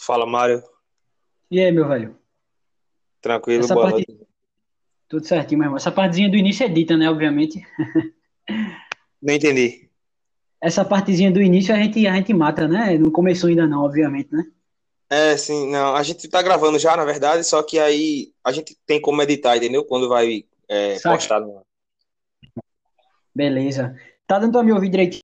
Fala, Mário. E aí, meu velho? Tranquilo, Essa boa parte, noite. tudo certinho, meu irmão. Essa partezinha do início é dita, né? Obviamente. Não entendi. Essa partezinha do início a gente mata, né? Não começou ainda não, obviamente, né? É, sim, não. A gente tá gravando já, na verdade, só que aí a gente tem como editar, entendeu? Quando vai Saca. postar no. Beleza. Tá dando pra me ouvir direitinho?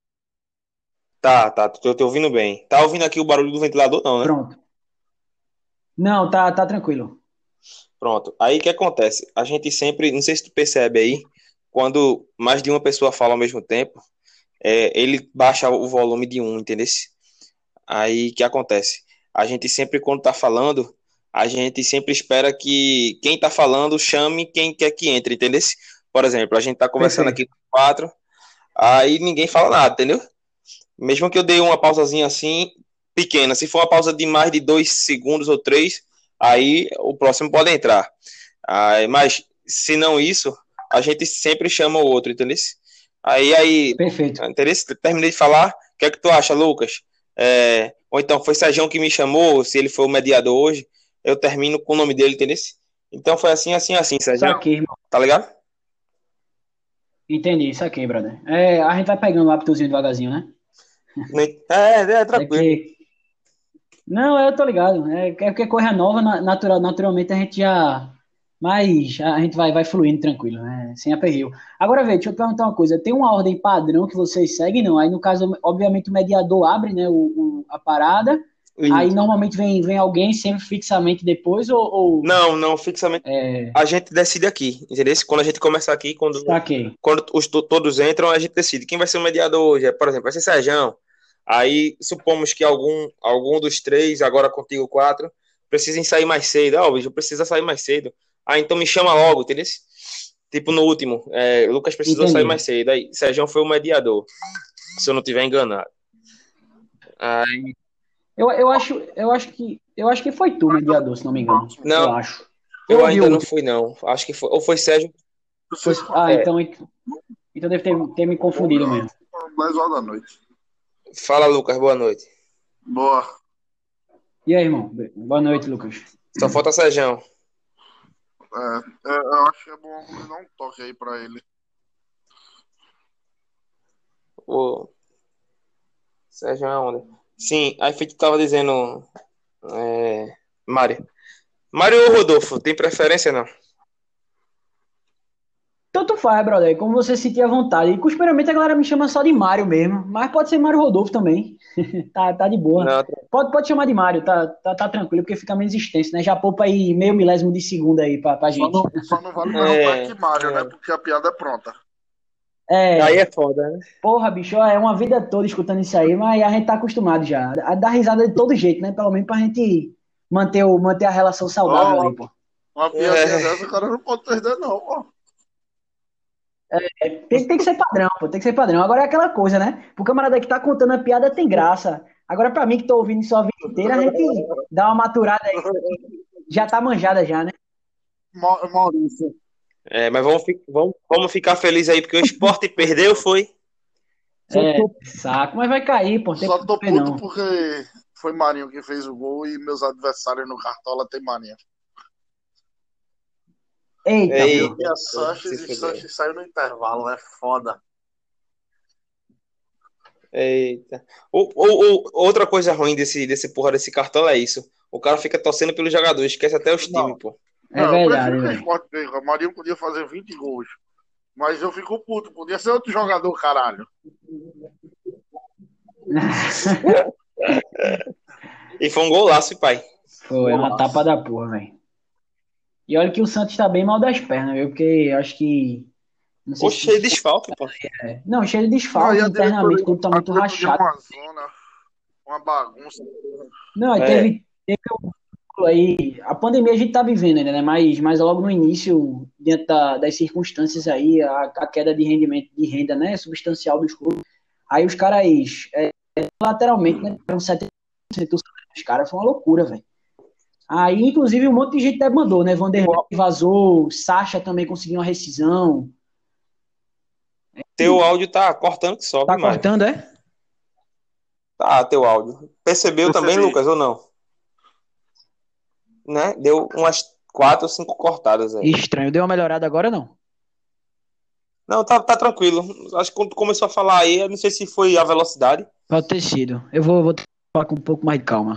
Tá, tô te ouvindo bem. Tá ouvindo aqui o barulho do ventilador, não, né? Pronto. Não, tá tranquilo. Pronto. Aí o que acontece? A gente sempre, não sei se tu percebe aí, quando mais de uma pessoa fala ao mesmo tempo, ele baixa o volume de um, entendeu? Aí o que acontece? A gente sempre, quando tá falando, a gente sempre espera que quem tá falando chame quem quer que entre, entendeu? Por exemplo, a gente tá conversando Perfeito. aqui com quatro, aí ninguém fala nada, entendeu? Mesmo que eu dei uma pausazinha assim, pequena, se for uma pausa de mais de 2 segundos ou três, aí o próximo pode entrar. Aí, mas se não isso, a gente sempre chama o outro, entendeu? Aí, Perfeito. entendeu? Terminei de falar, o que é que tu acha, Lucas? Ou então foi Sérgio que me chamou, se ele foi o mediador hoje, eu termino com o nome dele, entendeu? Então foi assim, assim, assim, Sérgio. Saquei, irmão. Tá ligado? Entendi, saquei, brother. É, a gente vai pegando o hábitozinho devagarzinho, né? É É tranquilo. porque. Não, eu tô ligado. É porque coisa nova, naturalmente a gente já. Mas a gente vai fluindo tranquilo, né? Sem aperreio. Agora, velho, deixa eu te perguntar uma coisa. Tem uma ordem padrão que vocês seguem, não? Aí, no caso, obviamente, o mediador abre, né, a parada. Aí, Isso. normalmente, vem alguém sempre fixamente depois, ou Não, fixamente. A gente decide aqui, entendeu? Quando a gente começar aqui, saquei. quando todos entram, a gente decide quem vai ser o mediador hoje. Por exemplo, vai ser Sérgio. Aí supomos que algum dos três, agora contigo quatro, precisem sair mais cedo. Ah, bicho, precisa sair mais cedo. Ah, então me chama logo, entendeu? Tipo no último, Lucas precisou sair Entendi. mais cedo. Aí Sérgio foi o mediador, se eu não tiver enganado. Aí, Eu acho que foi tu, mediador, se não me engano. Eu não, acho. Eu eu ouvi o ainda não último. fui, não. Acho que foi. Ou foi Sérgio. É, Então deve ter me confundido mesmo. 10 horas da noite. fala, Lucas, boa noite. Boa. E aí, irmão? Boa noite, Lucas. Só falta Sérgio. Eu acho que é bom você dar um toque aí pra ele. O Sérgio é onda. Sim, aí foi que tu tava dizendo, Mário. Mário ou Rodolfo, tem preferência não? Tanto faz, brother, como você sentir à vontade. E costumamente a galera me chama só de Mário mesmo, mas pode ser Mário Rodolfo também. Tá de boa. Não, Pode chamar de Mário, tá tranquilo, porque fica menos extenso, né? Já poupa aí meio milésimo de segundo aí pra gente. Só não vale mais o é, Black Mario, né? é. Porque a piada é pronta. Aí É, é foda, né? porra, bicho, é uma vida toda escutando isso aí, mas a gente tá acostumado já. A dar risada de todo jeito, né? Pelo menos pra gente manter a relação saudável Ó, aí, pô. uma piadinha É, dessa, o cara não pode perder, não, ó. Tem que ser padrão, pô, tem que ser padrão. Agora é aquela coisa, né? O camarada que tá contando a piada tem graça. Agora, pra mim que tô ouvindo isso a vida inteira, a gente dá uma maturada aí, já tá manjada já, né? Maurício. mas vamos ficar felizes aí, porque o esporte perdeu, foi? Só É, tô, saco, mas vai cair, pô, não tem só tô problema puto não. porque foi Marinho que fez o gol e meus adversários no Cartola tem Marinho. Eita, E eu pô. Eita, tinha porra, se Sanches e fuder. Sanches saiu no intervalo, é foda. Eita. Outra coisa ruim desse porra desse cartão é isso. O cara fica torcendo pelos jogadores, esquece até os times, Não, pô. É não, eu prefiro verdade, que o velho. Sport perca. O Marinho podia fazer 20 gols. Mas eu fico puto, podia ser outro jogador, caralho. E foi um golaço, pai. Foi uma tapa Golaço. da porra, velho. E olha que o Santos tá bem mal das pernas, viu? Porque acho que. Não sei Oxe, se cheio isso de foi. desfalque, pô. Não, cheio de Não, e desfalque internamente, o clube tá a muito diretoria é rachado. uma zona, uma bagunça. Não, e É, teve aí, a pandemia a gente tá vivendo ainda, né? Mas logo no início, diante das circunstâncias aí, a queda de rendimento, de renda, né, substancial dos clubes, aí os caras, lateralmente, né, tiveram 70% do salário dos caras, foi uma loucura, velho. Aí, inclusive, um monte de gente demandou, né? Vanderlei vazou, Sacha também conseguiu uma rescisão. teu áudio tá cortando que sobe, Tá Mário. cortando, é? Tá, teu áudio. Percebeu também, Percebi. Lucas, ou não? né? Deu umas 4 ou 5 cortadas aí. Estranho. Deu uma melhorada agora, não? Não, tá tranquilo. Acho que quando tu começou a falar aí, eu não sei se foi a velocidade. Pode ter sido. Eu vou falar com um pouco mais de calma.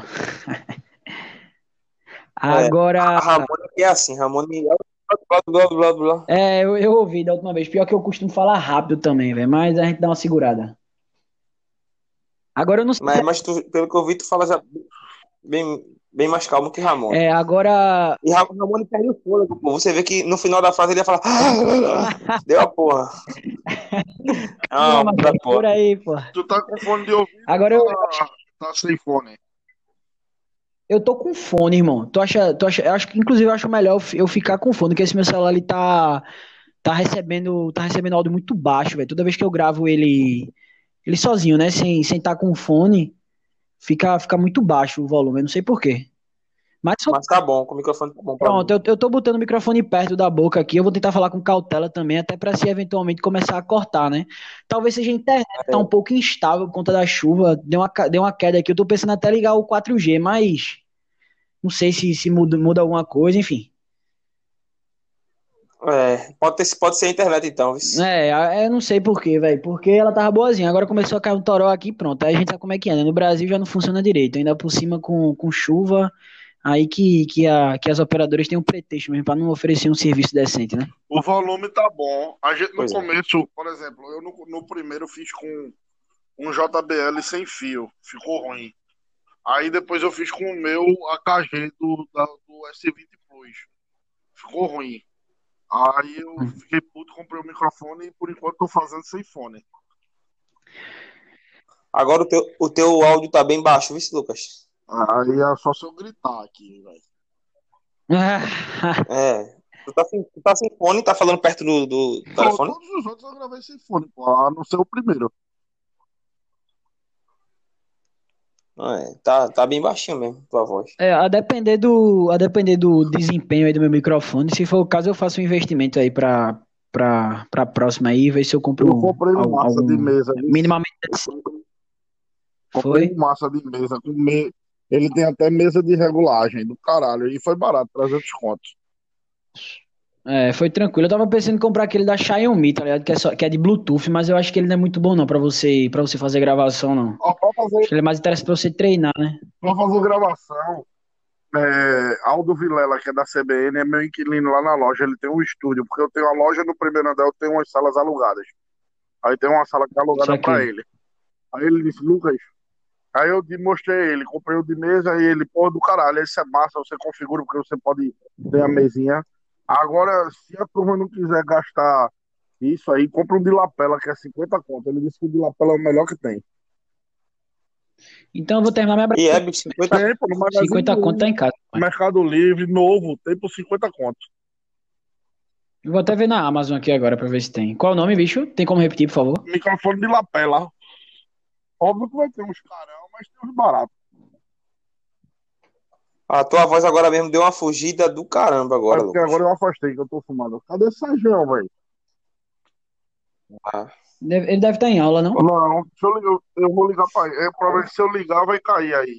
É, Agora, a Ramone é assim, Ramone blá, blá, blá, blá, blá. eu ouvi da última vez. Pior que eu costumo falar rápido também, velho. Mas a gente dá uma segurada. Agora eu não sei. Mas pelo que eu vi, tu fala já bem mais calmo que Ramone. Agora. E Ramone perde o fôlego, pô. Você vê que no final da frase ele ia falar. Deu a porra. Calma, Da por porra. aí, pô. Tu tá com fone de ouvido Agora ou tá sem fone? eu tô com fone, irmão. Eu acho que, inclusive, eu acho melhor eu ficar com fone, porque esse meu celular ele tá recebendo áudio muito baixo, velho. Toda vez que eu gravo ele sozinho, né? Sem estar com fone, fica muito baixo o volume. Eu não sei por quê. Mas Mas tá bom, com o microfone tá bom pra pronto, mim. eu tô botando o microfone perto da boca aqui. Eu vou tentar falar com cautela também, até pra se eventualmente começar a cortar, né? Talvez seja a internet, tá um É. pouco instável por conta da chuva. Deu uma queda aqui. Eu tô pensando até ligar o 4G, mas não sei se muda alguma coisa, enfim. Pode ser a internet então, viu? Eu não sei por quê, velho. Porque ela tava boazinha. Agora começou a cair um toró aqui, pronto. Aí a gente sabe como é que é, né? No Brasil já não funciona direito. Ainda por cima com chuva. Aí que as operadoras têm um pretexto mesmo pra não oferecer um serviço decente, né? O volume tá bom. A gente no Pois é. começo, por exemplo, eu no primeiro fiz com um JBL sem fio. Ficou ruim. Aí depois eu fiz com o meu AKG do S20 Plus. Ficou ruim. Aí eu fiquei puto, comprei o microfone e por enquanto tô fazendo sem fone. Agora o teu áudio tá bem baixo, viu, Lucas? Aí é só se eu gritar aqui, velho. É. Tu tá sem fone, tá falando perto do Não, telefone? todos os outros eu gravei sem fone, pô, a não ser o primeiro. Tá bem baixinho mesmo, tua voz. A depender do desempenho aí do meu microfone, se for o caso, eu faço um investimento aí pra próxima aí, ver se eu compro Eu comprei um massa de algum mesa, viu? minimamente. Comprei Foi? um massa de mesa. Ele tem até mesa de regulagem do caralho. E foi barato, 300 contos. Foi tranquilo. Eu tava pensando em comprar aquele da Xiaomi, tá ligado? Que é de Bluetooth, mas eu acho que ele não é muito bom não pra você fazer gravação, não. Ó, Acho que ele é mais interessante pra você treinar, né? pra fazer gravação, Aldo Vilela, que é da CBN, é meu inquilino lá na loja. Ele tem um estúdio, porque eu tenho a loja no primeiro andar, eu tenho umas salas alugadas. Aí tem uma sala que é Isso alugada pra aqui. ele. Aí ele disse, Lucas, aí eu mostrei ele, comprei o de mesa e ele, pô, do caralho, esse é massa, você configura porque você pode ter a mesinha. Agora, se a turma não quiser gastar isso aí, compra um de lapela, que é 50 conto. Ele disse que o de lapela é o melhor que tem. Então eu vou terminar minha E é, brasileira. bicho, 50. Tem, pô, no Magazine 50 conto tá Luiza, em casa. Mercado Livre, novo, tem por 50 conto. Eu vou até ver na Amazon aqui agora pra ver se tem. Qual é o nome, bicho? Tem como repetir, por favor? Microfone de lapela. Óbvio que vai ter uns carão, mas tem uns baratos. A tua voz agora mesmo deu uma fugida do caramba É agora, porque Lucas. agora eu afastei que eu tô fumando. Cadê esse Sérgio, velho? Ah, Ele deve estar em aula, não? Não, deixa eu ligar, eu vou ligar pra ele. É provável que se eu ligar vai cair aí.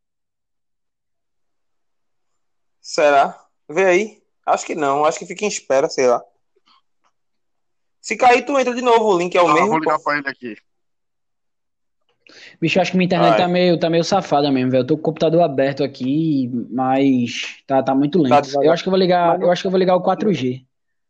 será? Vê aí. Acho que não, acho que fica em espera, sei lá. Se cair, tu entra de novo, o link é o Tá, vou mesmo, ligar pô. pra ele aqui. Bicho, eu acho que minha internet tá Vai. meio safada mesmo, velho. Eu tô com o computador aberto aqui, mas tá muito Tá lento. Eu devagar. acho que eu vou ligar, Mas eu não. acho que eu vou ligar o 4G.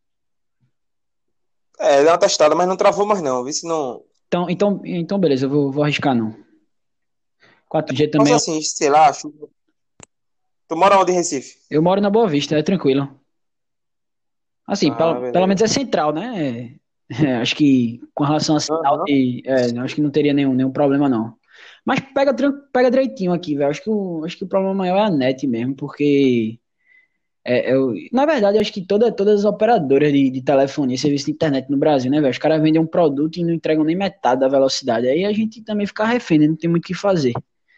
Dá uma testada, mas não travou mais não. Vê se não. Então beleza, eu vou arriscar não. 4G também. Nossa, assim, sei lá, chuva. Tu mora onde em Recife? Eu moro na Boa Vista, é tranquilo. Assim, Ah, pelo menos beleza. é central, né? Acho que com relação a sinal Aham. acho que não teria nenhum problema não. Mas pega direitinho aqui, velho. Acho que o problema maior é a net mesmo, porque na verdade, eu acho que todas as operadoras de telefonia, serviço de internet no Brasil, né, velho? Os caras vendem um produto e não entregam nem metade da velocidade. Aí a gente também fica refém, né? Não tem muito o que fazer.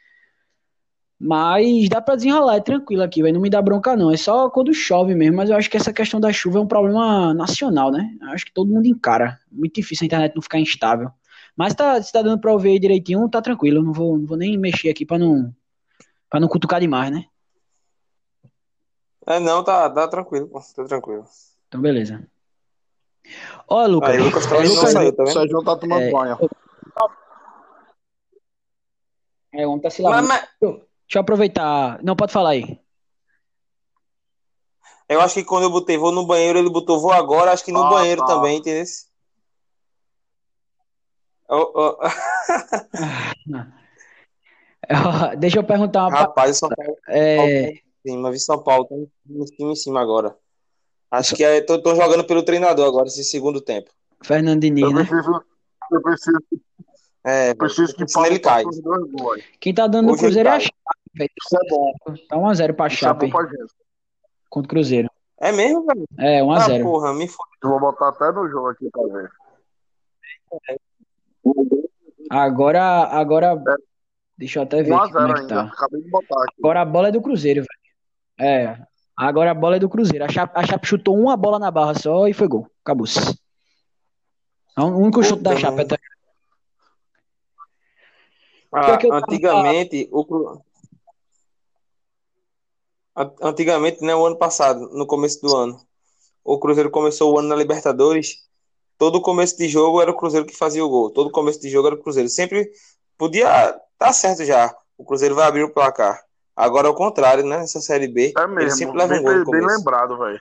Mas dá pra desenrolar, é tranquilo aqui, velho. Não me dá bronca, não. É só quando chove mesmo. Mas eu acho que essa questão da chuva é um problema nacional, né? Eu acho que todo mundo encara. Muito difícil a internet não ficar instável. Mas se tá dando pra ouvir aí direitinho, tá tranquilo. Eu não vou nem mexer aqui pra não cutucar demais, né? Não, tá tranquilo, pô. Tá tranquilo. Então, beleza. Ó, Lucas. Aí, o Lucas também não Lucas, saiu, tá O vendo? Sérgio tá tomando é, banho. o homem tá se Mas, lavando. mas Deixa eu aproveitar. Não, pode falar aí. eu acho que quando eu botei vou no banheiro, ele botou vou agora, acho que no Ah, banheiro tá. também, entendeu? Ó, ó. Deixa eu perguntar uma Rapaz, o São Paulo, tá é, em cima, viu? São Paulo tá em cima agora. Acho que tô jogando pelo treinador agora, esse segundo tempo. Fernando Eu Diniz, né? preciso, eu preciso, Velho, preciso que senão Pablo ele faça cai. os dois gols. Quem tá dando no Hoje ele Cruzeiro é a cai. Chape, velho. Isso é bom. Tá 1x0 pra Isso é bom Chape pra gente. contra o Cruzeiro. É mesmo, velho? É, Ah, 1x0. porra, me fode. Eu vou botar até no jogo aqui pra ver. Agora, É deixa eu até ver aqui como é 1-0 que ainda. tá. Acabei de botar aqui. Agora a bola é do Cruzeiro, velho. Agora a bola é do Cruzeiro. A Chape chutou uma bola na barra só e foi gol. Acabou-se. É o único chute da Puta Chape merda. até. Pior que eu tava. Antigamente, antigamente, né, o ano passado, no começo do ano, o Cruzeiro começou o ano na Libertadores. Todo começo de jogo era o Cruzeiro que fazia o gol. Todo começo de jogo era o Cruzeiro. Sempre podia tá certo já. O Cruzeiro vai abrir o placar. Agora, ao contrário, né? Nessa Série B, É ele mesmo. sempre leva um Bem, gol no bem começo. lembrado, velho.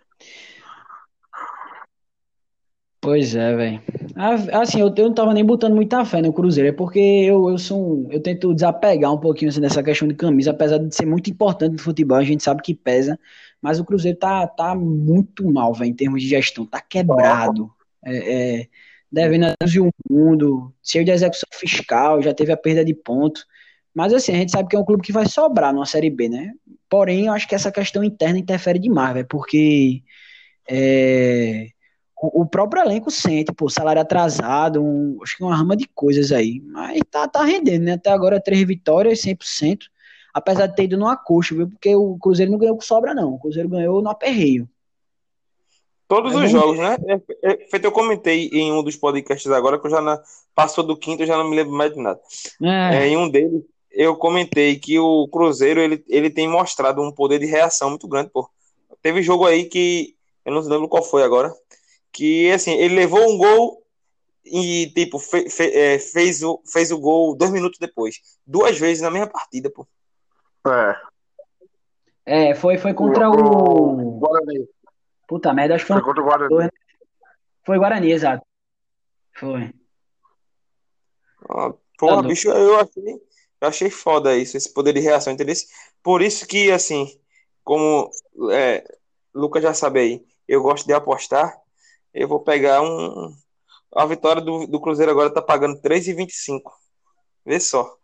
Pois é, velho. Assim, eu não tava nem botando muita fé no Cruzeiro, é porque eu tento desapegar um pouquinho assim, dessa questão de camisa, apesar de ser muito importante no futebol, a gente sabe que pesa, mas o Cruzeiro tá muito mal, velho, em termos de gestão, tá quebrado, devendo a Deus e o mundo, cheio de execução fiscal, já teve a perda de ponto, mas assim, a gente sabe que é um clube que vai sobrar numa Série B, né? Porém, eu acho que essa questão interna interfere demais, velho, porque é, o próprio elenco sente, pô, salário atrasado, acho que uma rama de coisas aí. Mas tá rendendo, né? Até agora 3 vitórias, 100%. Apesar de ter ido no acocho, viu? Porque o Cruzeiro não ganhou com sobra, não. O Cruzeiro ganhou no aperreio. Todos Mas os vamos jogos, né? Feito, eu comentei em um dos podcasts agora, que passou do quinto, eu já não me lembro mais de nada. ver. Em um deles, eu comentei que o Cruzeiro ele tem mostrado um poder de reação muito grande, pô. Teve jogo aí que eu não lembro qual foi agora, que assim, ele levou um gol e tipo fez o gol 2 minutos depois, 2 vezes na mesma partida, pô. É. Foi contra O o. Guarani. Puta merda, acho que foi Foi um. contra o Guarani. Foi Guarani, exato. Foi. Ah, Tá porra, doido. bicho, eu achei foda isso, esse poder de reação, entendeu? Por isso que, assim, como é, Lucas já sabe aí, eu gosto de apostar, eu vou pegar um. A vitória do Cruzeiro agora tá pagando 3,25. Vê só,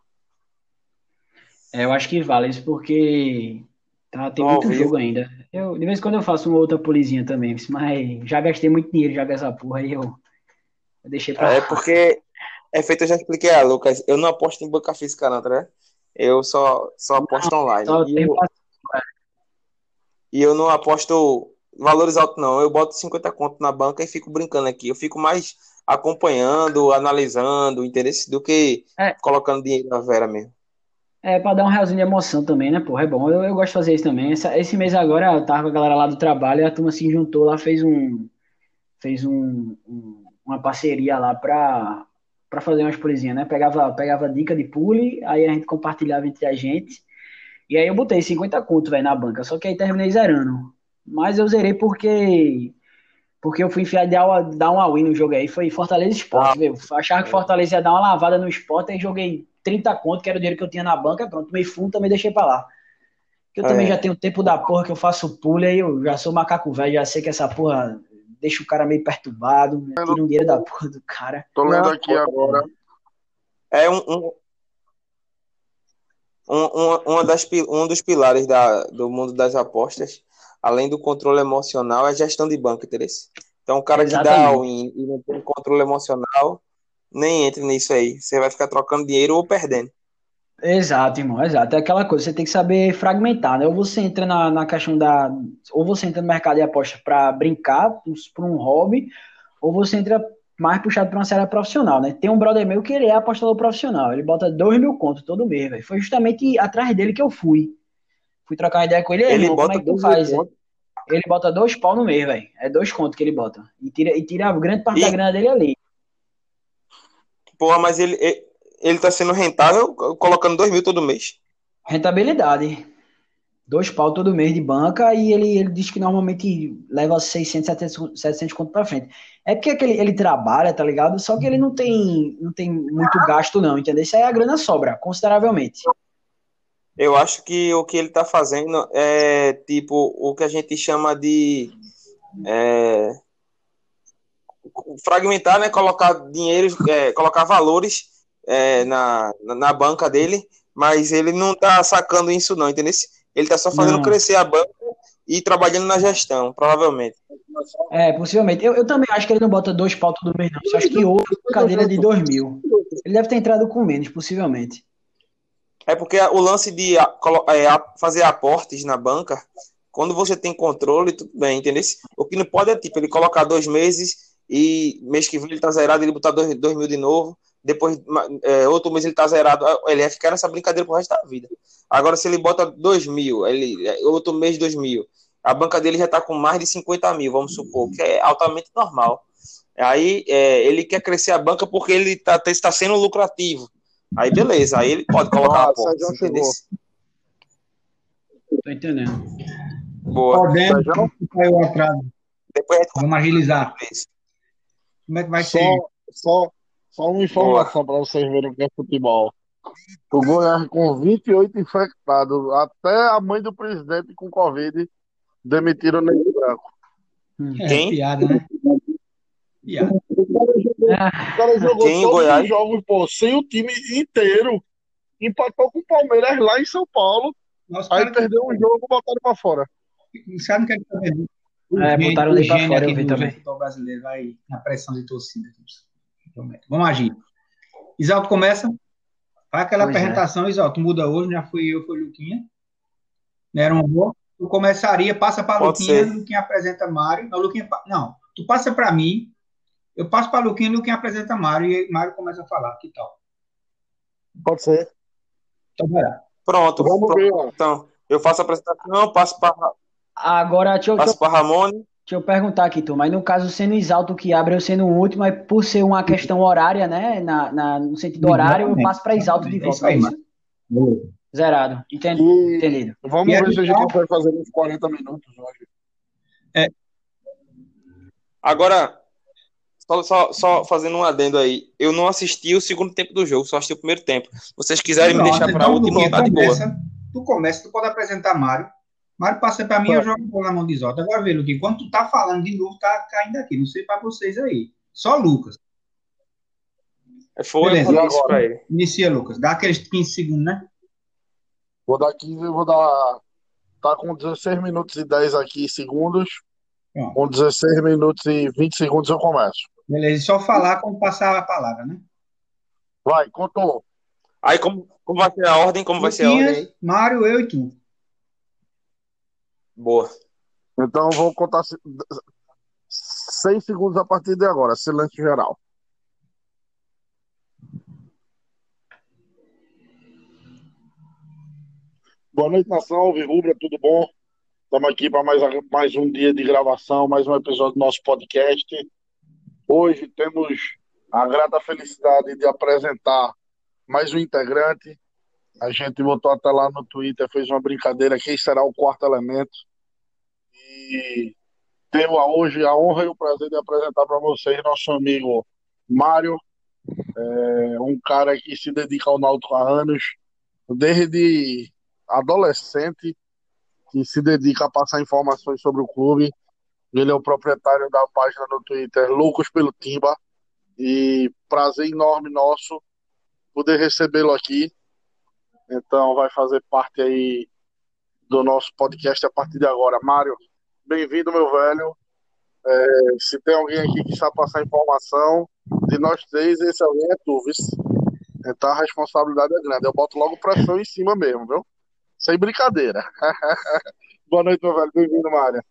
Eu acho que vale isso porque tem ao muito vivo. jogo ainda. De vez em quando eu faço uma outra polizinha também, mas já gastei muito dinheiro já com essa porra aí eu deixei pra É lá. porque é feito, eu já expliquei a Lucas, eu não aposto em banca física, não, tá vendo? Eu só aposto online. Só E tem eu, e eu não aposto valores altos, não. Eu boto 50 conto na banca e fico brincando aqui. Eu fico mais acompanhando, analisando, interesse do que é, colocando dinheiro na vera mesmo. é pra dar um realzinho de emoção também, né, porra? É bom. Eu gosto de fazer isso também. Esse mês agora eu tava com a galera lá do trabalho e a turma se juntou lá, uma parceria lá pra fazer umas polizinhas, né? Pegava dica de pule, aí a gente compartilhava entre a gente. E aí eu botei 50 conto, velho, na banca. Só que aí terminei zerando. Mas eu zerei porque eu fui enfiar dar um all-in no jogo aí. Foi Fortaleza Ah, Sport, viu? Achava que Fortaleza ia dar uma lavada no Sport, aí joguei 30 conto, que era o dinheiro que eu tinha na banca. Pronto, tomei fundo, também deixei pra lá. Que eu também já é. tenho tempo da porra que eu faço pule, aí eu já sou macaco velho, já sei que essa porra deixa o cara meio perturbado, tira um dinheiro da porra do cara. Tô lendo Não, aqui agora. é um dos pilares do mundo das apostas, além do controle emocional, é a gestão de banco, entendeu? Então, o cara que dá Exatamente. all-in e não tem controle emocional, nem entre nisso aí. Você vai ficar trocando dinheiro ou perdendo. Exato, irmão, exato. É aquela coisa, você tem que saber fragmentar, né? Ou você entra na questão da. Ou você entra no mercado de aposta para brincar, para um hobby, ou você entra mais puxado para uma série profissional, né? Tem um brother meu que ele é apostador profissional, ele bota 2 mil contos todo mês, velho. Foi justamente atrás dele que eu fui. Fui trocar uma ideia com ele, e aí, Ele irmão, como é bota que tu 2 mil faz? pontos. Ele bota 2 pau no mês, velho. É 2 contos que ele bota. E tira a grande parte da E, grana dele ali. porra, mas ele tá sendo rentável colocando 2 mil todo mês. Rentabilidade. 2 pau todo mês de banca e ele diz que normalmente leva 600, 700 conto pra frente. É porque ele trabalha, tá ligado? Só que ele não tem muito gasto, não, entendeu? Isso aí a grana sobra, consideravelmente. Eu acho que o que ele tá fazendo é tipo o que a gente chama de é, fragmentar, né? Colocar dinheiro, colocar valores na banca dele, mas ele não tá sacando isso não, entendeu? Ele tá só fazendo Não. crescer a banca e trabalhando na gestão, provavelmente. Possivelmente. Eu também acho que ele não bota 2 pau todo mês, não. Só acho que hoje a cadeira é de 2 mil. Ele deve ter entrado com menos, possivelmente. É porque o lance de fazer aportes na banca, quando você tem controle, tudo bem, entendeu? O que não pode é, tipo, ele colocar 2 meses e mês que vem ele tá zerado, ele botar 2 mil de novo, depois outro mês ele tá zerado, ele vai ficar nessa brincadeira pro resto da vida. Agora, se ele bota 2 mil, outro mês 2 mil, a banca dele já tá com mais de 50 mil, vamos supor, que é altamente normal. Aí ele quer crescer a banca porque ele está sendo lucrativo. Aí beleza, aí ele pode colocar Ah, aportes, Sérgio entendeu? chegou. Tô entendendo. Boa. Podemos, Sérgio, caiu o atraso. Depois a gente Vamos agilizar. conversa isso. Como é que vai só, ser? só uma Boa. informação para vocês verem o que é futebol. O Goiás com 28 infectados, até a mãe do presidente com Covid demitiram o Nego Branco. Quem? Piada, né? Piada. O cara jogou Quem em todos Goiás? os jogos, pô, sem o time inteiro. Empatou com o Palmeiras lá em São Paulo. Nossa, Aí cara, perdeu um jogo e botaram pra fora. os caras não querem saber. Botaram O ele pra gênio fora, eu aqui vi do também. futebol brasileiro vai na pressão de torcida. Vamos agir. Isalto começa. Faz aquela Pois é. apresentação, Isalto. Muda hoje, já fui eu, foi o Luquinha. Não era um bom. Tu começaria, passa para Pode Luquinha, ser. Luquinha apresenta Mário. Não, Luquinha, não, tu passa para mim, eu passo para Luquinha, Luquinha apresenta Mário e Mário começa a falar. Que tal? Pode ser. Então vai lá. Pronto. Vamos ver, ó. Então, eu faço a apresentação, passo para Agora, deixa Ramone. eu perguntar aqui, tu, mas no caso, sendo Exalto que abre, eu sendo o último, mas por ser uma questão horária, né, no sentido horário, eu passo para Exalto de É isso volta, aí, é mano. isso? Zerado. E Entendido. vamos E ver se a gente aí, consegue fazer uns 40 minutos hoje. Agora, só fazendo um adendo aí. Eu não assisti o segundo tempo do jogo, só assisti o primeiro tempo. Se vocês quiserem me deixar para então, último, Luquinha, tá de boa. tu começa, tu pode apresentar Mário. Mário passa para mim, eu jogo a bola na mão de Exalto. Agora vê, Luquinha, quando tu tá falando de novo, tá caindo aqui. Não sei para vocês aí. Só Lucas. Foi, eu Beleza. falei isso para ele. Inicia, Lucas. Dá aqueles 15 segundos, né? Vou dar 15, eu vou dar. Tá com 16 minutos e 10 aqui segundos. Pronto. Com 16 minutos e 20 segundos eu começo. Beleza, e só falar quando passar a palavra, né? Vai, contou. Aí, como vai ser a ordem? Como vai ser a ordem Luquinhas, aí? Mário, eu e tu. Boa. Então eu vou contar 6 segundos a partir de agora. Silêncio geral. Boa noite, nação Alvirrubra, tudo bom? Estamos aqui para mais um dia de gravação, mais um episódio do nosso podcast. Hoje temos a grata felicidade de apresentar mais um integrante. A gente botou até lá no Twitter, fez uma brincadeira, quem será o quarto elemento. E tenho hoje a honra e o prazer de apresentar para vocês nosso amigo Mário, um cara que se dedica ao Náutico há anos, desde adolescente, que se dedica a passar informações sobre o clube. Ele é o proprietário da página no Twitter Loucos pelo Timba, e prazer enorme nosso poder recebê-lo aqui. Então vai fazer parte aí do nosso podcast a partir de agora. Mário, bem-vindo, meu velho. Se tem alguém aqui que sabe passar informação, de nós três, esse alguém é tu, viu? Então a responsabilidade é grande. Eu boto logo pressão em cima mesmo, viu? Sem brincadeira. Boa noite, meu velho. Bem-vindo, Mário.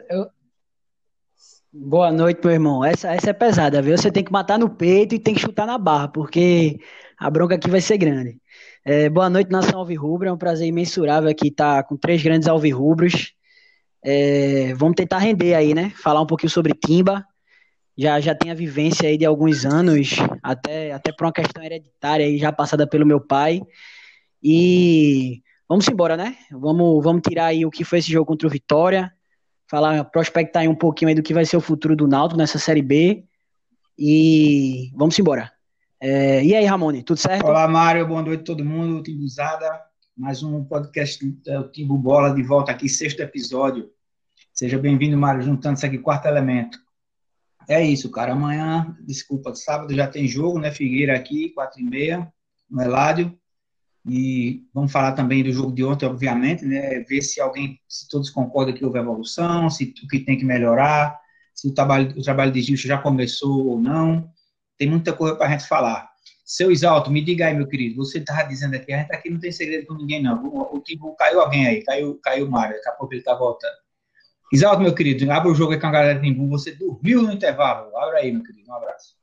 Boa noite, meu irmão. Essa é pesada, viu? Você tem que matar no peito e tem que chutar na barra, porque a bronca aqui vai ser grande. Boa noite, nação alvirrubra. É um prazer imensurável aqui estar com 3 grandes alvirrubros. Vamos tentar render aí, né? Falar um pouquinho sobre Timba. Já tem a vivência aí de alguns anos, até por uma questão hereditária aí, já passada pelo meu pai. E vamos embora, né? Vamos tirar aí o que foi esse jogo contra o Vitória, prospectar aí um pouquinho aí do que vai ser o futuro do Náutico nessa Série B. E vamos embora. E aí, Ramone, tudo certo? Olá, Mário, boa noite a todo mundo, Timbuzada. Mais um podcast do Timbu Bola de volta aqui, 6º episódio. Seja bem-vindo, Mário, juntando-se aqui, 4º elemento. É isso, cara. Amanhã, desculpa, sábado já tem jogo, né? Figueira aqui, 4h30, no Eládio. E vamos falar também do jogo de ontem, obviamente, né? Ver se todos concordam que houve evolução, se o que tem que melhorar, se o trabalho de Gilson já começou ou não. Tem muita coisa para a gente falar. Seu Isalto, me diga aí, meu querido, você estava dizendo aqui, a gente aqui não tem segredo com ninguém, não. O tipo, caiu alguém aí, caiu o Mário, daqui a pouco ele está voltando. Isalto, meu querido, abre o jogo aí com a galera de Timbu, você dormiu no intervalo. Abre aí, meu querido, um abraço.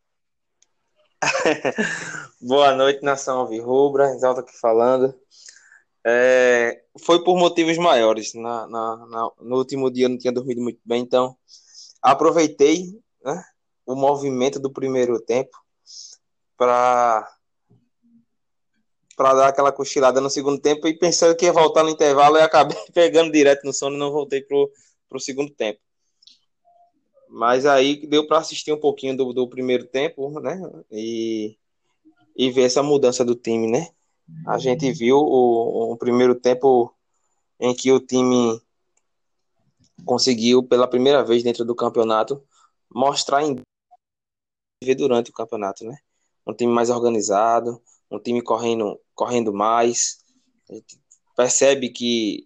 Boa noite, nação alvirrubra, Exalta aqui falando. Foi por motivos maiores. No último dia eu não tinha dormido muito bem, então aproveitei, né, o movimento do primeiro tempo para dar aquela cochilada no segundo tempo e pensando que ia voltar no intervalo e acabei pegando direto no sono e não voltei pro segundo tempo. Mas aí deu para assistir um pouquinho do primeiro tempo, né? E ver essa mudança do time, né? A gente viu o primeiro tempo em que o time conseguiu, pela primeira vez dentro do campeonato, mostrar em durante o campeonato, né? Um time mais organizado, um time correndo mais. A gente percebe que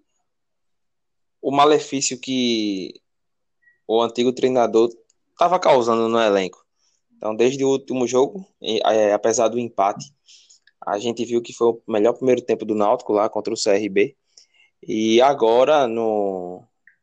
o malefício que o antigo treinador estava causando no elenco. Então, desde o último jogo, apesar do empate, a gente viu que foi o melhor primeiro tempo do Náutico lá contra o CRB. E agora, no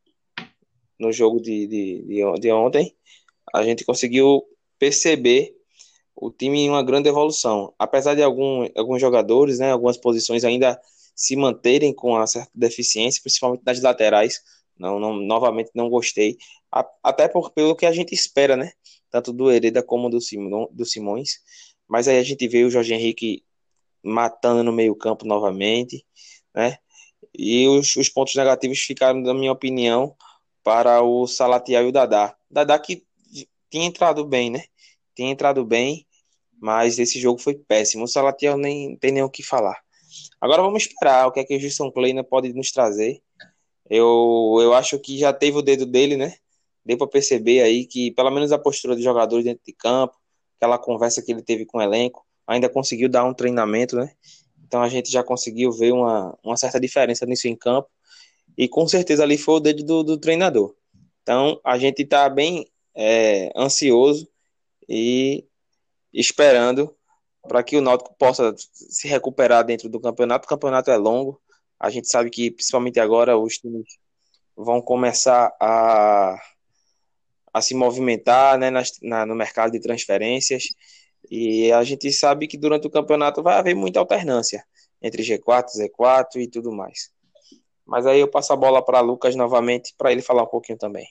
jogo de ontem, a gente conseguiu perceber o time em uma grande evolução. Apesar de alguns jogadores, né, algumas posições ainda se manterem com uma certa deficiência, principalmente nas laterais, novamente não gostei. Até pelo que a gente espera, né? Tanto do Hereda como do Simões. Mas aí a gente vê o Jorge Henrique matando no meio-campo novamente, né? E os pontos negativos ficaram, na minha opinião, para o Salatiel e o Dadá. Dadá que tinha entrado bem, né? Tinha entrado bem, mas esse jogo foi péssimo. O Salatiel nem tem nem o que falar. Agora vamos esperar o que é que o Gilson Kleina pode nos trazer. Eu acho que já teve o dedo dele, né? Deu para perceber aí que, pelo menos a postura dos jogadores dentro de campo, aquela conversa que ele teve com o elenco, ainda conseguiu dar um treinamento, né? Então a gente já conseguiu ver uma certa diferença nisso em campo. E com certeza ali foi o dedo do treinador. Então a gente está bem ansioso e esperando para que o Náutico possa se recuperar dentro do campeonato. O campeonato é longo. A gente sabe que, principalmente agora, os times vão começar a se movimentar, né, no mercado de transferências. E a gente sabe que durante o campeonato vai haver muita alternância entre G4, Z4 e tudo mais. Mas aí eu passo a bola para Lucas novamente, para ele falar um pouquinho também.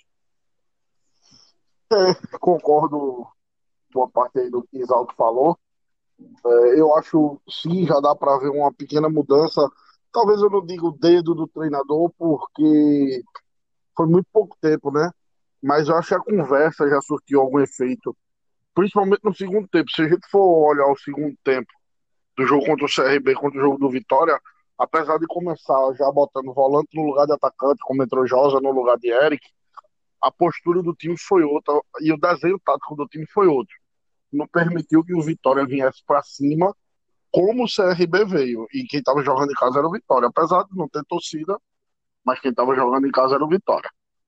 Concordo com a parte aí do que Isalto falou. Eu acho, sim, já dá para ver uma pequena mudança. Talvez eu não diga o dedo do treinador, porque foi muito pouco tempo, né? Mas eu acho que a conversa já surtiu algum efeito, principalmente no segundo tempo. Se a gente for olhar o segundo tempo do jogo contra o CRB, contra o jogo do Vitória, apesar de começar já botando volante no lugar de atacante, como entrou Josa no lugar de Eric, a postura do time foi outra e o desenho tático do time foi outro. Não permitiu que o Vitória viesse para cima como o CRB veio. E quem estava jogando em casa era o Vitória. Apesar de não ter torcida, mas quem estava jogando em casa era o Vitória.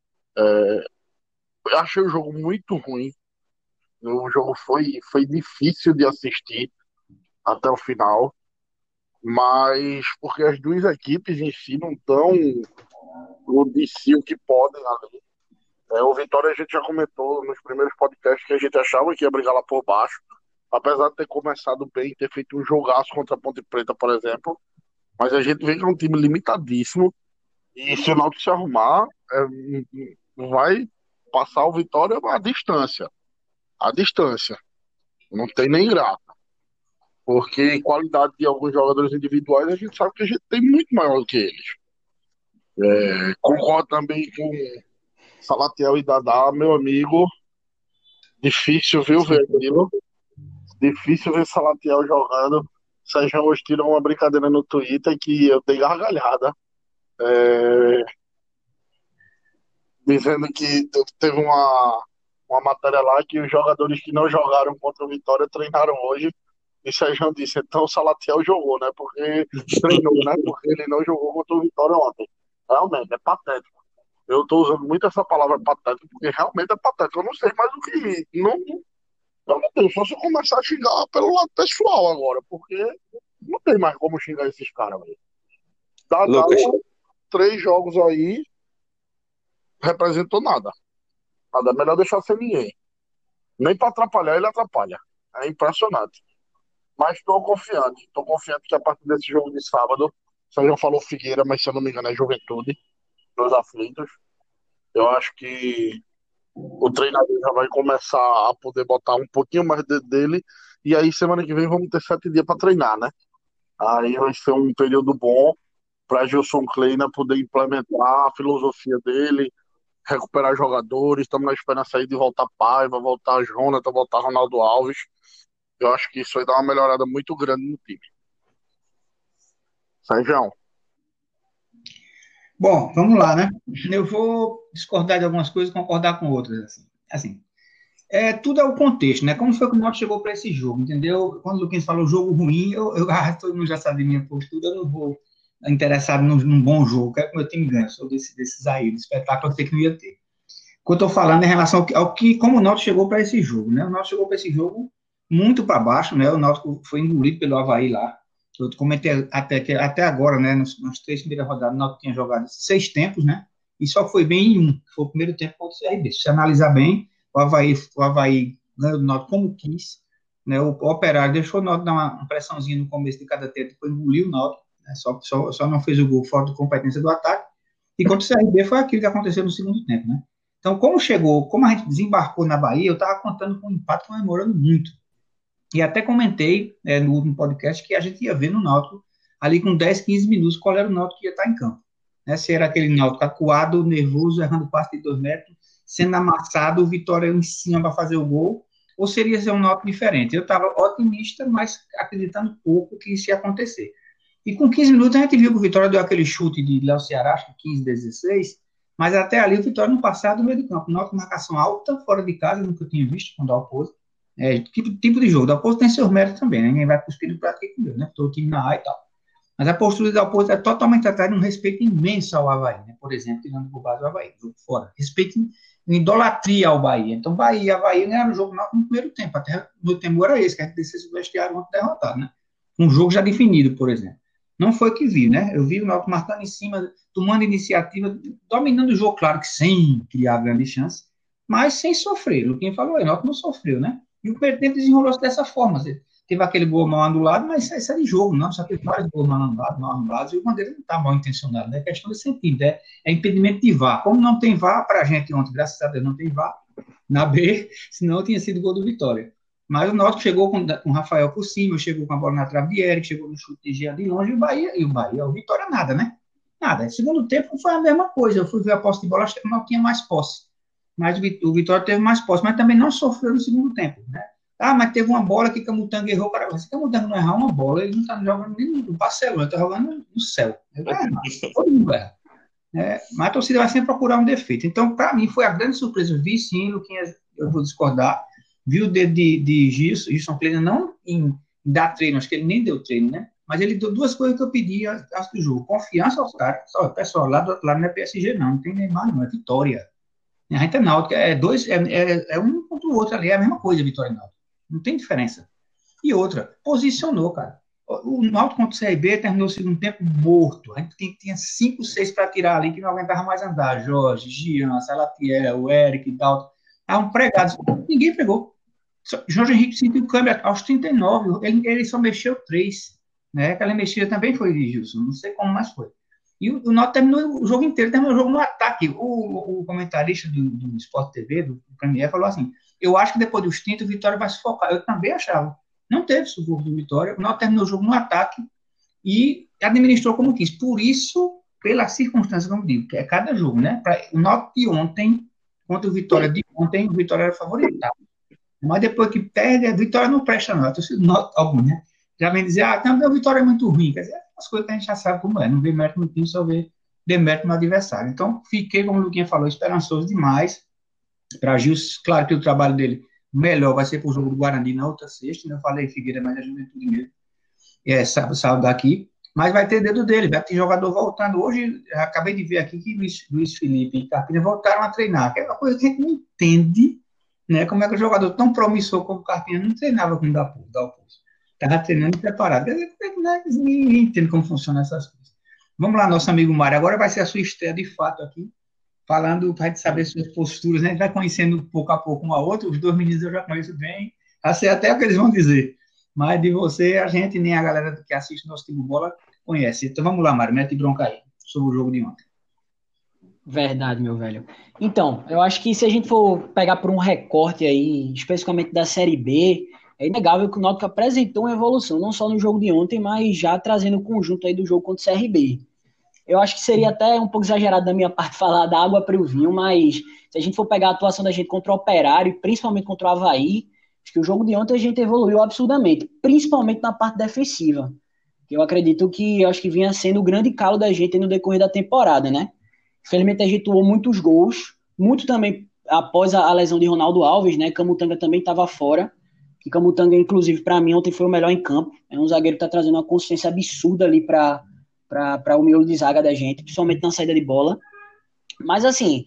Eu achei o jogo muito ruim. O jogo foi difícil de assistir até o final. Mas porque as duas equipes em si não estão de si o que podem ali. O Vitória a gente já comentou nos primeiros podcasts que a gente achava que ia brigar lá por baixo. Apesar de ter começado bem, ter feito um jogaço contra a Ponte Preta, por exemplo. Mas a gente vê que é um time limitadíssimo. E se o Náutico se arrumar, vai passar o Vitória à distância. À distância. Não tem nem graça. Porque qualidade de alguns jogadores individuais a gente sabe que a gente tem muito maior do que eles. Concordo também com Salatiel e Dadá, meu amigo. Difícil, viu, velho? Difícil ver Salatiel jogando. Sérgio hoje tirou uma brincadeira no Twitter que eu dei gargalhada. É, dizendo que teve uma matéria lá que os jogadores que não jogaram contra o Vitória treinaram hoje. E Sérgio disse, então o Salatiel jogou, né? Porque treinou, né? Porque ele não jogou contra o Vitória ontem. Realmente, é patético. Eu estou usando muito essa palavra patético, porque realmente é patético. Eu não sei mais o que. Não, eu não tenho, só se eu começar a xingar pelo lado pessoal agora, porque não tem mais como xingar esses caras, velho. Dá Lucas, 3 jogos aí, representou nada. Nada, é melhor deixar sem ninguém. Nem para atrapalhar, ele atrapalha. É impressionante. Mas estou confiante que a partir desse jogo de sábado, você já falou Figueira, mas se eu não me engano é Juventude, nos aflitos. Eu acho que o treinador já vai começar a poder botar um pouquinho mais dele. E aí, semana que vem, vamos ter 7 dias para treinar, né? Aí vai ser um período bom para Gilson Kleina poder implementar a filosofia dele, recuperar jogadores. Estamos na esperança aí de voltar Paiva, voltar Jonathan, voltar Ronaldo Alves. Eu acho que isso vai dar uma melhorada muito grande no time. Sérgio, Bom, vamos lá, né? Eu vou discordar de algumas coisas e concordar com outras. Assim, tudo é o contexto, né? Como foi que o Náutico chegou para esse jogo, entendeu? Quando o Luquinhas falou jogo ruim, todo mundo já sabe minha postura, eu não vou interessado num bom jogo, quero que o meu time ganhe, eu sou desses aí, do espetáculo eu sei que não ia ter. O que eu estou falando é em relação ao que, como o Náutico chegou para esse jogo, né? O Náutico chegou para esse jogo muito para baixo, né? O Náutico foi engolido pelo Avaí lá. Eu comentei até agora, né? Nas 3 primeiras rodadas, o Náutico tinha jogado 6 tempos, né? E só foi bem em um, que foi o primeiro tempo contra o CRB. Se você analisar bem, o Avaí ganhou do Náutico como quis, né? O Operário deixou o Náutico dar uma pressãozinha no começo de cada tempo, depois engoliu o Náutico, né? Só não fez o gol fora de competência do ataque. E contra o CRB foi aquilo que aconteceu no segundo tempo, né? Então, como a gente desembarcou na Bahia, eu estava contando com um empate, comemorando muito. E até comentei no último podcast que a gente ia ver no Náutico, ali com 10, 15 minutos, qual era o Náutico que ia estar em campo. Né? Se era aquele Náutico acuado, nervoso, errando passe de 2 metros, sendo amassado, o Vitória em cima para fazer o gol, ou seria ser um Náutico diferente. Eu estava otimista, mas acreditando pouco que isso ia acontecer. E com 15 minutos a gente viu que o Vitória deu aquele chute de Léo Ceará, acho que 15, 16, mas até ali o Vitória não passava do meio do campo. Náutico marcação alta, fora de casa, nunca tinha visto com o Dalpozo. Tipo de jogo. O Dalpozo tem seus méritos também, né? Ninguém vai cuspir no prato que comeu, né? Todo o time na A e tal. Mas a postura do Dalpozo é totalmente atrás de um respeito imenso ao Avaí, né? Por exemplo, tirando por base do Avaí, jogo fora. Respeito em idolatria ao Bahia. Então, Bahia e Avaí ganharam o jogo no primeiro tempo. Até no tempo era esse, que a gente descesse o vestiário ontem derrotado, né? Um jogo já definido, por exemplo. Não foi o que vi, né? Eu vi o Náutico marcando em cima, tomando iniciativa, dominando o jogo, claro que sem criar grande chance, mas sem sofrer. O Luquinha falou, o Náutico não sofreu, né? E o primeiro tempo desenrolou-se dessa forma. Teve aquele gol mal anulado, mas isso é de jogo, não? Só teve vários gols mal anulados, e o Bandeira não está mal intencionado, né? É questão de sentido, é impedimento de VAR. Como não tem VAR, para a gente ontem, graças a Deus, não tem VAR na B, senão tinha sido gol do Vitória. Mas o Náutico chegou com o Rafael por cima, chegou com a bola na trave de Eric, chegou no chute de Jean de longe, o Vitória nada, né? Nada. Segundo tempo foi a mesma coisa. Eu fui ver a posse de bola, acho que não tinha mais posse. Mas o Vitória teve mais posse, mas também não sofreu no segundo tempo, né? Mas teve uma bola que Camutanga errou. Cara, se Camutanga não errar uma bola, ele não está jogando nem no Barcelona, ele está jogando no céu. Ele vai errar. Todo mundo erra. Mas a torcida vai sempre procurar um defeito. Então, para mim, foi a grande surpresa. Eu vi sim, Luquinhas, eu vou discordar. Viu o dedo de Gilson Kleina não em dar treino, acho que ele nem deu treino, né? Mas ele deu 2 coisas que eu pedi antes do jogo. Confiança aos caras. Pessoal, lá do outro lado não é PSG, não tem Neymar, não, é Vitória. A gente é Náutico, é um contra o outro ali, é a mesma coisa, Vitória e Náutico. Não tem diferença. E outra, posicionou, cara. O Náutico contra o CRB terminou o segundo tempo morto. A gente tinha 5, 6 para tirar ali, que não aguentava mais andar. Jorge, Gian, Salatiel, o Eric e tal. Estavam pregados. Ninguém pegou. Jorge Henrique sentiu câmera aos 39, ele só mexeu 3, né? Aquela mexida também foi de Gilson, não sei como mais foi. E o Náutico terminou o jogo inteiro, terminou o jogo no ataque. O comentarista do Sport TV, do Premier, falou assim, eu acho que depois dos 30 o Vitória vai se focar. Eu também achava. Não teve sufoco do Vitória, o Náutico terminou o jogo no ataque e administrou como quis. Por isso, pela circunstância, como digo, que é cada jogo, né? O Náutico de ontem, contra o Vitória de ontem, o Vitória era favorito. Mas depois que perde, a Vitória não presta, não. Algum, né? Já vem dizer, também a Vitória é muito ruim. Quer dizer, as coisas que a gente já sabe como é. Não vê mérito no time, só vê demérito no adversário. Então, fiquei, como o Luquinha falou, esperançoso demais para Gil. Claro que o trabalho dele melhor vai ser para o jogo do Guarani na outra sexta. Eu falei Figueira, mas é Juventude mesmo. Sábado daqui. Mas vai ter dedo dele, vai ter jogador voltando. Hoje, acabei de ver aqui que Luiz Felipe e Carpina voltaram a treinar, que é uma coisa que a gente não entende, né? Como é que o jogador tão promissor como o Carpina não treinava com o Dalpozo. Estava treinando e preparado. Quer dizer, ninguém entende como funcionam essas coisas. Vamos lá, nosso amigo Mário. Agora vai ser a sua estreia de fato aqui, falando para a gente saber suas posturas, né? A gente vai conhecendo pouco a pouco um ao outro. Os dois meninos eu já conheço bem, já sei até o que eles vão dizer. Mas de você, a gente, nem a galera que assiste nosso time bola conhece. Então vamos lá, Mário, mete bronca aí sobre o jogo de ontem. Verdade, meu velho. Então, eu acho que se a gente for pegar por um recorte aí, especificamente da Série B, é inegável que o Náutico apresentou uma evolução, não só no jogo de ontem, mas já trazendo o conjunto aí do jogo contra o CRB. Eu acho que seria até um pouco exagerado da minha parte falar da água para o vinho, mas se a gente for pegar a atuação da gente contra o Operário, principalmente contra o Avaí, acho que o jogo de ontem a gente evoluiu absurdamente, principalmente na parte defensiva, que eu acredito que acho que vinha sendo o grande calo da gente no decorrer da temporada, né? Infelizmente a gente tomou muitos gols, muito também após a lesão de Ronaldo Alves, né? Camutanga também estava fora, que Camutanga, inclusive, para mim, ontem foi o melhor em campo. É um zagueiro que está trazendo uma consciência absurda ali para o miolo de zaga da gente, principalmente na saída de bola. Mas, assim,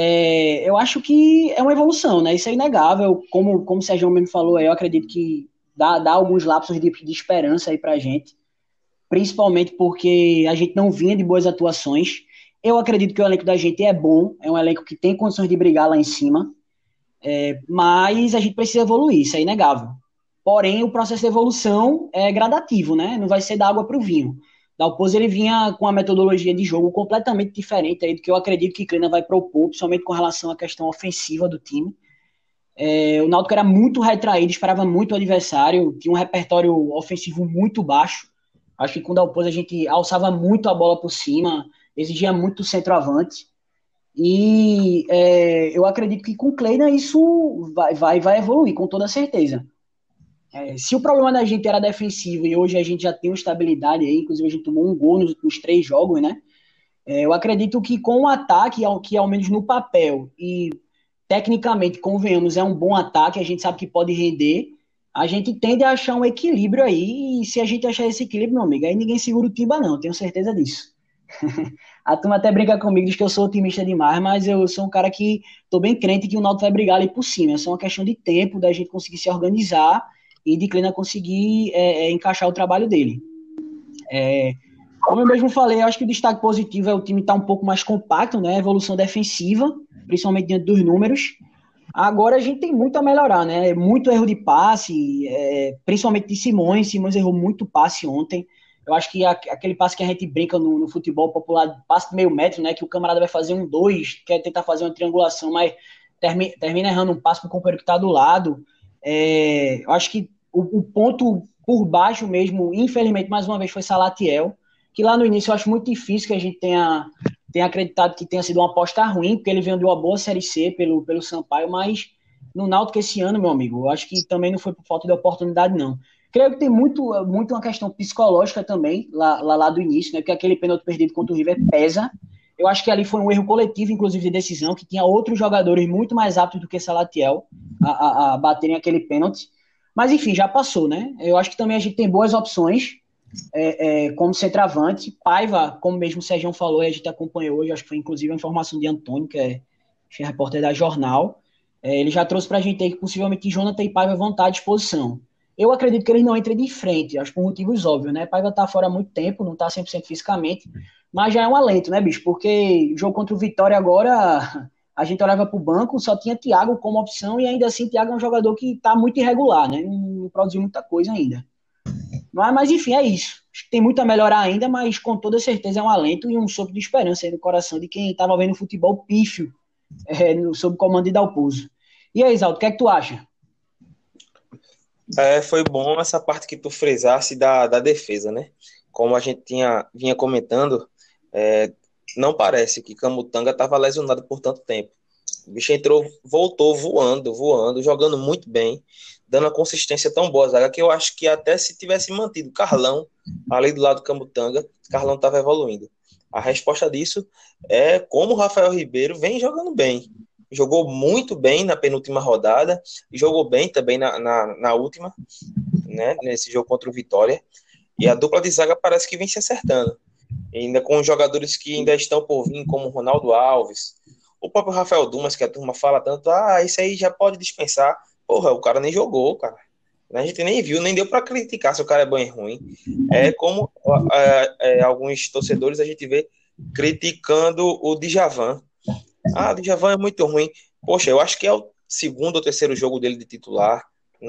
eu acho que é uma evolução, né? Isso é inegável. Como o Sérgio mesmo falou, eu acredito que dá alguns lapsos de esperança aí pra gente, principalmente porque a gente não vinha de boas atuações. Eu acredito que o elenco da gente é bom, é um elenco que tem condições de brigar lá em cima, mas a gente precisa evoluir, isso é inegável. Porém, o processo de evolução é gradativo, né? Não vai ser da água para o vinho. Dalpozo, ele vinha com uma metodologia de jogo completamente diferente aí do que eu acredito que Kleina vai propor, principalmente com relação à questão ofensiva do time. O Náutico era muito retraído, esperava muito o adversário, tinha um repertório ofensivo muito baixo. Acho que com o Dalpozo a gente alçava muito a bola por cima, exigia muito o centroavante. E eu acredito que com o Kleina isso vai evoluir, com toda certeza. Se o problema da gente era defensivo e hoje a gente já tem uma estabilidade aí, inclusive a gente tomou um gol nos últimos 3 jogos, né? Eu acredito que com o ataque, que ao menos no papel e tecnicamente, convenhamos, é um bom ataque, a gente sabe que pode render, a gente tende a achar um equilíbrio aí, e se a gente achar esse equilíbrio, meu amigo, aí ninguém segura o timba não, tenho certeza disso. A turma até brinca comigo, diz que eu sou otimista demais, mas eu sou um cara que tô bem crente que o Náutico vai brigar ali por cima, é só uma questão de tempo, da gente conseguir se organizar e de Kleina conseguir encaixar o trabalho dele. Como eu mesmo falei, eu acho que o destaque positivo é o time estar um pouco mais compacto, né? Evolução defensiva, principalmente diante dos números. Agora a gente tem muito a melhorar, né? Muito erro de passe, principalmente de Simões. Simões errou muito passe ontem. Eu acho que aquele passe que a gente brinca no futebol popular, passe de meio metro, né? Que o camarada vai fazer 1-2, quer tentar fazer uma triangulação, mas termina errando um passe para o companheiro que está do lado. Eu acho que o ponto por baixo mesmo, infelizmente, mais uma vez, foi Salatiel, que lá no início eu acho muito difícil que a gente tenha acreditado que tenha sido uma aposta ruim, porque ele veio de uma boa Série C pelo Sampaio, mas no Náutico esse ano, meu amigo, eu acho que também não foi por falta de oportunidade, não. Creio que tem muito uma questão psicológica também, lá do início, né? Porque aquele pênalti perdido contra o River pesa. Eu acho que ali foi um erro coletivo, inclusive, de decisão, que tinha outros jogadores muito mais aptos do que Salatiel a baterem aquele pênalti. Mas, enfim, já passou, né? Eu acho que também a gente tem boas opções, como centroavante. Paiva, como mesmo o Sérgio falou, a gente acompanhou hoje, acho que foi inclusive a informação de Antônio, que é repórter da Jornal. Ele já trouxe pra gente aí que possivelmente Jonathan e Paiva vão estar à disposição. Eu acredito que eles não entrem de frente, acho por motivos óbvios, né? Paiva tá fora há muito tempo, não tá 100% fisicamente, mas já é um alento, né, bicho? Porque o jogo contra o Vitória agora, a gente olhava pro banco, só tinha Thiago como opção, e ainda assim Thiago é um jogador que tá muito irregular, né? Não produziu muita coisa ainda. Mas enfim, é isso. Acho que tem muito a melhorar ainda, mas com toda certeza é um alento e um sopro de esperança aí no coração de quem estava vendo futebol pífio sob o comando de Dalpozo. E aí, Isaldo, o que é que tu acha? Foi bom essa parte que tu frisasse da defesa, né? Como a gente vinha comentando, não parece que Camutanga estava lesionado por tanto tempo. O bicho entrou, voltou voando, jogando muito bem, dando uma consistência tão boa, zaga, que eu acho que até se tivesse mantido Carlão ali do lado do Camutanga, Carlão estava evoluindo. A resposta disso é como o Rafael Ribeiro vem jogando bem. Jogou muito bem na penúltima rodada, jogou bem também na última, né, nesse jogo contra o Vitória. E a dupla de zaga parece que vem se acertando. E ainda com jogadores que ainda estão por vir, como o Ronaldo Alves, o próprio Rafael Dumas, que a turma fala tanto, isso aí já pode dispensar. Porra, o cara nem jogou, cara. A gente nem viu, nem deu para criticar se o cara é bom e ruim. É como alguns torcedores a gente vê criticando o Djavan. O Djavan é muito ruim. Poxa, eu acho que é o segundo ou terceiro jogo dele de titular.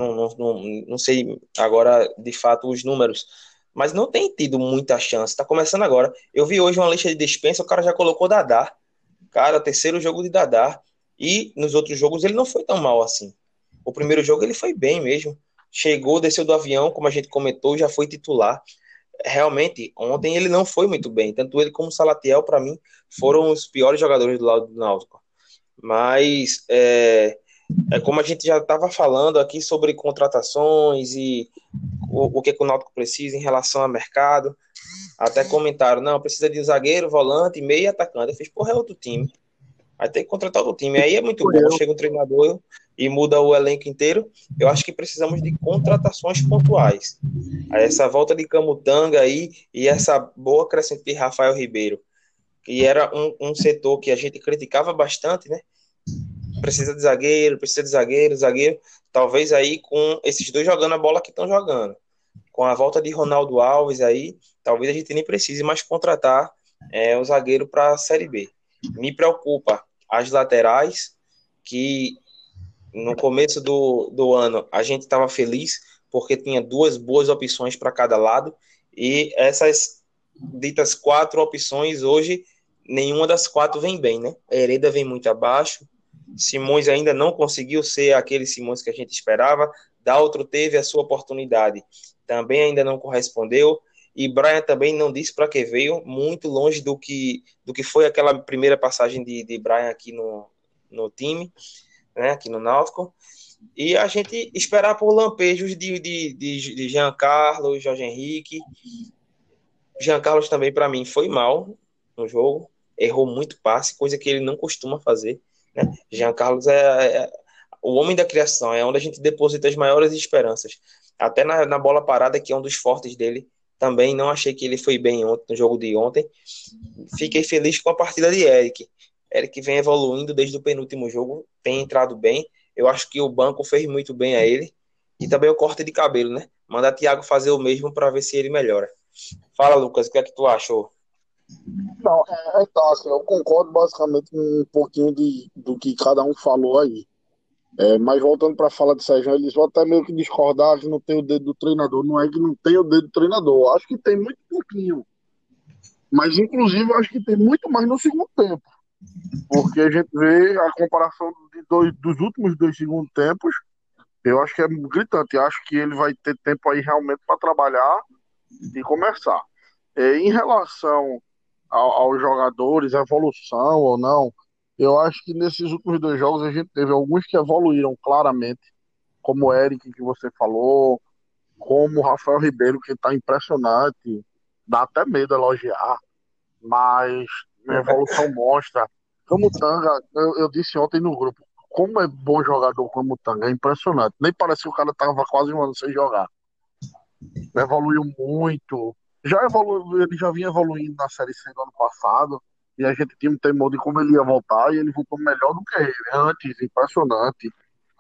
Não sei agora, de fato, os números. Mas não tem tido muita chance. Tá começando agora. Eu vi hoje uma lista de dispensa, o cara já colocou Dadá. Cara, terceiro jogo de Dadá. E nos outros jogos ele não foi tão mal assim. O primeiro jogo ele foi bem mesmo. Chegou, desceu do avião, como a gente comentou, já foi titular. Realmente, ontem ele não foi muito bem. Tanto ele como o Salatiel, para mim, foram os piores jogadores do lado do Náutico. Mas como a gente já estava falando aqui sobre contratações e o que o Náutico precisa em relação ao mercado. Até comentaram, não, precisa de um zagueiro, volante, meio e atacante. Eu fiz, porra, é outro time. Vai ter que contratar outro time. Aí é muito bom, chega um treinador e muda o elenco inteiro. Eu acho que precisamos de contratações pontuais. Aí essa volta de Camutanga aí e essa boa crescente de Rafael Ribeiro, que era um setor que a gente criticava bastante, né? Precisa de zagueiro. Talvez aí com esses dois jogando a bola que estão jogando. Com a volta de Ronaldo Alves aí, talvez a gente nem precise mais contratar o zagueiro para a Série B. Me preocupa as laterais, que no começo do ano a gente estava feliz porque tinha duas boas opções para cada lado, e essas ditas quatro opções hoje, nenhuma das quatro vem bem, né? A Hereda vem muito abaixo, Simões ainda não conseguiu ser aquele Simões que a gente esperava, Daltro teve a sua oportunidade, também ainda não correspondeu, e Brian também não disse para que veio, muito longe do que foi aquela primeira passagem de Brian aqui no time, né, aqui no Náutico, e a gente esperar por lampejos de Jean Carlos, Jorge Henrique. Jean Carlos também, para mim, foi mal no jogo, errou muito passe, coisa que ele não costuma fazer, né? Jean Carlos é o homem da criação, é onde a gente deposita as maiores esperanças. Até na bola parada, que é um dos fortes dele, também não achei que ele foi bem ontem, no jogo de ontem. Fiquei feliz com a partida de Eric. Eric vem evoluindo desde o penúltimo jogo, tem entrado bem. Eu acho que o banco fez muito bem a ele. E também o corte de cabelo, né? Manda Thiago fazer o mesmo para ver se ele melhora. Fala, Lucas, o que é que tu achou? Não, tá, assim, eu concordo basicamente com um pouquinho do que cada um falou aí. Mas voltando para a fala de Sérgio, eles vão até meio que discordar que não tem o dedo do treinador. Não é que não tem o dedo do treinador. Acho que tem muito pouquinho. Mas, inclusive, acho que tem muito mais no segundo tempo. Porque a gente vê a comparação dos últimos dois segundos tempos. Eu acho que é gritante. Acho que ele vai ter tempo aí realmente para trabalhar e começar. Em relação aos jogadores, evolução ou não, eu acho que nesses últimos dois jogos a gente teve alguns que evoluíram claramente, como o Eric, que você falou, como o Rafael Ribeiro, que está impressionante, dá até medo elogiar, mas a evolução mostra. Camutanga, eu disse ontem no grupo, como é bom jogador o Camutanga, é impressionante. Nem parece que o cara estava quase um ano sem jogar. Evoluiu muito. Já evoluiu, ele já vinha evoluindo na Série C do ano passado, e a gente tinha um temor de como ele ia voltar, e ele voltou melhor do que ele. Antes, impressionante.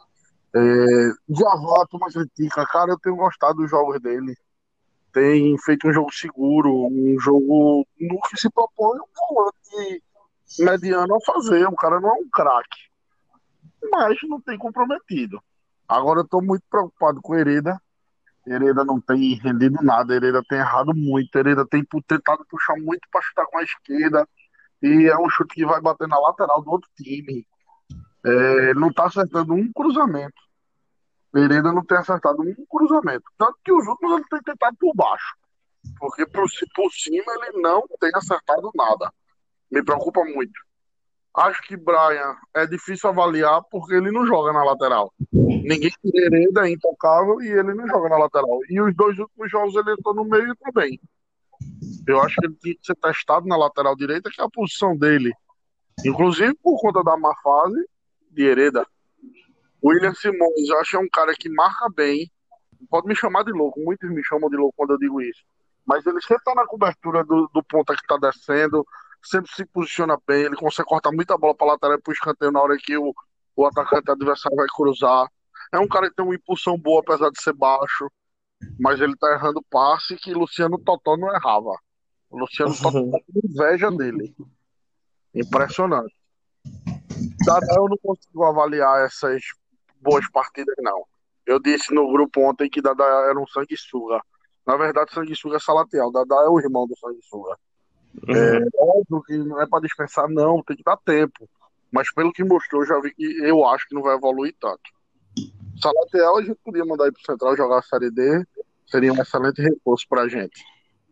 Djavan, a turma critica. Cara, eu tenho gostado dos jogos dele. Tem feito um jogo seguro, um jogo no que se propõe um volante mediano a fazer. O cara não é um craque, mas não tem comprometido. Agora eu tô muito preocupado com o Hereda. Hereda não tem rendido nada, Hereda tem errado muito, Hereda tem tentado puxar muito para chutar com a esquerda, e é um chute que vai bater na lateral do outro time. Ele não tá acertando um cruzamento. Hereda não tem acertado um cruzamento. Tanto que os últimos ele tem tentado por baixo. Porque por cima ele não tem acertado nada. Me preocupa muito. Acho que Brian é difícil avaliar porque ele não joga na lateral. Ninguém tira Hereda, é intocável e ele não joga na lateral. E os dois últimos jogos ele entrou no meio e entrou bem. Eu acho que ele tinha que ser testado na lateral direita, que é a posição dele. Inclusive por conta da má fase de Hereda. William Simões, eu acho que é um cara que marca bem. Pode me chamar de louco, muitos me chamam de louco quando eu digo isso. Mas ele sempre está na cobertura do ponta que está descendo, sempre se posiciona bem, ele consegue cortar muita bola para lateral e para o escanteio na hora que o atacante adversário vai cruzar. É um cara que tem uma impulsão boa, apesar de ser baixo, mas ele está errando passe que Luciano Totó não errava. O Luciano Totó tá com inveja dele. Impressionante. Dada eu não consigo avaliar essas boas partidas, não. Eu disse no grupo ontem que Dada era um sanguessuga. Na verdade, sanguessuga é Salatiel. Dada é o irmão do sanguessuga. Óbvio que não é para dispensar, não. Tem que dar tempo. Mas pelo que mostrou, já vi que eu acho que não vai evoluir tanto. Salatiel a gente podia mandar ir pro Central jogar a Série D. Seria um excelente reforço pra gente.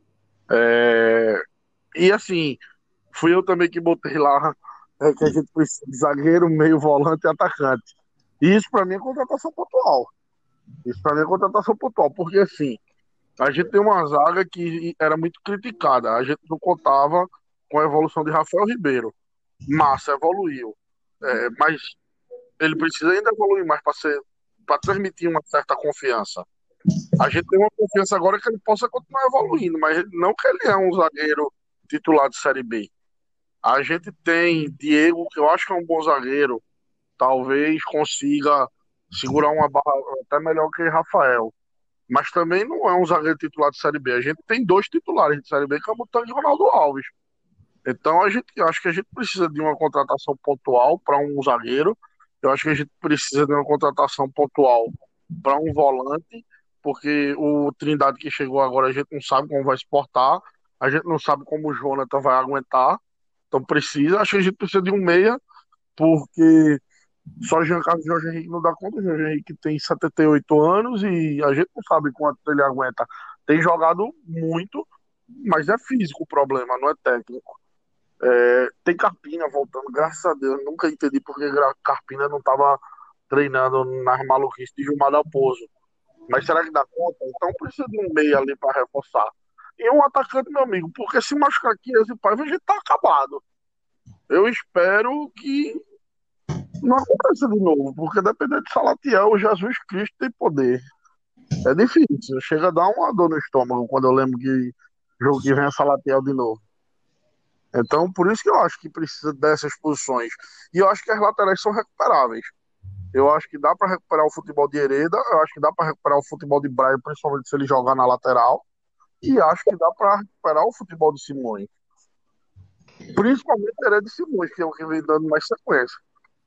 E assim, fui eu também que botei lá que a gente precisa de zagueiro, meio volante e atacante. E isso pra mim é contratação pontual. Porque assim, a gente tem uma zaga que era muito criticada. A gente não contava com a evolução de Rafael Ribeiro. Massa evoluiu. Mas ele precisa ainda evoluir mais para transmitir uma certa confiança. A gente tem uma confiança agora que ele possa continuar evoluindo, mas não que ele é um zagueiro titular de Série B. A gente tem Diego, que eu acho que é um bom zagueiro. Talvez consiga segurar uma barra até melhor que Rafael. Mas também não é um zagueiro titular de Série B. A gente tem dois titulares de Série B, que é o Mutanga e o Ronaldo Alves. Então acho que a gente precisa de uma contratação pontual para um zagueiro. Eu acho que a gente precisa de uma contratação pontual para um volante, porque o Trindade que chegou agora a gente não sabe como vai se portar, a gente não sabe como o Jonathan vai aguentar. Então acho que a gente precisa de um meia, porque só Jean Carlos e Jorge Henrique não dá conta. O Jorge Henrique tem 78 anos e a gente não sabe quanto ele aguenta. Tem jogado muito, mas é físico o problema, não é técnico. Tem Carpina voltando, graças a Deus. Nunca entendi porque Carpina não estava treinando nas maluquices de Gilmar Dalpozo. Mas será que dá conta? Então precisa de um meia ali para reforçar. E um atacante, meu amigo, porque se machucar aqui, esse Paiva, a gente tá acabado. Eu espero que não aconteça de novo, porque dependendo de Salatiel, o Jesus Cristo tem poder. É difícil, chega a dar uma dor no estômago quando eu lembro que jogo que vem é Salatiel de novo. Então, por isso que eu acho que precisa dessas posições. E eu acho que as laterais são recuperáveis. Eu acho que dá para recuperar o futebol de Hereda, eu acho que dá para recuperar o futebol de Brian, principalmente se ele jogar na lateral, e acho que dá para recuperar o futebol de Simões. Principalmente Hereda e Simões, que é o que vem dando mais sequência.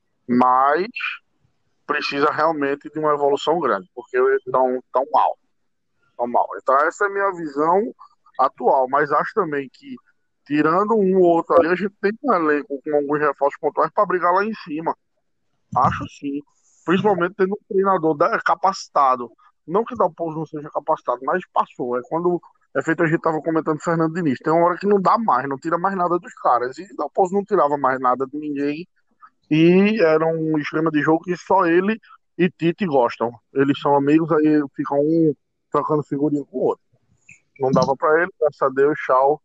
Mas precisa realmente de uma evolução grande, porque eles estão tão mal. Tão mal. Então essa é a minha visão atual, mas acho também que tirando um ou outro ali, a gente tem um elenco com alguns reforços pontuais para brigar lá em cima. Acho sim. Principalmente tendo um treinador capacitado. Não que Dalpozo não seja capacitado, mas passou. É quando é feito, a gente estava comentando Fernando Diniz. Tem uma hora que não dá mais, não tira mais nada dos caras. E Dalpozo não tirava mais nada de ninguém. E era um esquema de jogo que só ele e Tite gostam. Eles são amigos, aí ficam um trocando figurinha com o outro. Não dava para ele, graças a Deus, tchau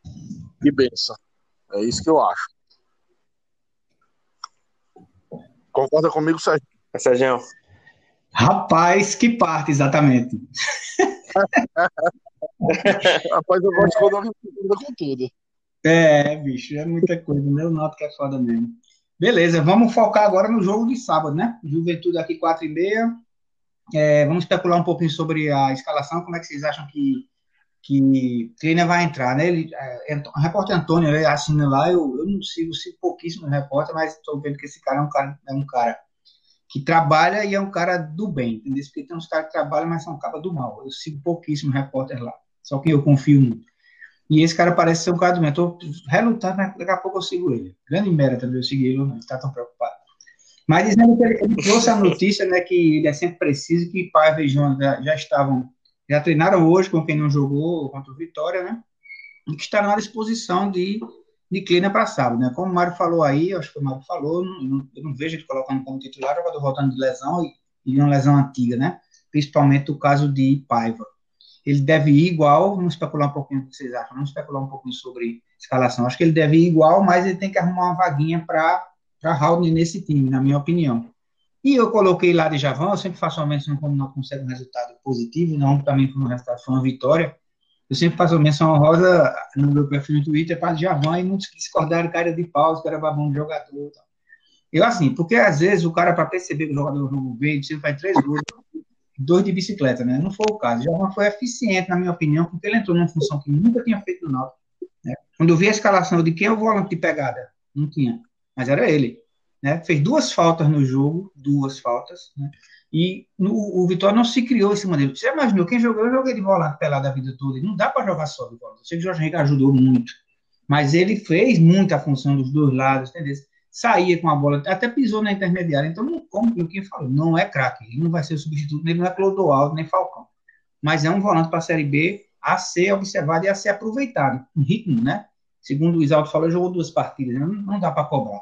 e benção. É isso que eu acho. Concorda comigo, Sérgio? Sérgio. Rapaz, que parte exatamente? Rapaz, eu gosto quando alguém concorda com tudo. Bicho, é muita coisa, né? Eu noto que é foda mesmo. Beleza, vamos focar agora no jogo de sábado, né? Juventude aqui 4h30. Vamos especular um pouquinho sobre a escalação. Como é que vocês acham que Kleiner vai entrar, né? O repórter Antônio, ele assina lá, eu não sigo pouquíssimo repórter, mas estou vendo que esse cara é um cara que trabalha e é um cara do bem, entendeu? Porque tem uns caras que trabalham, mas são caras do mal. Eu sigo pouquíssimos repórteres lá, só que eu confio muito. E esse cara parece ser um cara do bem. Eu tô relutando, mas daqui a pouco eu sigo ele. Grande merda também eu segui ele, não está tão preocupado. Mas dizendo que ele trouxe a notícia, né, que ele é sempre preciso, que Paiva e João já treinaram hoje com quem não jogou contra o Vitória, né? E que estarão à disposição de Kleina para sábado, né? Como o Mário falou aí, acho que o Mário falou, eu não vejo ele colocando como titular jogador voltando de lesão e uma lesão antiga, né? Principalmente o caso de Paiva. Ele deve ir igual, vamos especular um pouquinho o que vocês acham, vamos especular um pouquinho sobre escalação. Acho que ele deve ir igual, mas ele tem que arrumar uma vaguinha para Raul nesse time, na minha opinião. E eu coloquei lá de Javão, eu sempre faço uma menção quando não consegue um resultado positivo, não também como o resultado foi uma vitória. Eu sempre faço uma menção honrosa no meu perfil no Twitter para Javão e muitos discordaram, cara de pau, os caras babão de jogador. Eu, assim, porque às vezes o cara, para perceber que o jogador jogou bem, você faz 3 gols, 2 de bicicleta, né? Não foi o caso. Javão foi eficiente, na minha opinião, porque ele entrou numa função que nunca tinha feito no Náutico. Né? Quando eu vi a escalação de quem é o volante de pegada, não tinha, mas era ele. Né? Fez 2 faltas no jogo, 2 faltas, né? E o Vitória não se criou em cima dele. Você imaginou, quem jogou, eu joguei de volante pelado a vida toda, e não dá para jogar só de volante. Eu sei que o Jorge Henrique ajudou muito, mas ele fez muita função dos 2 lados, entendeu? Saía com a bola, até pisou na intermediária, então, como o Quem falou, não é craque, ele não vai ser o substituto, ele não é Clodoaldo, nem Falcão, mas é um volante para a Série B a ser observado e a ser aproveitado, um ritmo, né? Segundo o Isaldo falou, jogou 2 partidas, né? Não dá para cobrar.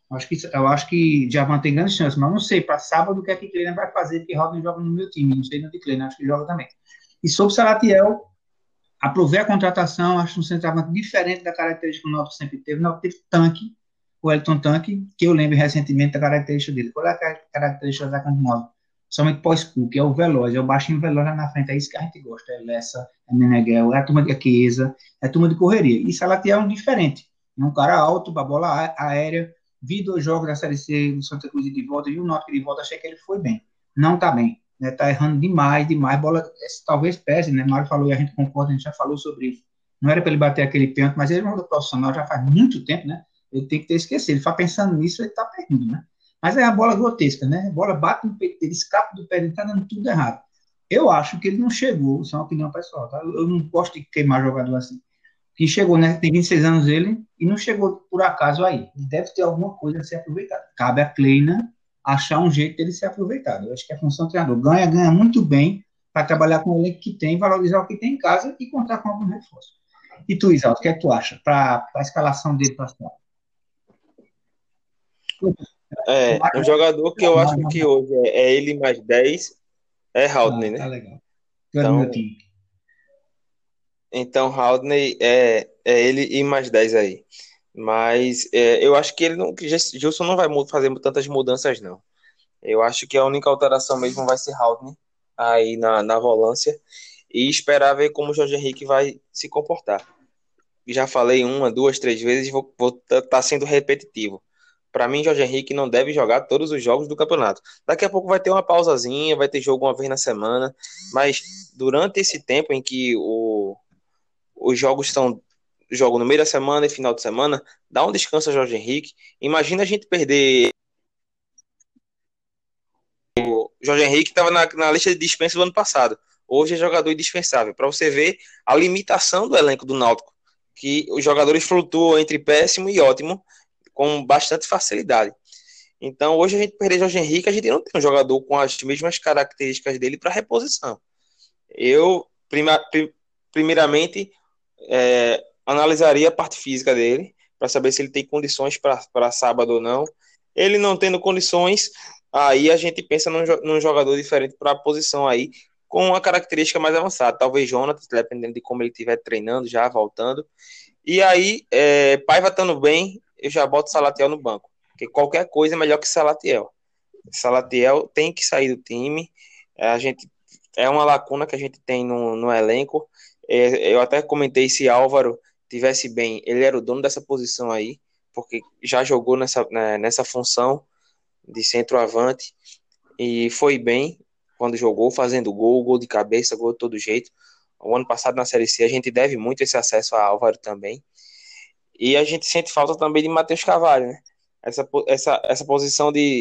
Eu acho que Djavan tem grandes chances, mas não sei, para sábado o que é que Kleina vai fazer, porque Rodney joga no meu time, não sei no de Kleina, acho que joga também. E sobre o Salatiel, aprovei a contratação, acho um centroavante diferente da característica que o Náutico sempre teve. O Náutico teve Tanque, o Elton Tanque, que eu lembro recentemente da característica dele. Qual é a característica da atacante móvel? Somente pós-cu, que é o veloz, é o baixinho veloz lá na frente, é isso que a gente gosta, é Lessa, é Meneghel, é a turma de Chiesa, é a turma de correria. E Salatiel é um diferente, é um cara alto, a bola aérea. Vi 2 jogos da Série C do Santa Cruz de volta, e o Náutico de volta, achei que ele foi bem. Não tá bem, né? Tá errando demais, bola talvez pese, né? Mário falou e a gente concorda, a gente já falou sobre isso. Não era para ele bater aquele pênalti, mas ele é um jogador profissional já faz muito tempo, né? Ele tem que ter esquecido. Ele está pensando nisso, ele tá perdendo, né? Mas é a bola grotesca, né? A bola bate no peito dele, escapa do pé, ele tá dando tudo errado. Eu acho que ele não chegou, isso é uma opinião pessoal, tá? Eu não gosto de queimar jogador assim. Que chegou, né? Tem 26 anos ele e não chegou por acaso aí. Ele deve ter alguma coisa a ser aproveitada. Cabe a Kleina achar um jeito dele ser aproveitado. Eu acho que é a função do treinador. Ganha muito bem para trabalhar com o elenco que tem, valorizar o que tem em casa e contar com algum reforço. E tu, Isaldo, o que é que tu acha para a escalação dele para a Um jogador que eu acho que hoje é ele mais 10, é Haldane, né? Tá legal. Tu é do meu time. Então, Haldane é ele e mais 10 aí. Mas eu acho que Gilson não vai fazer tantas mudanças, não. Eu acho que a única alteração mesmo vai ser Haldane aí na volância e esperar ver como o Jorge Henrique vai se comportar. Já falei 1, 2, 3 vezes e vou tá sendo repetitivo. Para mim, Jorge Henrique não deve jogar todos os jogos do campeonato. Daqui a pouco vai ter uma pausazinha, vai ter jogo uma vez na semana, mas durante esse tempo em que os jogos estão jogo no meio da semana e final de semana, dá um descanso a Jorge Henrique. Imagina a gente perder o Jorge Henrique, que estava na lista de dispensa do ano passado. Hoje é jogador indispensável. Para você ver a limitação do elenco do Náutico, que os jogadores flutuam entre péssimo e ótimo com bastante facilidade. Então, hoje a gente perder Jorge Henrique, a gente não tem um jogador com as mesmas características dele para reposição. Eu, primeiramente, analisaria a parte física dele para saber se ele tem condições para sábado ou não. Ele não tendo condições, aí a gente pensa num jogador diferente para a posição aí, com uma característica mais avançada. Talvez Jonathan, dependendo de como ele estiver treinando, já voltando. E aí, Paiva estando bem, eu já boto Salatiel no banco. Porque qualquer coisa é melhor que Salatiel. Salatiel tem que sair do time. É uma lacuna que a gente tem no elenco. Eu até comentei, se Álvaro tivesse bem, ele era o dono dessa posição aí, porque já jogou nessa função de centroavante e foi bem quando jogou, fazendo gol de cabeça, gol de todo jeito. O ano passado na Série C a gente deve muito esse acesso a Álvaro também. E a gente sente falta também de Matheus Carvalho, né? Essa posição de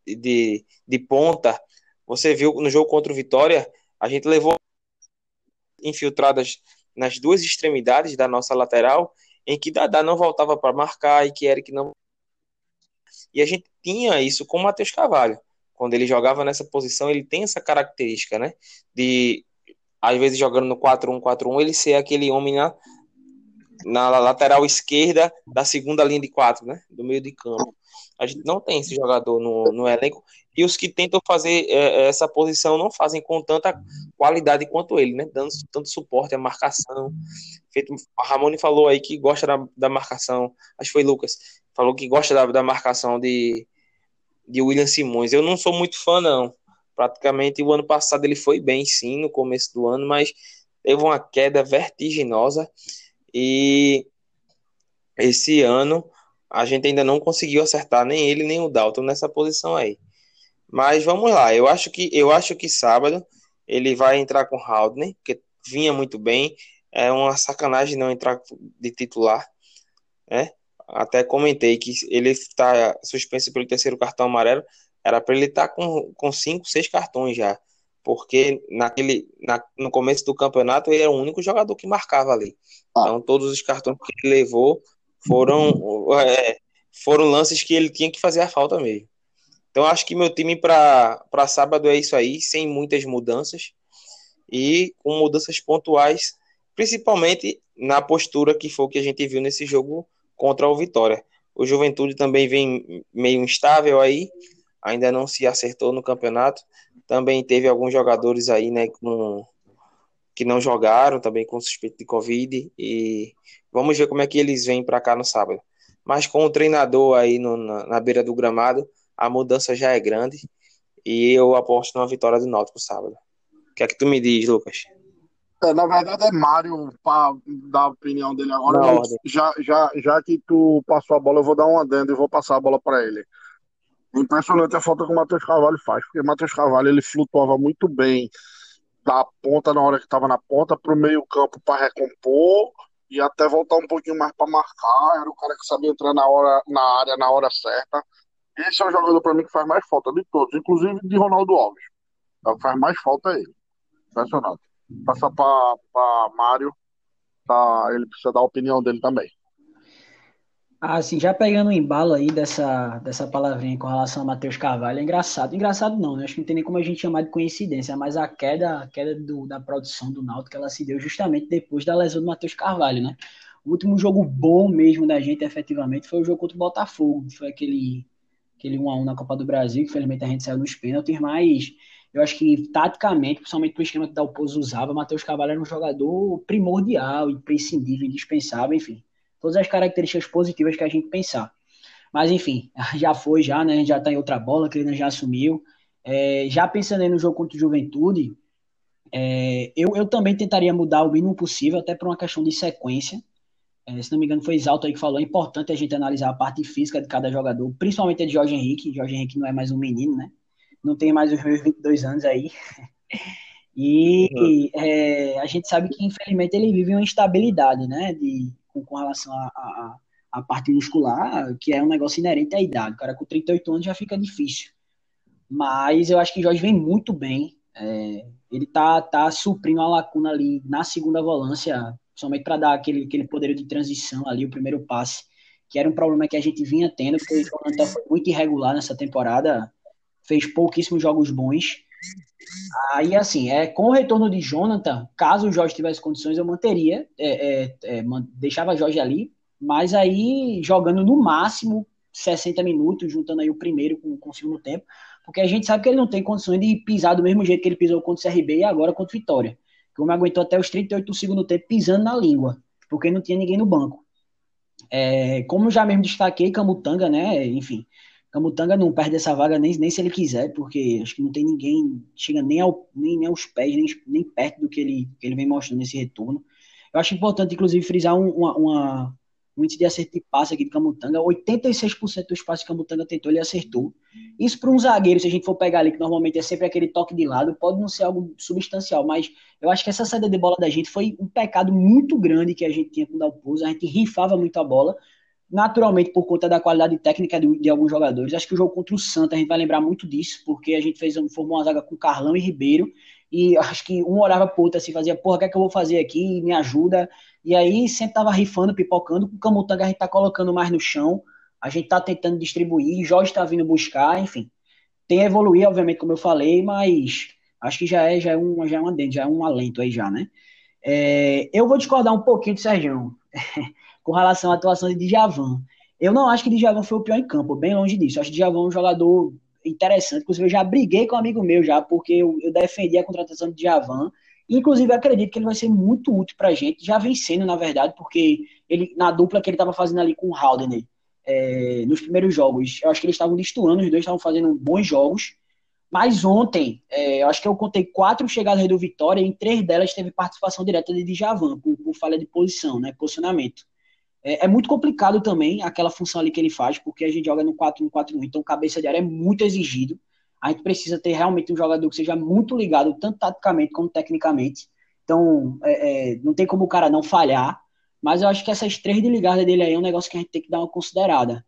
de ponta. Você viu no jogo contra o Vitória, a gente levou infiltradas nas duas extremidades da nossa lateral, em que Dadá não voltava para marcar e que Eric não. E a gente tinha isso com o Matheus Carvalho. Quando ele jogava nessa posição, ele tem essa característica, né? De, às vezes, jogando no 4-1-4-1, ele ser aquele homem na lateral esquerda da segunda linha de 4, né? Do meio de campo. A gente não tem esse jogador no elenco. E os que tentam fazer essa posição não fazem com tanta qualidade quanto ele, né? Dando tanto suporte à marcação. A Ramone falou aí que gosta da marcação. Acho que foi Lucas. Falou que gosta da marcação de William Simões. Eu não sou muito fã, não. Praticamente o ano passado ele foi bem, sim, no começo do ano, mas teve uma queda vertiginosa. E esse ano a gente ainda não conseguiu acertar nem ele nem o Dalton nessa posição aí. Mas vamos lá, eu acho que sábado ele vai entrar com o Haldner, porque vinha muito bem. É uma sacanagem não entrar de titular, né? Até comentei que ele está suspenso pelo terceiro cartão amarelo. Era para ele estar com 5, 6 cartões já. Porque no começo do campeonato ele era o único jogador que marcava ali. Então todos os cartões que ele levou foram lances que ele tinha que fazer a falta mesmo. Então acho que meu time para sábado é isso aí, sem muitas mudanças e com mudanças pontuais, principalmente na postura que foi o que a gente viu nesse jogo contra o Vitória. O Juventude também vem meio instável aí, ainda não se acertou no campeonato. Também teve alguns jogadores aí, né, que não jogaram, também com suspeito de Covid, e vamos ver como é que eles vêm para cá no sábado. Mas com o treinador aí na beira do gramado, a mudança já é grande, e eu aposto numa vitória do Náutico sábado. O que é que tu me diz, Lucas? Na verdade é Mário para dar a opinião dele agora, Na mas ordem. já que tu passou a bola, eu vou dar um adendo e vou passar a bola para ele. Impressionante a falta que o Matheus Carvalho faz, porque o Matheus Carvalho ele flutuava muito bem da ponta na hora que estava na ponta para o meio campo para recompor e até voltar um pouquinho mais para marcar. Era o cara que sabia entrar na área na hora certa. Esse é o jogador para mim que faz mais falta de todos, inclusive de Ronaldo Alves. É o que faz mais falta é ele. Impressionante. Passar para Mário, tá, ele precisa dar a opinião dele também. Assim, já pegando o embalo aí dessa palavrinha com relação a Matheus Carvalho, é engraçado. Engraçado não, né? Acho que não tem nem como a gente chamar de coincidência, mas a queda da produção do Náutico, ela se deu justamente depois da lesão do Matheus Carvalho, né? O último jogo bom mesmo da gente, efetivamente, foi o jogo contra o Botafogo. Foi aquele 1-1 na Copa do Brasil, que felizmente a gente saiu nos pênaltis, mas eu acho que, taticamente, principalmente pro esquema que o Dalpozo usava, Matheus Carvalho era um jogador primordial, imprescindível, indispensável, enfim. Todas as características positivas que a gente pensar. Mas, enfim, já foi, já, né? Já tá em outra bola, que ele já assumiu. Já pensando aí no jogo contra o Juventude, eu também tentaria mudar o mínimo possível, até por uma questão de sequência. Se não me engano, foi Exalto aí que falou, é importante a gente analisar a parte física de cada jogador, principalmente a de Jorge Henrique. Jorge Henrique não é mais um menino, né? Não tem mais os meus 22 anos aí. E a gente sabe que, infelizmente, ele vive uma instabilidade, né? Com relação à parte muscular, que é um negócio inerente à idade. O cara com 38 anos já fica difícil. Mas eu acho que Jorge vem muito bem. Ele tá suprindo a lacuna ali na segunda volância, somente para dar aquele poder de transição ali, o primeiro passe, que era um problema que a gente vinha tendo, porque o Jonathan foi muito irregular nessa temporada, fez pouquíssimos jogos bons. Aí, assim, com o retorno de Jonathan, caso o Jorge tivesse condições, eu manteria, deixava o Jorge ali, mas aí jogando no máximo 60 minutos, juntando aí o primeiro com o segundo tempo, porque a gente sabe que ele não tem condições de pisar do mesmo jeito que ele pisou contra o CRB e agora contra o Vitória. Que o homem aguentou até os 38 do segundo tempo pisando na língua, porque não tinha ninguém no banco. Como eu já mesmo destaquei, Camutanga, né, enfim, Camutanga não perde essa vaga nem se ele quiser, porque acho que não tem ninguém, chega nem aos pés, nem perto do que ele vem mostrando nesse retorno. Eu acho importante, inclusive, frisar um índice de acerto de passe aqui de Camutanga. 86% dos passes que Camutanga tentou, ele acertou. Isso para um zagueiro, se a gente for pegar ali, que normalmente é sempre aquele toque de lado, pode não ser algo substancial, mas eu acho que essa saída de bola da gente foi um pecado muito grande que a gente tinha com o Dalpozo. A gente rifava muito a bola, naturalmente por conta da qualidade técnica de alguns jogadores. Acho que o jogo contra o Santa a gente vai lembrar muito disso, porque a gente formou uma zaga com Carlão e Ribeiro, e acho que um olhava pro outro assim, fazia, porra, o que é que eu vou fazer aqui? Me ajuda. E aí sempre tava rifando, pipocando, com o Camutanga a gente tá colocando mais no chão, a gente tá tentando distribuir, Jorge tá vindo buscar, enfim. Tem a evoluir, obviamente, como eu falei, mas acho que já é um alento aí já, né? Eu vou discordar um pouquinho do Sergião com relação à atuação de Djavan. Eu não acho que Djavan foi o pior em campo, bem longe disso. Eu acho que Djavan é um jogador interessante. Inclusive, eu já briguei com um amigo meu já, porque eu defendi a contratação de Djavan. Inclusive, eu acredito que ele vai ser muito útil pra gente, já vem sendo, na verdade, porque ele, na dupla que ele estava fazendo ali com o Haldane, nos primeiros jogos, eu acho que eles estavam destoando, os dois estavam fazendo bons jogos. Mas ontem, eu acho que eu contei 4 chegadas do Vitória e em 3 delas teve participação direta de Djavan, por falha de posição, né, posicionamento. É muito complicado também aquela função ali que ele faz, porque a gente joga no 4-1-4-1, então cabeça de área é muito exigido. A gente precisa ter realmente um jogador que seja muito ligado, tanto taticamente como tecnicamente. Então, não tem como o cara não falhar, mas eu acho que essas 3 de ligada dele aí é um negócio que a gente tem que dar uma considerada.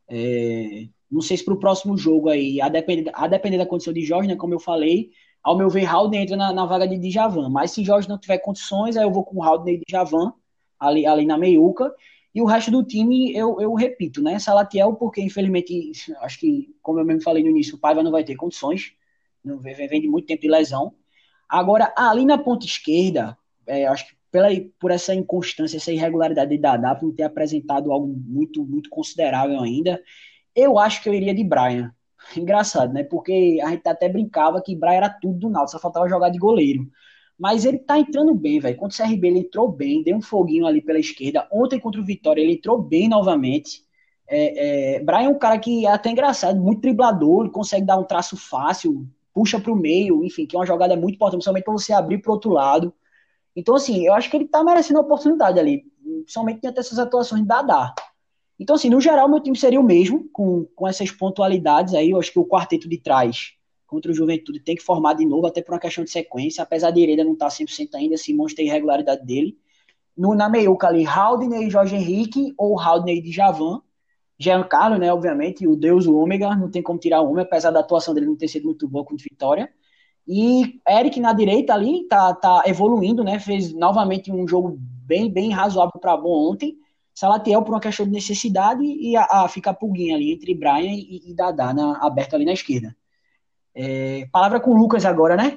Não sei se para o próximo jogo aí, a depender da condição de Jorge, né, como eu falei, ao meu ver, Haldane entra na vaga de Djavan, mas se Jorge não tiver condições, aí eu vou com Haldane e Djavan ali na meiuca, e o resto do time, eu repito, né? Salatiel, porque infelizmente, acho que, como eu mesmo falei no início, o Paiva não vai ter condições, não vem de muito tempo de lesão. Agora, ali na ponta esquerda, acho que por essa inconstância, essa irregularidade de Dadá, por não ter apresentado algo muito, muito considerável ainda, eu acho que eu iria de Brian. Engraçado, né? Porque a gente até brincava que Brian era tudo do Náutico, só faltava jogar de goleiro. Mas ele tá entrando bem, velho. Contra o CRB ele entrou bem, deu um foguinho ali pela esquerda. Ontem contra o Vitória ele entrou bem novamente. Brian é um cara que é até engraçado, muito driblador, ele consegue dar um traço fácil, puxa pro meio, enfim, que é uma jogada muito importante, principalmente para você abrir pro outro lado. Então, assim, eu acho que ele tá merecendo a oportunidade ali, principalmente diante dessas atuações de Dadá. Então, assim, no geral, meu time seria o mesmo, com essas pontualidades aí. Eu acho que o quarteto de trás contra o Juventude tem que formar de novo, até por uma questão de sequência. Apesar de Hereda não estar 100% ainda, Simões tem irregularidade dele. Na meiuca ali, Haldane e Jorge Henrique, ou Haldane e Djavan. Giancarlo, né, obviamente, o Deus, o Ômega, não tem como tirar o homem, apesar da atuação dele não ter sido muito boa contra Vitória. E Eric na direita ali, tá evoluindo, né, fez novamente um jogo bem, bem razoável para bom ontem. Salatiel por uma questão de necessidade e fica a pulguinha ali entre Brian e Dadá aberto ali na esquerda. Palavra com o Lucas agora, né?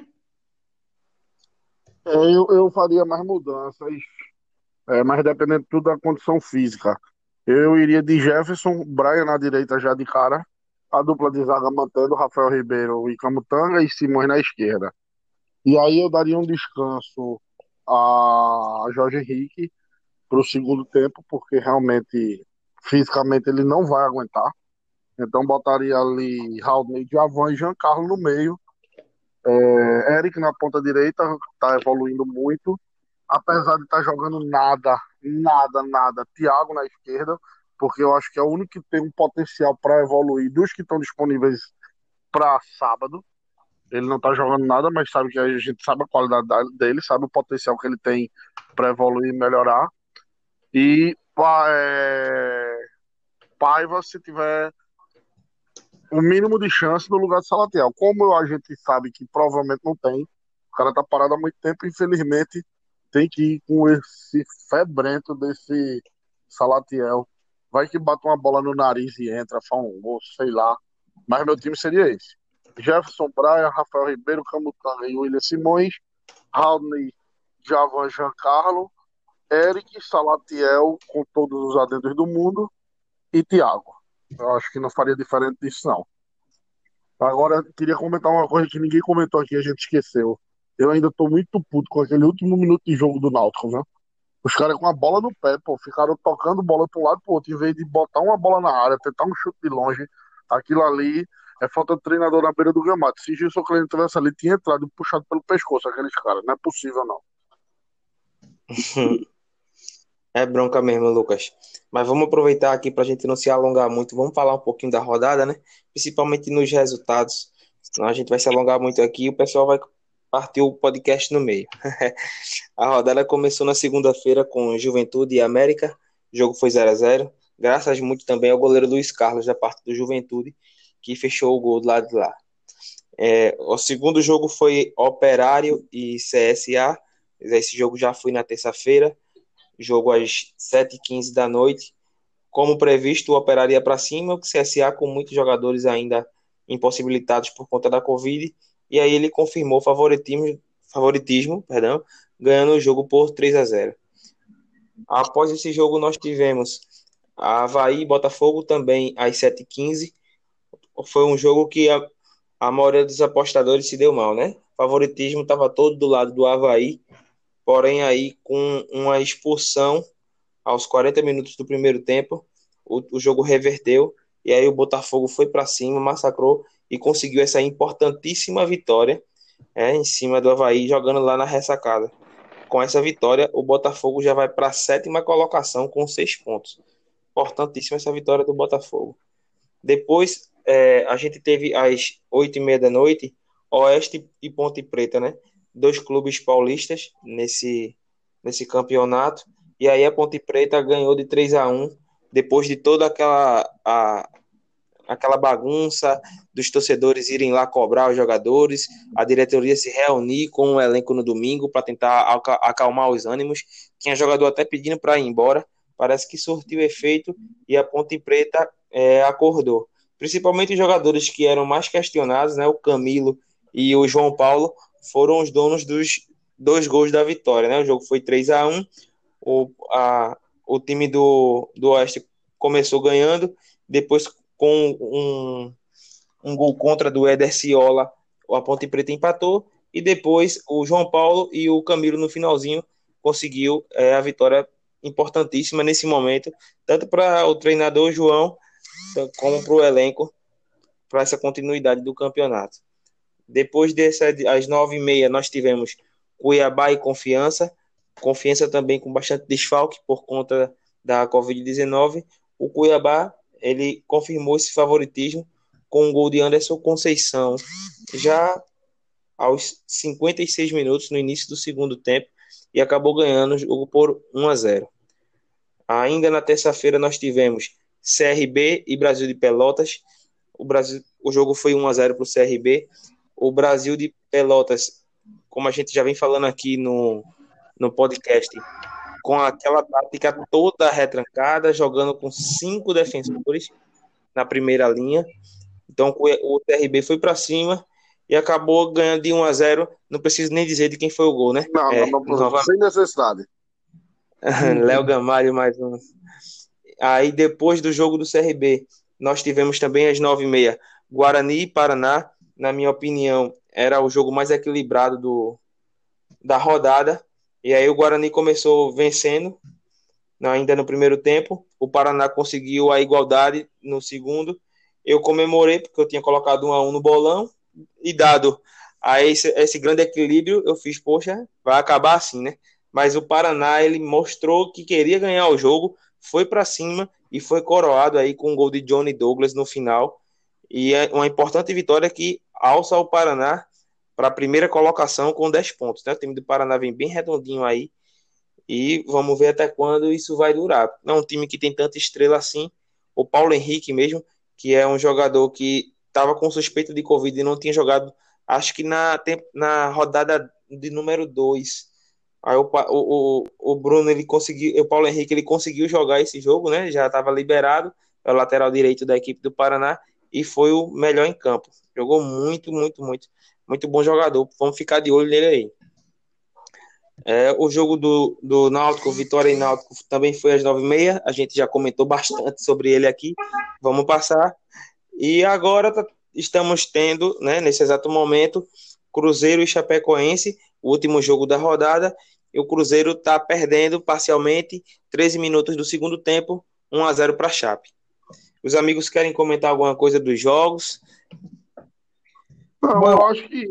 Eu faria mais mudanças, mas dependendo tudo da condição física. Eu iria de Jefferson, Brian na direita já de cara, a dupla de zaga mantendo Rafael Ribeiro e Camutanga e Simões na esquerda. E aí eu daria um descanso a Jorge Henrique para o segundo tempo, porque realmente fisicamente ele não vai aguentar. Então botaria ali Raul, Djavan e Giancarlo no meio. Eric na ponta direita, está evoluindo muito. Apesar de estar jogando nada, nada, nada. Thiago na esquerda, porque eu acho que é o único que tem um potencial para evoluir dos que estão disponíveis para sábado. Ele não está jogando nada, mas sabe que a gente sabe a qualidade dele, sabe o potencial que ele tem para evoluir e melhorar. E Paiva, se tiver o mínimo de chance no lugar de Salatiel. Como a gente sabe que provavelmente não tem, o cara tá parado há muito tempo, infelizmente tem que ir com esse febrento desse Salatiel. Vai que bate uma bola no nariz e entra, faz um gol, sei lá. Mas meu time seria esse. Jefferson Braia, Rafael Ribeiro, Camutanga e William Simões, Raulney, Javan, Giancarlo, Eric, Salatiel, com todos os adendos do mundo, e Thiago. Eu acho que não faria diferente disso, não. Agora, queria comentar uma coisa que ninguém comentou aqui, a gente esqueceu. Eu ainda tô muito puto com aquele último minuto de jogo do Náutico, né? Os caras com a bola no pé, pô, ficaram tocando bola para um lado e pro outro, em vez de botar uma bola na área, tentar um chute de longe. Aquilo ali é falta de treinador na beira do gramado. Se Gilson Klein tivesse ali, tinha entrado e puxado pelo pescoço aqueles caras. Não é possível, não. É bronca mesmo, Lucas. Mas vamos aproveitar aqui para a gente não se alongar muito. Vamos falar um pouquinho da rodada, né? Principalmente nos resultados. Senão a gente vai se alongar muito aqui e o pessoal vai partir o podcast no meio. A rodada começou na segunda-feira com Juventude e América. O jogo foi 0-0. graças muito também ao goleiro Luiz Carlos, da parte do Juventude, que fechou o gol do lado de lá. O segundo jogo foi Operário e CSA. Esse jogo já foi na terça-feira, jogo às 7h15 da noite. Como previsto, o Operário ia para cima, o CSA com muitos jogadores ainda impossibilitados por conta da Covid, e aí ele confirmou favoritismo, ganhando o jogo por 3-0. Após esse jogo nós tivemos Avaí e Botafogo também às 7h15. Foi um jogo que a maioria dos apostadores se deu mal, né? O favoritismo estava todo do lado do Avaí, porém aí com uma expulsão aos 40 minutos do primeiro tempo, o jogo reverteu, e aí o Botafogo foi para cima, massacrou e conseguiu essa importantíssima vitória em cima do Avaí, jogando lá na ressacada. Com essa vitória, o Botafogo já vai para a 7ª colocação com 6 pontos. Importantíssima essa vitória do Botafogo. Depois, a gente teve às 8h30 da noite, Oeste e Ponte Preta, né? 2 clubes paulistas nesse campeonato. E aí a Ponte Preta ganhou de 3-1, depois de toda aquela bagunça dos torcedores irem lá cobrar os jogadores, a diretoria se reunir com o elenco no domingo para tentar acalmar os ânimos. Tinha jogador até pedindo para ir embora. Parece que surtiu efeito e a Ponte Preta acordou. Principalmente os jogadores que eram mais questionados, né, o Camilo e o João Paulo, foram os donos dos 2 gols da vitória, né? O jogo foi 3-1. O time do Oeste começou ganhando, depois com um gol contra do Éder Ciola, a Ponte Preta empatou, e depois o João Paulo e o Camilo no finalzinho conseguiu a vitória importantíssima nesse momento, tanto para o treinador João, como para o elenco, para essa continuidade do campeonato. Depois às 9h30, nós tivemos Cuiabá e Confiança também com bastante desfalque por conta da Covid-19. O Cuiabá, ele confirmou esse favoritismo com um gol de Anderson Conceição, já aos 56 minutos, no início do segundo tempo, e acabou ganhando o jogo por 1-0. Ainda na terça-feira nós tivemos CRB e Brasil de Pelotas. O jogo foi 1-0 para o CRB. O Brasil de Pelotas, como a gente já vem falando aqui no podcast, com aquela tática toda retrancada, jogando com 5 defensores na primeira linha. Então o CRB foi para cima e acabou ganhando de 1-0. Não preciso nem dizer de quem foi o gol, né? Não, sem necessidade. Léo Gamalho, mais um. Aí depois do jogo do CRB, nós tivemos também às 9h30 Guarani e Paraná. Na minha opinião, era o jogo mais equilibrado da rodada. E aí o Guarani começou vencendo, ainda no primeiro tempo. O Paraná conseguiu a igualdade no segundo. Eu comemorei, porque eu tinha colocado 1-1 no bolão. E dado a esse grande equilíbrio, eu fiz, poxa, vai acabar assim, né? Mas o Paraná, ele mostrou que queria ganhar o jogo, foi para cima e foi coroado aí com um gol de Johnny Douglas no final. E é uma importante vitória que alça o Paraná para a primeira colocação com 10 pontos, né? O time do Paraná vem bem redondinho aí e vamos ver até quando isso vai durar. Não é um time que tem tanta estrela assim. O Paulo Henrique mesmo, que é um jogador que estava com suspeita de Covid e não tinha jogado, acho que na rodada de número 2. Aí o Bruno, o Paulo Henrique, ele conseguiu jogar esse jogo, né? Já estava liberado, é o lateral direito da equipe do Paraná, e foi o melhor em campo. Jogou muito, muito, muito, muito bom jogador. Vamos ficar de olho nele aí. O jogo do Náutico, Vitória e Náutico, também foi às 9h30. A gente já comentou bastante sobre ele aqui. Vamos passar. E agora estamos tendo, né, nesse exato momento, Cruzeiro e Chapecoense, o último jogo da rodada. E o Cruzeiro está perdendo parcialmente, 13 minutos do segundo tempo, 1-0 para a Chape. Os amigos querem comentar alguma coisa dos jogos? Não, eu acho que...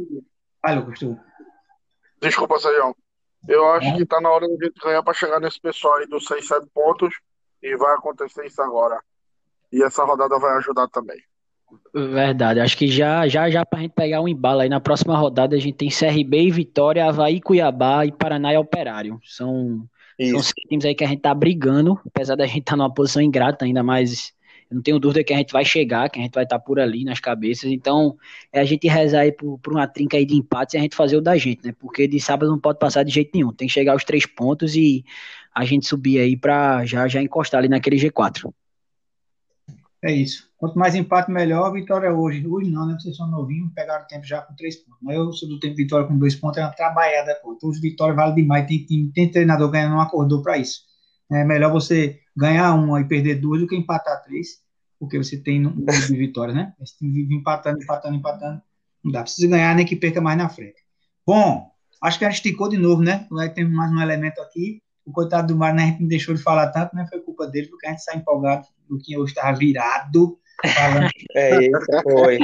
Desculpa, Sérgio. Eu acho que tá na hora da gente ganhar para chegar nesse pessoal aí dos 6, 7 pontos, e vai acontecer isso agora. E essa rodada vai ajudar também. Verdade, acho que já pra gente pegar um embalo aí, na próxima rodada a gente tem CRB e Vitória, Avaí, Cuiabá e Paraná e Operário. São São Isso. 6 times aí que a gente tá brigando, apesar da gente estar numa posição ingrata ainda, mas eu não tenho dúvida que a gente vai chegar, que a gente vai estar por ali nas cabeças. Então, é a gente rezar aí por uma trinca aí de empates e a gente fazer o da gente, né? Porque de sábado não pode passar de jeito nenhum. Tem que chegar aos 3 pontos e a gente subir aí pra já encostar ali naquele G4. É isso. Quanto mais empate, melhor. Vitória hoje. Hoje não, né? Vocês são novinhos, pegaram o tempo já com 3 pontos. Mas eu sou do tempo de Vitória com 2 pontos, é uma trabalhada, pô. Então, os Vitória vale demais. Tem time, tem treinador ganhando, não acordou para isso. É melhor você ganhar uma e perder duas do que empatar três, porque você tem um número de vitórias, né? Esse time vive empatando. Não dá. Precisa ganhar, nem que perca mais na frente. Bom, acho que a gente esticou de novo, né? Vai ter mais um elemento aqui. O coitado do Mário, né, a gente não deixou de falar tanto, né? Foi culpa dele, porque a gente sai empolgado. O Luquinha hoje estava virado, falando. É isso, foi.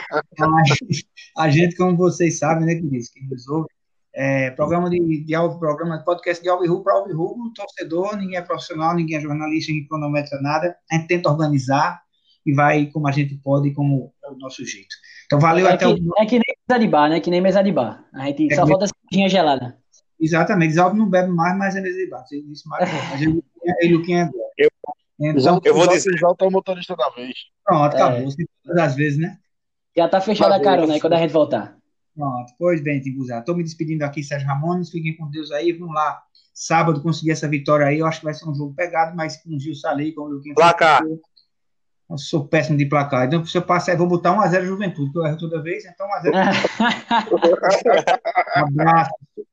A gente, como vocês sabem, né, que nos ouve, programa programa de podcast de Alvirrubro para Alvirrubro, torcedor, ninguém é profissional, ninguém é jornalista, ninguém cronometra nada. A gente tenta organizar e vai como a gente pode e como é o nosso jeito. Então, valeu até o. É que nem mesa de bar, né? Que nem mesa de bar. A gente só falta cervejinha gelada. Exatamente, Exalto não bebe mais, mas é mesa de bar. Você disse mais, mas ele e o Luquinha é agora. Então, eu vou dizer. Exalto é o motorista da vez. Pronto, acabou. Todas as vezes, né? Já tá fechada a carona aí quando a gente voltar. Pronto, pois bem, Tibuzá. Estou me despedindo aqui, Sérgio Ramones. Fiquem com Deus aí. Vamos lá. Sábado conseguir essa vitória aí. Eu acho que vai ser um jogo pegado, mas com o Gil Salei, com o Luquinha. Placar. Eu sou péssimo de placar. Então, se eu passar, eu vou botar 1-0 Juventude, que eu erro toda vez. Então, 1-0. Um abraço.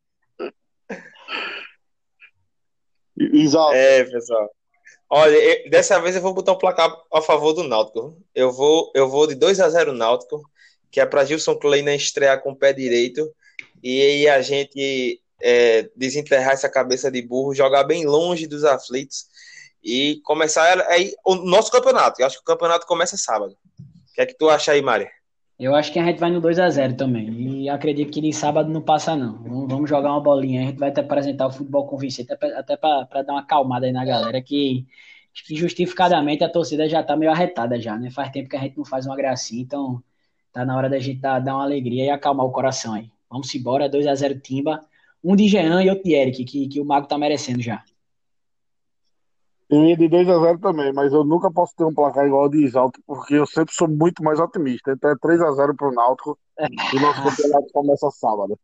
Exato. Pessoal. Olha, dessa vez eu vou botar um placar a favor do Náutico. Eu vou de 2-0 Náutico, que é para Gilson Kleina estrear com o pé direito e aí a gente desenterrar essa cabeça de burro, jogar bem longe dos aflitos e começar aí o nosso campeonato. Eu acho que o campeonato começa sábado. O que é que tu acha aí, Mário? Eu acho que a gente vai no 2-0 também. E acredito que de sábado não passa, não. Vamos jogar uma bolinha. A gente vai até apresentar o futebol convincente, até para dar uma acalmada aí na galera, que justificadamente a torcida já tá meio arretada já, né? Faz tempo que a gente não faz uma gracinha, então tá na hora da gente dar uma alegria e acalmar o coração aí. Vamos embora, 2-0 Timba. Um de Jean e outro de Eric, que o Mago tá merecendo já. Eu ia de 2-0 também, mas eu nunca posso ter um placar igual ao de Exalto, porque eu sempre sou muito mais otimista. Então é 3-0 pro Náutico e nosso campeonato começa sábado.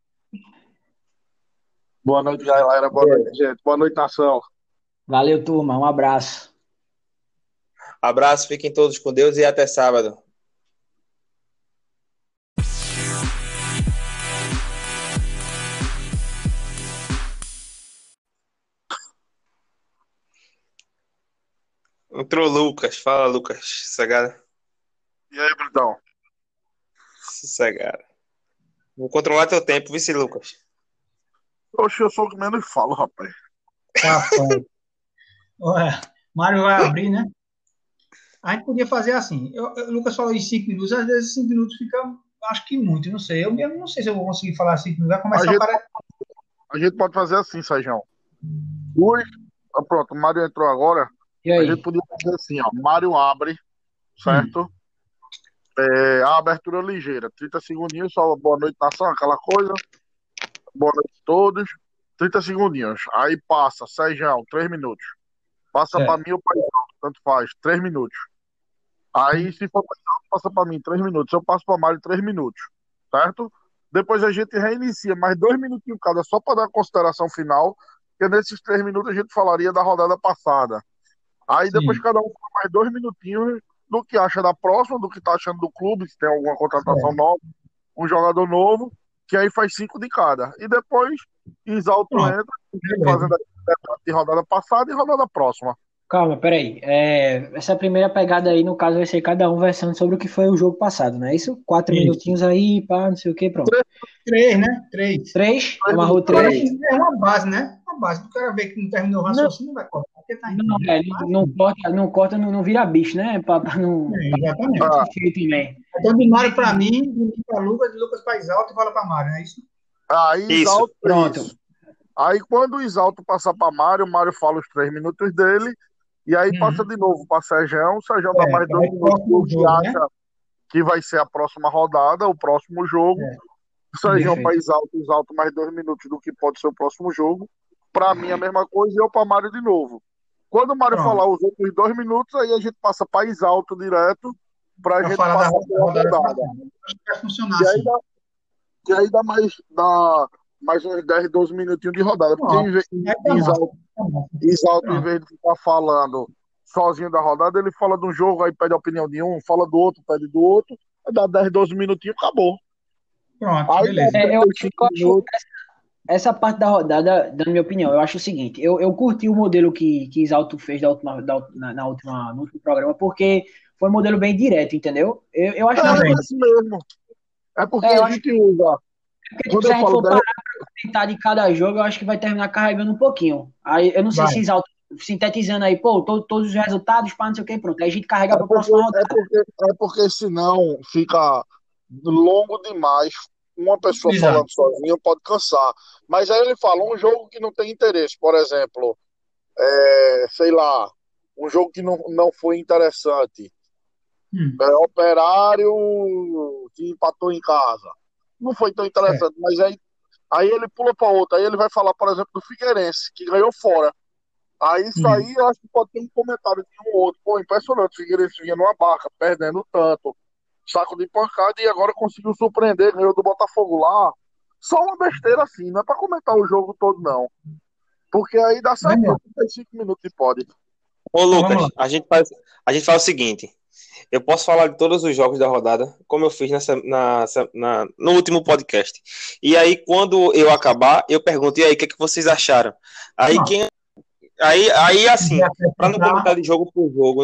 Boa noite, galera. Boa noite, gente. Boa noite, nação. Valeu, turma. Um abraço. Abraço, fiquem todos com Deus e até sábado. Entrou Lucas. Fala, Lucas. Sossegado. E aí, Britão? Sossegado. Vou controlar teu tempo, vice Lucas. Oxe, eu sou o que menos falo, rapaz. Ué, Mário vai abrir, né? A gente podia fazer assim. O Lucas falou em 5 minutos, às vezes 5 minutos fica, acho que muito, não sei. Eu mesmo não sei se eu vou conseguir falar 5 minutos. Vai começar o cara. A gente pode fazer assim, Sérgio. Pronto, o Mário entrou agora. E aí? A gente podia fazer assim, ó. Mário abre, certo? A abertura ligeira, 30 segundinhos, só boa noite, nação, aquela coisa. Boa noite a todos. 30 segundinhos. Aí passa, Sérgio, 3 minutos. Passa pra mim ou pra Exalto, tanto faz, 3 minutos. Aí, se for pra Exalto, passa pra mim 3 minutos. Eu passo pra Mário 3 minutos, certo? Depois a gente reinicia mais 2 minutinhos cada, só pra dar a consideração final, porque nesses 3 minutos a gente falaria da rodada passada. Aí depois cada um fala mais 2 minutinhos do que acha da próxima, do que tá achando do clube, se tem alguma contratação nova, um jogador novo, que aí faz 5 de cada. E depois Exalto entra, fazendo a rodada passada e rodada próxima. Calma, peraí. Essa primeira pegada aí, no caso, vai ser cada um versando sobre o que foi o jogo passado, não é isso? 4 minutinhos aí, pá, não sei o que, pronto. 3, né? 3. 3? Amarrou 3? É uma base, né? Uma base. O cara vê que não terminou o raciocínio, não vai cortar. Tá não corta, não vira bicho, né? Pra não. Exatamente. Então, de Mário pra mim, de mim pra Lucas, de Lucas pra Exalto e fala pra Mário, não é isso? Aí, Exalto, pronto. Isso. Aí, quando o Exalto passar pra Mário, o Mário fala os 3 minutos dele. E aí passa de novo para Sérgio. O Sérgio dá mais 2 minutos do que acha que vai ser a próxima rodada, o próximo jogo. O Sérgio para Exalto mais 2 minutos do que pode ser o próximo jogo. Pra mim a mesma coisa e eu pra Mário de novo. Quando o Mário Pronto. falar os outros 2 minutos, aí a gente passa pra Isalto direto, pra Para gente falar da passar pela rodada rodada. passada. Acho que vai funcionar E aí assim. dá, e aí dá mais uns 10, 12 minutinhos de rodada. Porque Pronto. Aí tá massa. Isalto, Tá massa. Isalto, em Pronto. vez de ficar falando sozinho da rodada, ele fala de um jogo, aí pede a opinião de um, fala do outro, pede do outro, aí dá 10, 12 minutinhos, acabou. Pronto, Aí dá beleza. Eu 35 acho minutos. essa parte da rodada, dando minha opinião, eu acho o seguinte, eu curti o modelo que Isalto fez no último programa, porque foi um modelo bem direto, entendeu? Eu acho mais É Também. assim mesmo. É porque eu a acho gente usa. que tipo, Quando se eu a gente falo for 10, parar pra comentar de cada jogo, eu acho que vai terminar carregando um pouquinho. Aí eu não sei Vai. se Isalto, sintetizando aí, pô, todos os resultados, pá, não sei o que, pronto. Aí a gente carrega é pra porque, próxima é rodada. porque, é porque senão fica longo demais. Uma pessoa Exato. falando sozinha pode cansar. Mas aí ele fala um jogo que não tem interesse, por exemplo, sei lá, um jogo que não foi interessante. Operário que empatou em casa. Não foi tão Certo. interessante, mas aí ele pula para outra. Aí ele vai falar, por exemplo, do Figueirense, que ganhou fora. Aí isso aí eu acho que pode ter um comentário de um ou outro. Pô, impressionante, o Figueirense vinha numa barca, perdendo tanto, saco de pancada e agora conseguiu surpreender, ganhou do Botafogo lá. Só uma besteira assim, não é pra comentar o jogo todo, não. Porque aí dá Vamos lá. certinho, 35 minutos de pode. Ô, Então vamos Lucas, lá. a gente faz o seguinte. Eu posso falar de todos os jogos da rodada, como eu fiz no último podcast. E aí, quando eu acabar, eu pergunto, e aí, o que é que vocês acharam? Aí, Pronto. assim, Quiser para não acrescentar, comentar de jogo por jogo,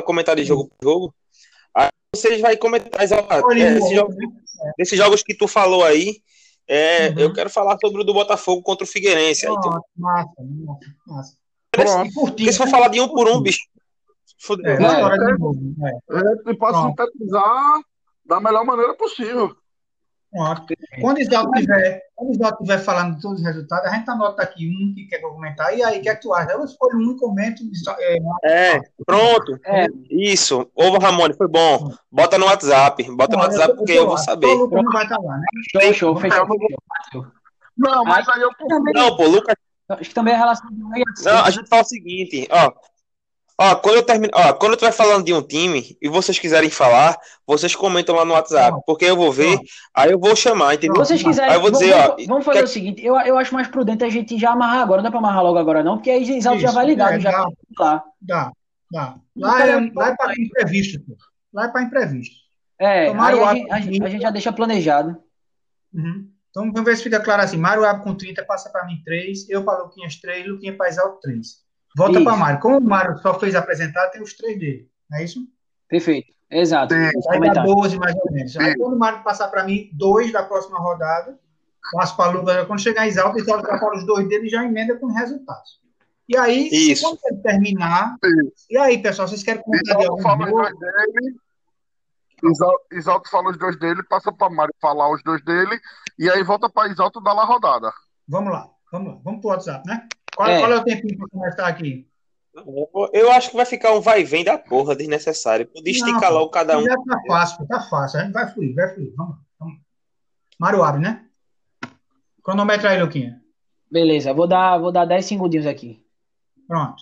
aí vocês vai comentar olhe um ou outro, né? desses jogos que tu falou aí. Eu Uhum. quero falar sobre o do Botafogo contra o Figueirense. Aí, Pronto, massa, massa, massa. E Pronto. porque curtinho, se for né? falar de um por um, Curtinho. bicho, fodeu. Uma É, hora de novo. E para Pronto, sintetizar da melhor maneira possível. pronto. Quando o Isaac estiver falando de todos os resultados, a gente anota aqui um que quer comentar, e aí, o que é que tu acha? Eu escolho um e comento. Pronto. é, Isso. Ô, Ramone, foi bom. Bota no WhatsApp. Bota no Pronto, WhatsApp eu porque eu tô vou lá. Só o saber. Lucas não vai estar lá, né? show, Vamos fechou, lá. fechou. Não, Aí mas aí eu também, Não, pô, Lucas. acho que também a relação do A e a Não, C. a gente fala o seguinte, ó, quando eu estiver falando de um time e vocês quiserem falar, vocês comentam lá no WhatsApp, Pronto, porque eu vou ver, pronto, aí eu vou chamar, Se entendeu? vocês pronto. Aí eu quiserem, vou dizer, vamos fazer o seguinte, eu acho mais prudente a gente já amarrar agora, não dá pra amarrar logo agora não, porque aí Isalto já Isso, vai ligado já dá, lá. dá, dá. O cara é Lá é para imprevisto, pô. Lá é para imprevisto. É, Então, aí Mário abre com a 30. gente já deixa planejado. Uhum. Então, vamos ver se fica claro assim. Mário abre com 30, passa para mim 3, eu para Luquinhas 3, Luquinhas para Exalto 3. Volta para Isso, Mário. Como o Mário só fez apresentar, tem os 3 dele. Não é isso? perfeito. Exato. tenho, Os Vai dar comentários. 12 mais ou menos. Aí, quando o Mário passar para mim 2 da próxima rodada, passo para o Lucas. Quando chegar em Exalto, Exalto já fala os 2 dele e já emenda com resultados. E aí, Isso. quando ele terminar. tenho. E aí, pessoal, vocês querem comentar de Isalto algum fala os jogo? dois dele, Isalto fala os dois dele, passa para Mário falar os dois dele, e aí volta para Isalto dar lá a rodada. Vamos lá. Vamos pro WhatsApp, né? Qual é o tempinho para começar aqui? Eu acho que vai ficar um vai e vem da porra desnecessário. Podia Não, esticar logo cada um. já tá fácil, tá fácil. A gente vai fluir. Vamos. Mário abre, né? Cronometra aí, Luquinha. Beleza, vou dar 10 segundinhos aqui. Pronto.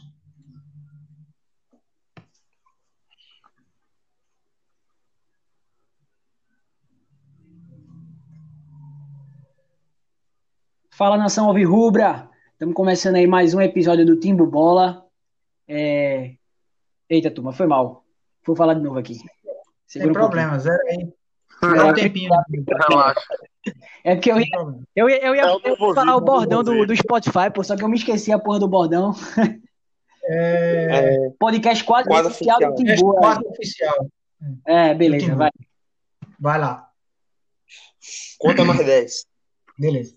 Fala, nação alvirrubra. Estamos começando aí mais um episódio do Timbu Bola. Eita, turma, foi mal. Vou falar de novo aqui. Sem Segura um problema, zero aí. pouquinho. Dá um tempinho. Relaxa. É porque Sem problema. eu É o ia nervosismo, falar o é o bordão do nervosismo. Spotify, pô, só que eu me esqueci a porra do bordão. Podcast quase Quase oficial do oficial. Timbu. Quase oficial. Beleza, Timbu. vai. Vai lá. Conta mais 10. Beleza.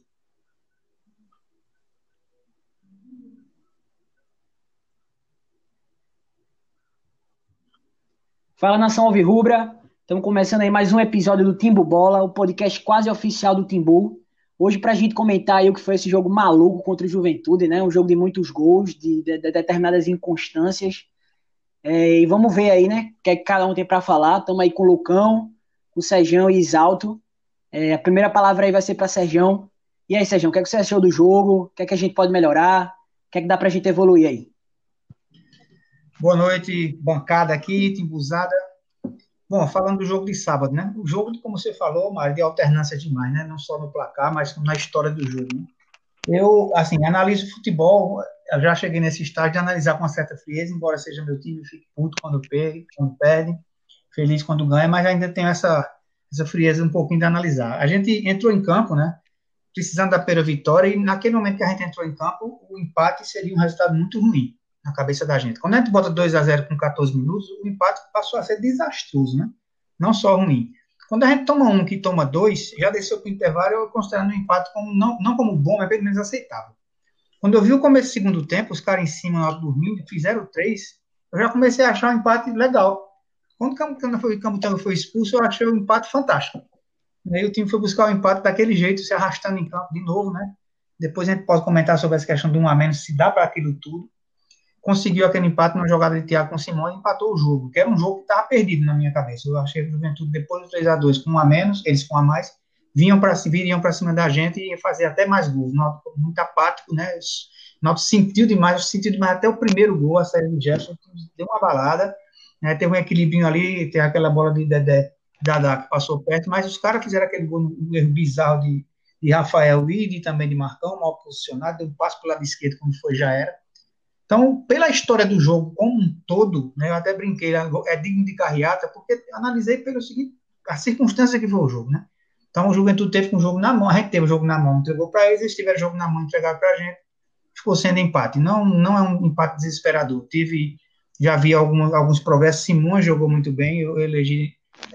Fala, nação alvirrubra. Estamos começando aí mais um episódio do Timbu Bola, o podcast quase oficial do Timbu. Hoje, para a gente comentar aí o que foi esse jogo maluco contra o Juventude, né? Um jogo de muitos gols, de determinadas inconstâncias. E vamos ver aí, né? O que é que cada um tem para falar. Estamos aí com o Lucão, com o Serjão e Isalto. A primeira palavra aí vai ser para Serjão. E aí, Serjão, o que é que você achou do jogo? O que é que a gente pode melhorar? que é que dá pra gente evoluir aí? Boa noite, bancada aqui, Timbuzada. Bom, falando do jogo de sábado, né? O jogo, como você falou, Mário, de alternância demais, né? Não só no placar, mas na história do jogo, né? Eu, assim, analiso futebol, eu já cheguei nesse estágio de analisar com uma certa frieza, embora seja meu time, eu fico puto quando perde, feliz quando ganha, mas ainda tenho essa frieza um pouquinho de analisar. A gente entrou em campo, né? Precisando da primeira vitória, e naquele momento que a gente entrou em campo, o empate seria um resultado muito ruim na cabeça da gente. Quando a gente bota 2-0 com 14 minutos, o empate passou a ser desastroso, né? Não só ruim. Quando a gente toma um que toma dois, já desceu para o intervalo, eu considero o empate como, não como bom, mas pelo menos aceitável. Quando eu vi o começo do segundo tempo, os caras em cima, nós dormindo, fizeram três, eu já comecei a achar o empate legal. Quando o Camutanga foi expulso, eu achei o empate fantástico. Aí o time foi buscar o empate daquele jeito, se arrastando em campo de novo, né? Depois a gente pode comentar sobre essa questão do 1 a menos, se dá para aquilo tudo. Conseguiu aquele empate numa jogada de Thiago com Simão e empatou o jogo, que era um jogo que estava perdido na minha cabeça. Eu achei que o Juventude, depois do 3-2 com 1 a menos, eles com 1 a mais, viriam para cima da gente e ia fazer até mais gols. Muito apático, né? Noto sentiu demais até o primeiro gol, a saída do Jefferson, deu uma balada, né? Teve um equilíbrio ali, tem aquela bola de Dedé, Dadá, que passou perto, mas os caras fizeram aquele gol, um erro bizarro de Rafael e também de Marcão, mal posicionado, deu um passo para o lado esquerdo, quando foi, já era. Então, pela história do jogo como um todo, né, eu até brinquei, é digno de carreata, porque analisei pelo seguinte, a circunstância que foi o jogo, né? Então, o Juventude teve um jogo na mão, a gente teve o jogo na mão, entregou para eles tiveram o jogo na mão, entregaram para a gente, ficou sendo empate. Não é um empate desesperador. Já vi alguns progressos, Simões jogou muito bem, eu elegi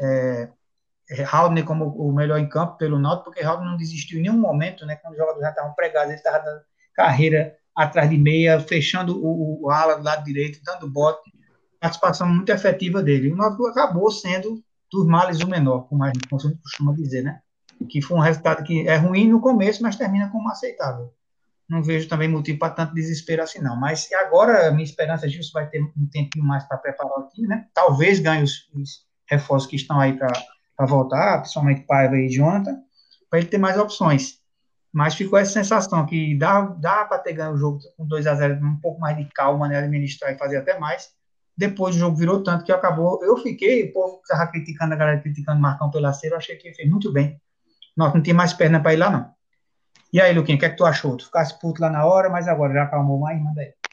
Haldner como o melhor em campo pelo Náutico, porque Haldner não desistiu em nenhum momento, né? Quando os jogadores já estavam pregados, ele estava dando carreira atrás de meia, fechando o ala do lado direito, dando bote, participação muito efetiva dele. O Náutico acabou sendo dos males o menor, como a gente costuma dizer, né? Que foi um resultado que é ruim no começo, mas termina como aceitável. Não vejo também motivo para tanto desespero assim, não. Mas agora, a minha esperança é que Gilson vai ter um tempinho mais para preparar o time, né? Talvez ganhe os reforços que estão aí para voltar, principalmente Paiva e Jonathan, para ele ter mais opções. Mas ficou essa sensação que dá para ter ganho o jogo com 2-0, um pouco mais de calma, né, administrar e fazer até mais. Depois o jogo virou tanto que acabou. Eu fiquei, o povo estava criticando, a galera criticando o Marcão pela cera, eu achei que ele fez muito bem. Nós não tem mais perna para ir lá, não. E aí, Luquinha, o que é que tu achou? Tu ficasse puto lá na hora, mas agora já acalmou mais, manda aí.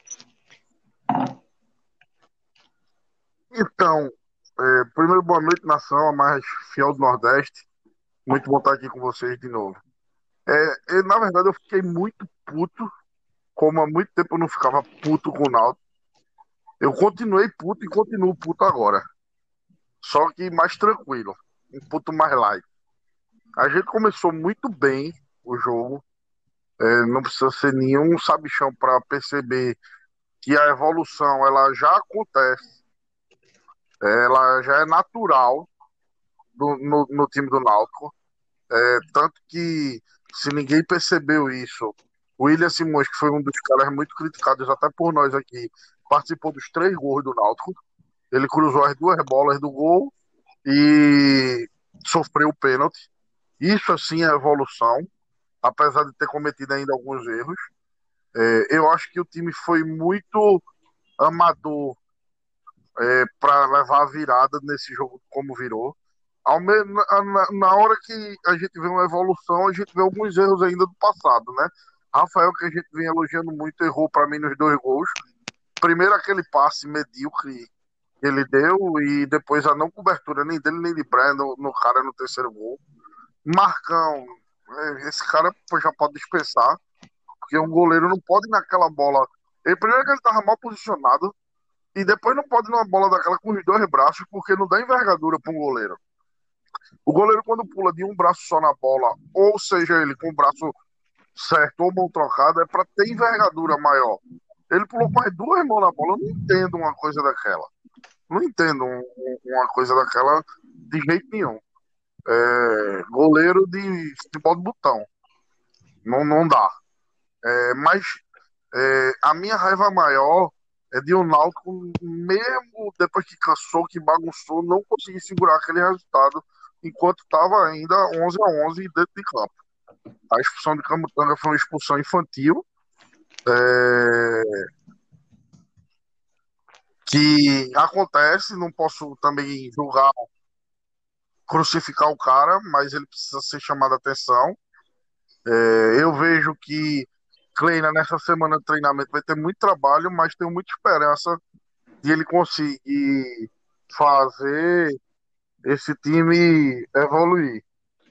Então, primeiro, boa noite, nação, a mais fiel do Nordeste. Muito bom estar aqui com vocês de novo. Na verdade, eu fiquei muito puto, como há muito tempo eu não ficava puto com o Náutico. Eu continuei puto e continuo puto agora. Só que mais tranquilo, um puto mais light. A gente começou muito bem o jogo. Não precisa ser nenhum sabichão para perceber que a evolução ela já acontece, ela já é natural no time do Náutico. Tanto que, se ninguém percebeu isso, o William Simões, que foi um dos caras muito criticados até por nós aqui, participou dos 3 gols do Náutico. Ele cruzou as 2 bolas do gol e sofreu o pênalti. Isso, assim, é evolução, apesar de ter cometido ainda alguns erros. Eu acho que o time foi muito amador para levar a virada nesse jogo como virou. Na hora que a gente vê uma evolução, a gente vê alguns erros ainda do passado, né? Rafael, que a gente vem elogiando muito, errou para mim nos 2 gols. Primeiro aquele passe medíocre que ele deu e depois a não cobertura nem dele nem de Brandon no cara no 3º gol. Marcão, esse cara já pode dispensar, porque um goleiro não pode ir naquela bola. Primeiro que ele tava mal posicionado e depois não pode ir numa bola daquela com os 2 braços, porque não dá envergadura para um goleiro. O goleiro, quando pula de um braço só na bola, ou seja, ele com o braço certo ou mão trocada, é para ter envergadura maior. Ele pulou com as 2 mãos na bola. Eu não entendo uma coisa daquela. Não entendo uma coisa daquela de jeito nenhum. Goleiro de futebol de botão. Não dá. Mas a minha raiva maior é de o Náutico, mesmo depois que cansou, que bagunçou, não conseguir segurar aquele resultado enquanto estava ainda 11-11 dentro de campo. A expulsão de Camutanga foi uma expulsão infantil, é, que acontece, não posso também julgar, crucificar o cara, mas ele precisa ser chamado a atenção. Eu vejo que Kleina nessa semana de treinamento vai ter muito trabalho, mas tenho muita esperança de ele conseguir fazer esse time evoluir.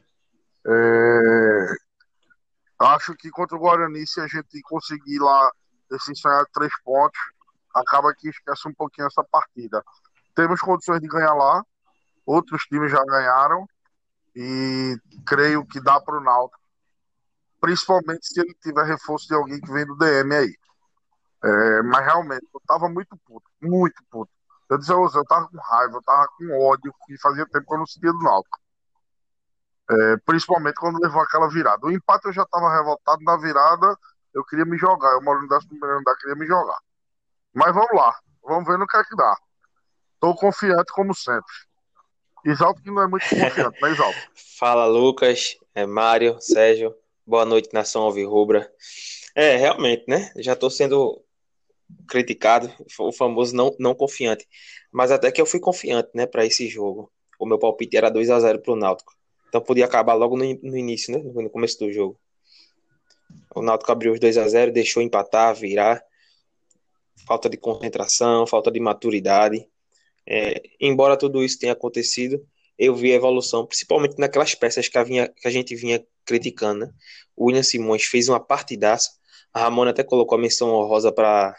É, Acho que contra o Guarani, se a gente conseguir lá esse sonhar 3 pontos, acaba que esquece um pouquinho essa partida. Temos condições de ganhar lá, outros times já ganharam e creio que dá para o Náutico, principalmente se ele tiver reforço de alguém que vem do DM aí. Mas realmente, eu tava muito puto, muito puto. Eu dizia, eu tava com raiva, eu tava com ódio, e fazia tempo que eu não sentia do Náutico. Principalmente quando levou aquela virada. O empate eu já tava revoltado, na virada eu queria me jogar. Eu moro no 11º andar, queria me jogar. Mas vamos lá, vamos ver no que é que dá. Tô confiante como sempre. Exalto que não é muito confiante, né, Exalto? Fala, Lucas, Mário, Sérgio. Boa noite, nação alvirrubra. Realmente, né? Já estou sendo criticado, o famoso não confiante. Mas até que eu fui confiante, né, para esse jogo. O meu palpite era 2-0 pro Náutico. Então podia acabar logo no início, né? No começo do jogo. O Náutico abriu os 2-0, deixou empatar, virar. Falta de concentração, falta de maturidade. Embora tudo isso tenha acontecido, eu vi a evolução, principalmente naquelas peças que a gente vinha criticando, né? O William Simões fez uma partidaça. A Ramona até colocou a menção honrosa para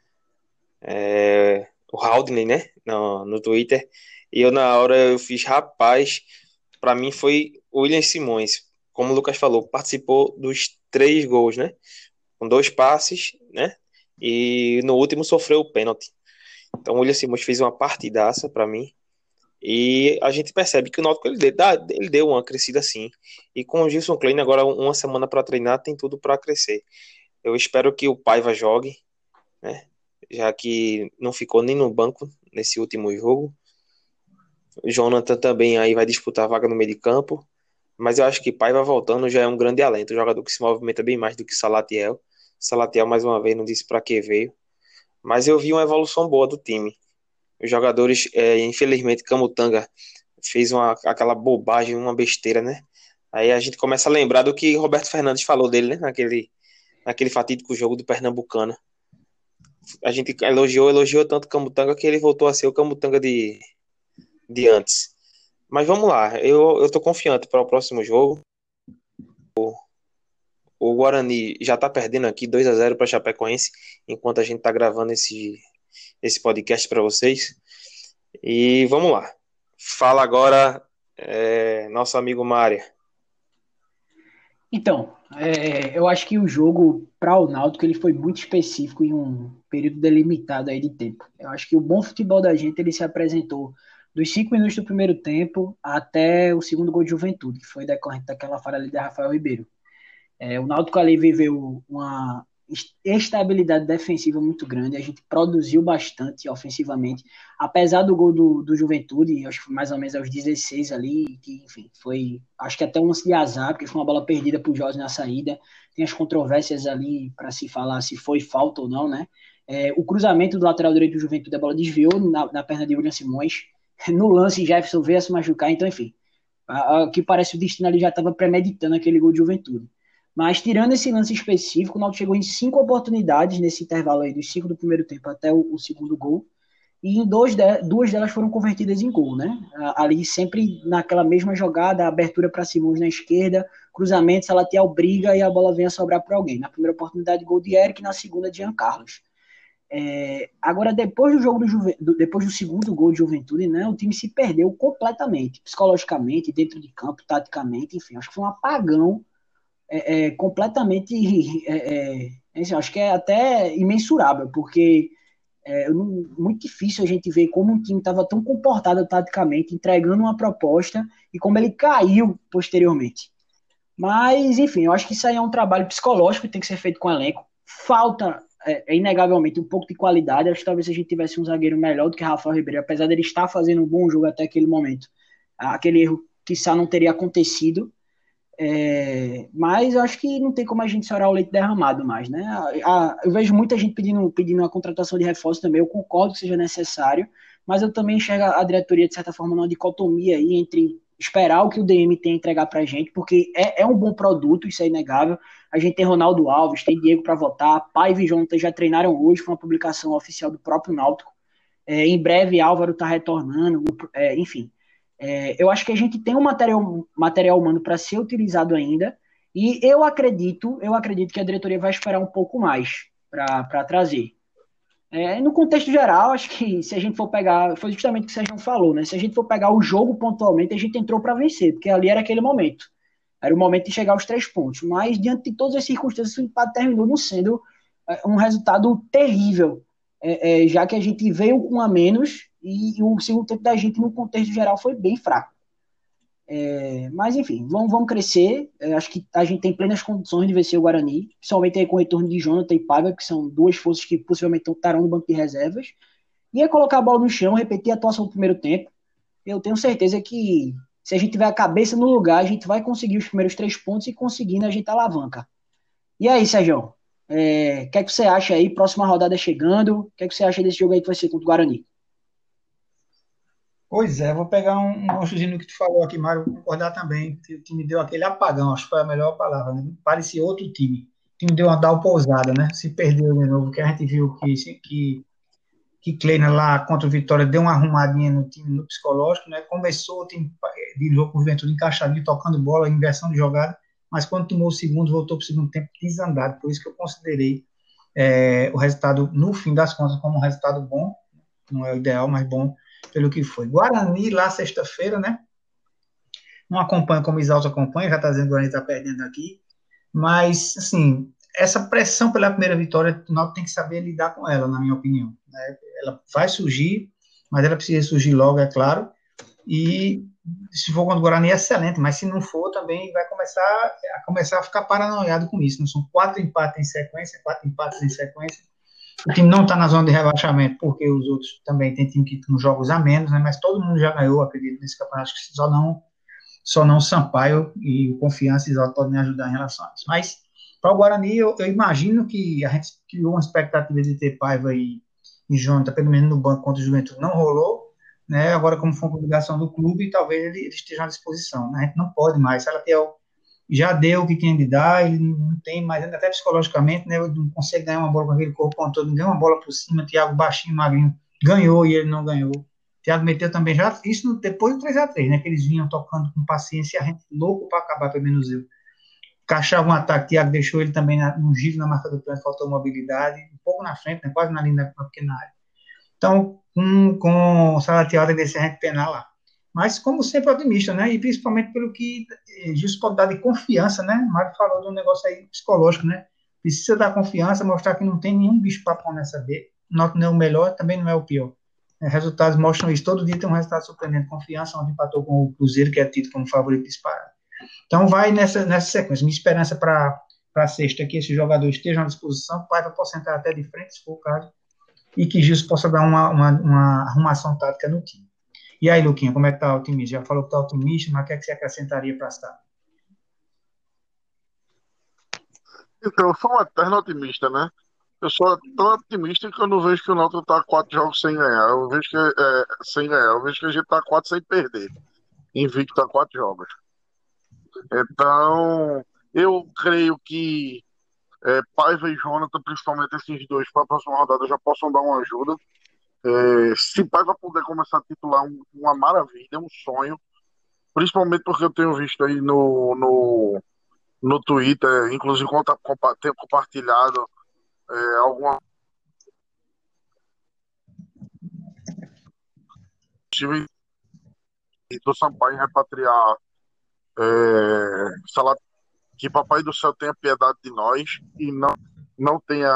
o Haldney, né? No Twitter. E eu, na hora, eu fiz, rapaz, para mim foi o William Simões. Como o Lucas falou, participou dos 3 gols, né? Com 2 passes, né? E no último sofreu o pênalti. Então o William Simões fez uma partidaça para mim. E a gente percebe que o Náutico ele deu uma crescida assim. E com o Gilson Klein agora uma semana para treinar tem tudo para crescer. Eu espero que o Paiva jogue, né? Já que não ficou nem no banco nesse último jogo. O Jonathan também aí vai disputar a vaga no meio de campo. Mas eu acho que Paiva voltando já é um grande alento. Um jogador que se movimenta bem mais do que Salatiel. Salatiel, mais uma vez, não disse para que veio. Mas eu vi uma evolução boa do time. Os jogadores, infelizmente, Camutanga fez aquela bobagem, uma besteira, né? Aí a gente começa a lembrar do que Roberto Fernandes falou dele, né? Naquele fatídico jogo do Pernambucano. A gente elogiou tanto o Camutanga que ele voltou a ser o Camutanga de antes. Mas vamos lá, eu tô confiante para o próximo jogo. O Guarani já tá perdendo aqui 2-0 para Chapecoense, enquanto a gente tá gravando esse podcast para vocês. E vamos lá. Fala agora, nosso amigo Mário. Então, eu acho que o jogo para o Náutico ele foi muito específico em um período delimitado aí de tempo. Eu acho que o bom futebol da gente ele se apresentou dos 5 minutos do primeiro tempo até o segundo gol de Juventude, que foi decorrente daquela falha ali de Rafael Ribeiro. O Náutico ali viveu uma estabilidade defensiva muito grande, a gente produziu bastante ofensivamente, apesar do gol do Juventude, acho que foi mais ou menos aos 16 ali, que enfim, foi, acho que até um lance de azar, porque foi uma bola perdida pro Jorge na saída, tem as controvérsias ali para se falar se foi falta ou não, né? O cruzamento do lateral direito do Juventude, a bola desviou na perna de William Simões, no lance Jefferson veio a se machucar, então enfim, que parece o destino ali já estava premeditando aquele gol de Juventude. Mas tirando esse lance específico, o Náutico chegou em 5 oportunidades nesse intervalo aí, dos 5 do primeiro tempo até o segundo gol. E em duas delas foram convertidas em gol, né? Ali sempre naquela mesma jogada, abertura para Simões na esquerda, cruzamento, Salatiel briga e a bola vem a sobrar para alguém. Na primeira oportunidade, gol de Eric, na segunda, de Jean Carlos. Agora, depois do jogo depois do segundo gol de Juventude, né, o time se perdeu completamente, psicologicamente, dentro de campo, taticamente, enfim, acho que foi um apagão completamente, assim, acho que é até imensurável, porque muito difícil a gente ver como um time estava tão comportado taticamente, entregando uma proposta e como ele caiu posteriormente. Mas, enfim, eu acho que isso aí é um trabalho psicológico que tem que ser feito com o elenco. Falta, inegavelmente, um pouco de qualidade. Acho que talvez se a gente tivesse um zagueiro melhor do que Rafael Ribeiro, apesar dele estar fazendo um bom jogo até aquele momento, aquele erro, quiçá, não teria acontecido. Mas eu acho que não tem como a gente chorar o leite derramado mais, né? Eu vejo muita gente pedindo a contratação de reforço também, eu concordo que seja necessário, mas eu também enxergo a diretoria, de certa forma, numa dicotomia aí entre esperar o que o DM tem a entregar pra gente, porque é um bom produto, isso é inegável. A gente tem Ronaldo Alves, tem Diego para votar, Paiva e Jonathan já treinaram hoje, foi uma publicação oficial do próprio Náutico. Em breve Álvaro está retornando, enfim. Eu acho que a gente tem um material humano para ser utilizado ainda, e eu acredito que a diretoria vai esperar um pouco mais para trazer. No contexto geral, acho que se a gente for pegar, foi justamente o que o Sérgio falou, né? Se a gente for pegar o jogo pontualmente, a gente entrou para vencer, porque ali era aquele momento. Era o momento de chegar aos 3 pontos. Mas, diante de todas as circunstâncias, o empate terminou não sendo um resultado terrível, já que a gente veio com a menos e o segundo tempo da gente, no contexto geral, foi bem fraco. Mas, enfim, vamos crescer. Acho que a gente tem plenas condições de vencer o Guarani, principalmente aí com o retorno de Jonathan e Paiva, que são duas forças que possivelmente estarão no banco de reservas. E é colocar a bola no chão, repetir a atuação do primeiro tempo. Eu tenho certeza que se a gente tiver a cabeça no lugar, a gente vai conseguir os primeiros 3 pontos e conseguindo a gente alavanca. E aí, Sérgio? O que é que você acha aí? Próxima rodada chegando. O que é que você acha desse jogo aí que vai ser contra o Guarani? Pois é, vou pegar um ganchozinho no que tu falou aqui, Mário, vou concordar também. O time deu aquele apagão, acho que foi a melhor palavra, né? Parecia outro time. O time deu uma dar pousada, né? Se perdeu de novo, que a gente viu que Kleina lá contra o Vitória deu uma arrumadinha no time, no psicológico, né? Começou o time de jogo com o Juventude encaixadinho, tocando bola, inversão de jogada, mas quando tomou o segundo, voltou para o segundo tempo desandado. Por isso que eu considerei o resultado, no fim das contas, como um resultado bom. Não é o ideal, mas bom pelo que foi. Guarani lá sexta-feira, né? Não acompanha como Isalto acompanha, já está dizendo que o Guarani está perdendo aqui, mas, assim, essa pressão pela primeira vitória, o Náutico tem que saber lidar com ela, na minha opinião, né? Ela vai surgir, mas ela precisa surgir logo, é claro, e se for contra o Guarani é excelente, mas se não for também vai começar a ficar paranoiado com isso. Não são 4 empates em sequência. O time não está na zona de rebaixamento, porque os outros também têm time que com jogos a menos, né? Mas todo mundo já ganhou, acredito, nesse campeonato. Acho que só não Sampaio e Confiança e Exalto podem me ajudar em relação a isso. Mas, para o Guarani, eu imagino que a gente criou uma expectativa de ter Paiva e Jonathan, pelo menos no banco contra o Juventude, não rolou, né? Agora, como foi uma obrigação do clube, talvez ele esteja à disposição, né? A gente não pode mais. Salatiel já deu o que tinha de dar, ele não tem mais, até psicologicamente, né? Ele não consegue ganhar uma bola com aquele corpo todo, não ganhou uma bola por cima, Thiago baixinho, magrinho, ganhou e ele não ganhou. Thiago meteu também já, isso depois do 3x3, né? Que eles vinham tocando com paciência, a gente louco para acabar, pelo menos eu. Encaixava um ataque, Thiago deixou ele também no giro na marca do pênalti, faltou mobilidade, um pouco na frente, né? Quase na linha da pequena área. Então, com o Salatiel deve ser a gente penar lá. Mas, como sempre, otimista, né? E principalmente pelo que Gilson pode dar de confiança, né? O Mário falou de um negócio aí psicológico, né? Precisa dar confiança, mostrar que não tem nenhum bicho papão nessa B. Não é o melhor, também não é o pior. Resultados mostram isso. Todo dia tem um resultado surpreendente. Confiança, onde empatou com o Cruzeiro, que é tido como favorito disparado. Então, vai nessa sequência. Minha esperança para sexta é que esses jogadores estejam à disposição, Paiva possa entrar até de frente, se for o caso, e que Gilson possa dar uma arrumação tática no time. E aí, Luquinha, como é que tá o otimista? Já falou que tá otimista, mas o que é que você acrescentaria para estar? Então, eu sou um eterno otimista, né? Eu sou tão otimista que eu não vejo que o Náutico tá 4 jogos sem ganhar. Eu vejo que sem ganhar. Eu vejo que a gente tá 4 sem perder. Invicto a 4 jogos. Então, eu creio que Paiva e Jonathan, principalmente esses dois, para a próxima rodada já possam dar uma ajuda. Se Paiva puder começar a titular, uma maravilha, um sonho. Principalmente porque eu tenho visto aí no Twitter, inclusive tenho compartilhado alguma possível do Sampaio repatriar que Papai do Céu tenha piedade de nós e não tenha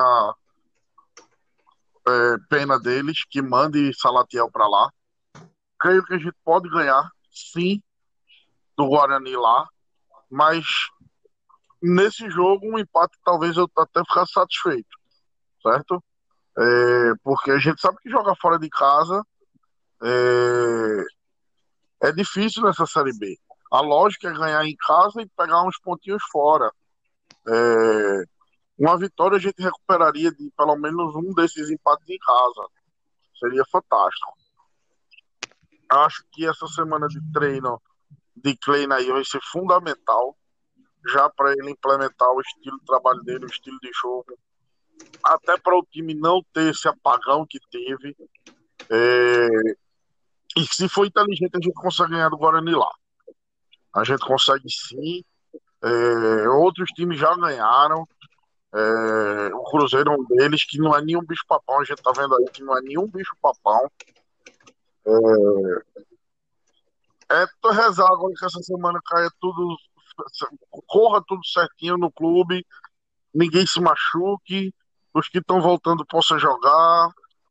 pena deles, que mande Salatiel para lá. Creio que a gente pode ganhar, sim, do Guarani lá, mas nesse jogo um empate talvez eu até ficasse satisfeito, certo? Porque a gente sabe que jogar fora de casa é difícil nessa Série B. A lógica é ganhar em casa e pegar uns pontinhos fora. É, uma vitória a gente recuperaria de pelo menos um desses empates em casa. Seria fantástico. Acho que essa semana de treino de Klein aí vai ser fundamental, já para ele implementar o estilo de trabalho dele, o estilo de jogo, até para o time não ter esse apagão que teve. É, e se for inteligente, a gente consegue ganhar do Guarani lá. A gente consegue sim. Outros times já ganharam. O Cruzeiro é um deles, que não é nenhum bicho-papão. A gente tá vendo aí que não é nenhum bicho-papão. Tô rezar agora que essa semana caia tudo, corra tudo certinho no clube, ninguém se machuque, os que estão voltando possam jogar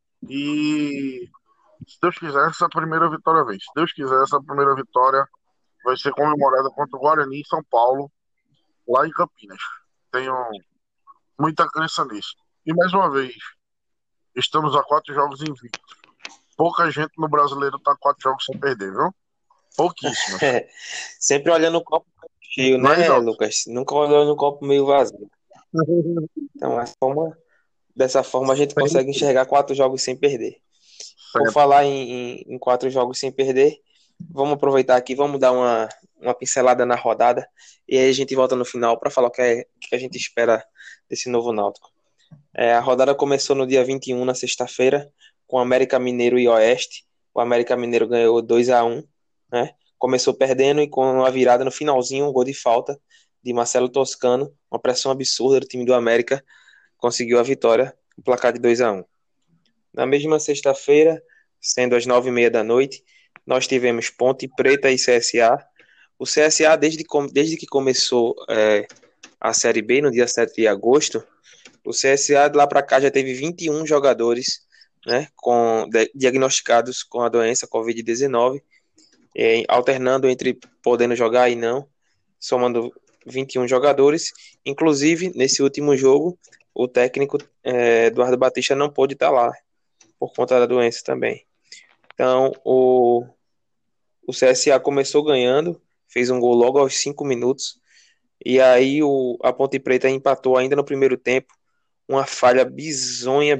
e, se Deus quiser, essa primeira vitória vem. Se Deus quiser, essa primeira vitória vai ser comemorada contra o Guarani em São Paulo, lá em Campinas. Tenho muita crença nisso. E mais uma vez, estamos a 4 jogos invictos. Pouca gente no brasileiro tá 4 jogos sem perder, viu? Pouquíssimas. Sempre olhando o copo cheio, Mas, né, ó, Lucas? Nunca olhando o copo meio vazio. Então, dessa forma, a gente consegue enxergar 4 jogos sem perder. Por falar em 4 jogos sem perder, vamos aproveitar aqui, vamos dar uma pincelada na rodada e aí a gente volta no final para falar o que a gente espera desse novo Náutico. A rodada começou no dia 21, na sexta-feira, com América Mineiro e Oeste. O América Mineiro ganhou 2-1, né? Começou perdendo e com uma virada no finalzinho, um gol de falta de Marcelo Toscano, uma pressão absurda do time do América, conseguiu a vitória, o placar de 2-1. Na mesma sexta-feira, sendo às 9h30 da noite, nós tivemos Ponte Preta e CSA. O CSA, desde que começou a Série B, no dia 7 de agosto, o CSA de lá para cá já teve 21 jogadores, né, diagnosticados com a doença Covid-19, alternando entre podendo jogar e não, somando 21 jogadores. Inclusive, nesse último jogo, o técnico Eduardo Batista não pôde estar lá, por conta da doença também. Então, o CSA começou ganhando, fez um gol logo aos 5 minutos, e aí a Ponte Preta empatou ainda no primeiro tempo, uma falha bizonha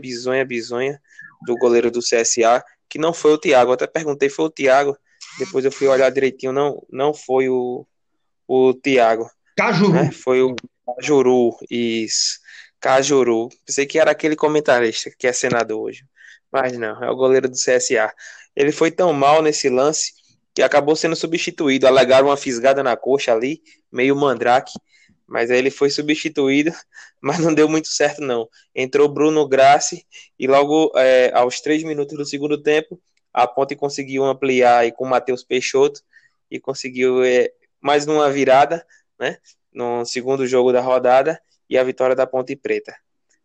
do goleiro do CSA, que não foi o Thiago. Eu até perguntei, foi o Thiago? Depois eu fui olhar direitinho, não foi o Thiago. Cajuru. Né? Foi o Cajuru, isso. Cajuru. Pensei que era aquele comentarista que é senador hoje. Mas não, é o goleiro do CSA. Ele foi tão mal nesse lance que acabou sendo substituído. Alegaram uma fisgada na coxa ali, meio mandrake. Mas aí ele foi substituído, mas não deu muito certo não. Entrou Bruno Grassi e logo aos 3 minutos do segundo tempo, a Ponte conseguiu ampliar aí com o Matheus Peixoto e conseguiu mais uma virada, né, no segundo jogo da rodada e a vitória da Ponte Preta.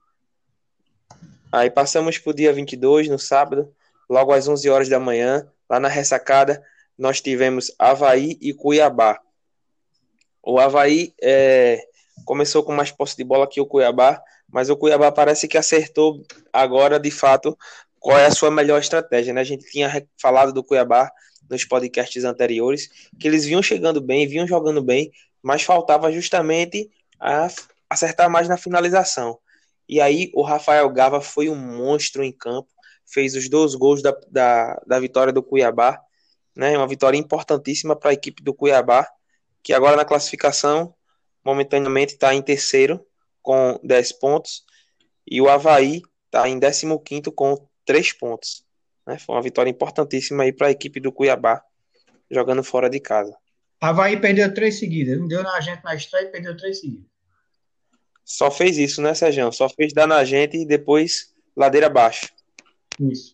Aí passamos para o dia 22, no sábado, logo às 11 horas da manhã, lá na ressacada, nós tivemos Avaí e Cuiabá. O Avaí começou com mais posse de bola que o Cuiabá, mas o Cuiabá parece que acertou agora, de fato, qual é a sua melhor estratégia, né? A gente tinha falado do Cuiabá nos podcasts anteriores, que eles vinham chegando bem, vinham jogando bem, mas faltava justamente acertar mais na finalização. E aí o Rafael Gava foi um monstro em campo, fez os 2 gols da vitória do Cuiabá, né? Uma vitória importantíssima para a equipe do Cuiabá, que agora na classificação, momentaneamente está em terceiro, com 10 pontos, e o Avaí está em 15º com 3 pontos. Né? Foi uma vitória importantíssima aí para a equipe do Cuiabá, jogando fora de casa. Avaí perdeu 3 seguidas, não deu na gente na estreia e perdeu 3 seguidas. Só fez isso, né, Sérgio? Só fez dar na gente e depois ladeira abaixo. Isso.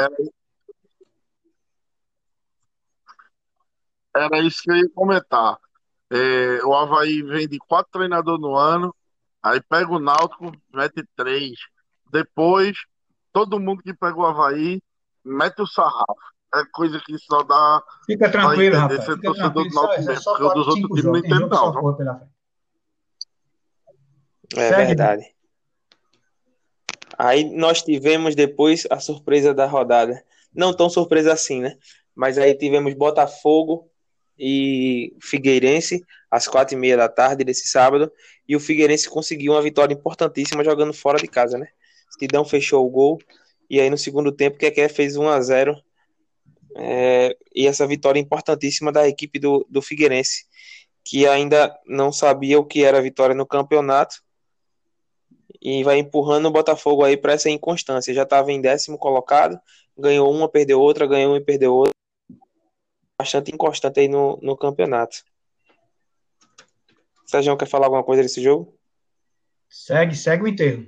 Era isso que eu ia comentar. O Avaí vem de 4 treinadores no ano, aí pega o Náutico, mete 3. Depois, todo mundo que pega o Avaí, mete o sarrafo. É coisa que só dá. Fica tranquilo, entender, rapaz. ser Fica torcedor tranquilo. do Náutico mesmo, porque o dos outros times não entende, não. Viu? Pela frente. É verdade. Aí nós tivemos depois a surpresa da rodada. Não tão surpresa assim, né? Mas aí tivemos Botafogo e Figueirense, às 4h30 da tarde desse sábado, e o Figueirense conseguiu uma vitória importantíssima jogando fora de casa, né? Sidão fechou o gol, e aí no segundo tempo, Keké fez 1-0, e essa vitória importantíssima da equipe do Figueirense, que ainda não sabia o que era vitória no campeonato, e vai empurrando o Botafogo aí para essa inconstância. Já estava em 10º colocado, ganhou uma, perdeu outra, ganhou uma e perdeu outra. Bastante inconstante aí no campeonato. Sérgio, quer falar alguma coisa desse jogo? Segue o enterro.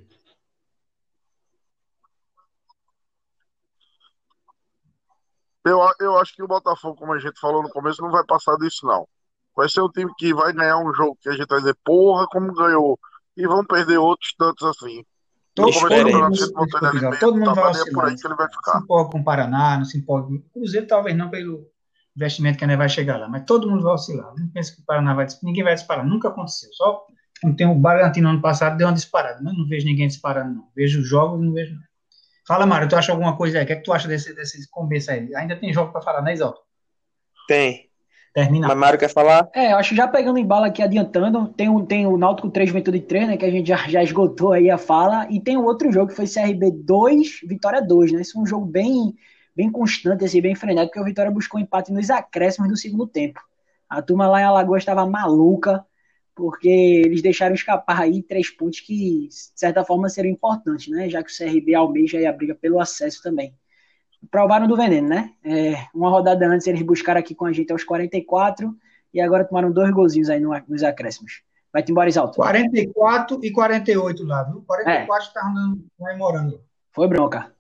Eu acho que o Botafogo, como a gente falou no começo, não vai passar disso, não. Vai ser um time que vai ganhar um jogo que a gente vai dizer, porra, como ganhou. E vão perder outros tantos assim. No começo do campeonato, a gente botando ele meio todo mundo vai tabela, e é por oscilar. aí que ele vai Se ficar. empolga com o Paraná, não se empolga. O Cruzeiro talvez não pelo investimento que ainda vai chegar lá, mas todo mundo vai oscilar. Não pensa que o Paraná vai disparar. Ninguém vai disparar, nunca aconteceu. Só quando tem o Bragantino ano passado, deu uma disparada. Mas não vejo ninguém disparando, não. Vejo os jogos e não vejo. Fala, Mário, tu acha alguma coisa aí? O que é que tu acha desse começo aí? Ainda tem jogo para falar, né, Isalto? Tem. Termina. Mas Mário quer falar? Eu acho que já pegando em bala aqui, adiantando, tem o Náutico 3, Juventude 3, né, que a gente já esgotou aí a fala, e tem o outro jogo que foi CRB 2, Vitória 2, né, esse é um jogo bem constante, assim, bem frenético, porque o Vitória buscou empate nos acréscimos do segundo tempo. A turma lá em Alagoas estava maluca, porque eles deixaram escapar aí 3 pontos que, de certa forma, seriam importantes, né, já que o CRB almeja aí a briga pelo acesso também. Provaram do veneno, né? Uma rodada antes eles buscaram aqui com a gente aos 44 e agora tomaram 2 golzinhos aí nos acréscimos. Vai-te embora, Isalto. 44 e 48 lá, viu? 44 estavam comemorando. Foi bronca.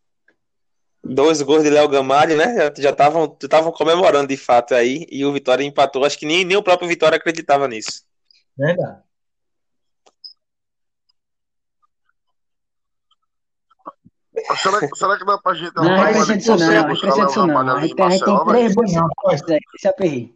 2 gols de Léo Gamalho, né? Já estavam comemorando de fato aí, e o Vitória empatou. Acho que nem o próprio Vitória acreditava nisso. Verdade. Será que dá pra gente Não, arrumar não ele precisa conseguir não, buscar Léo não. Gamalho A ali em gente tem Maceió, 3 velho? bons aí, se aperrei.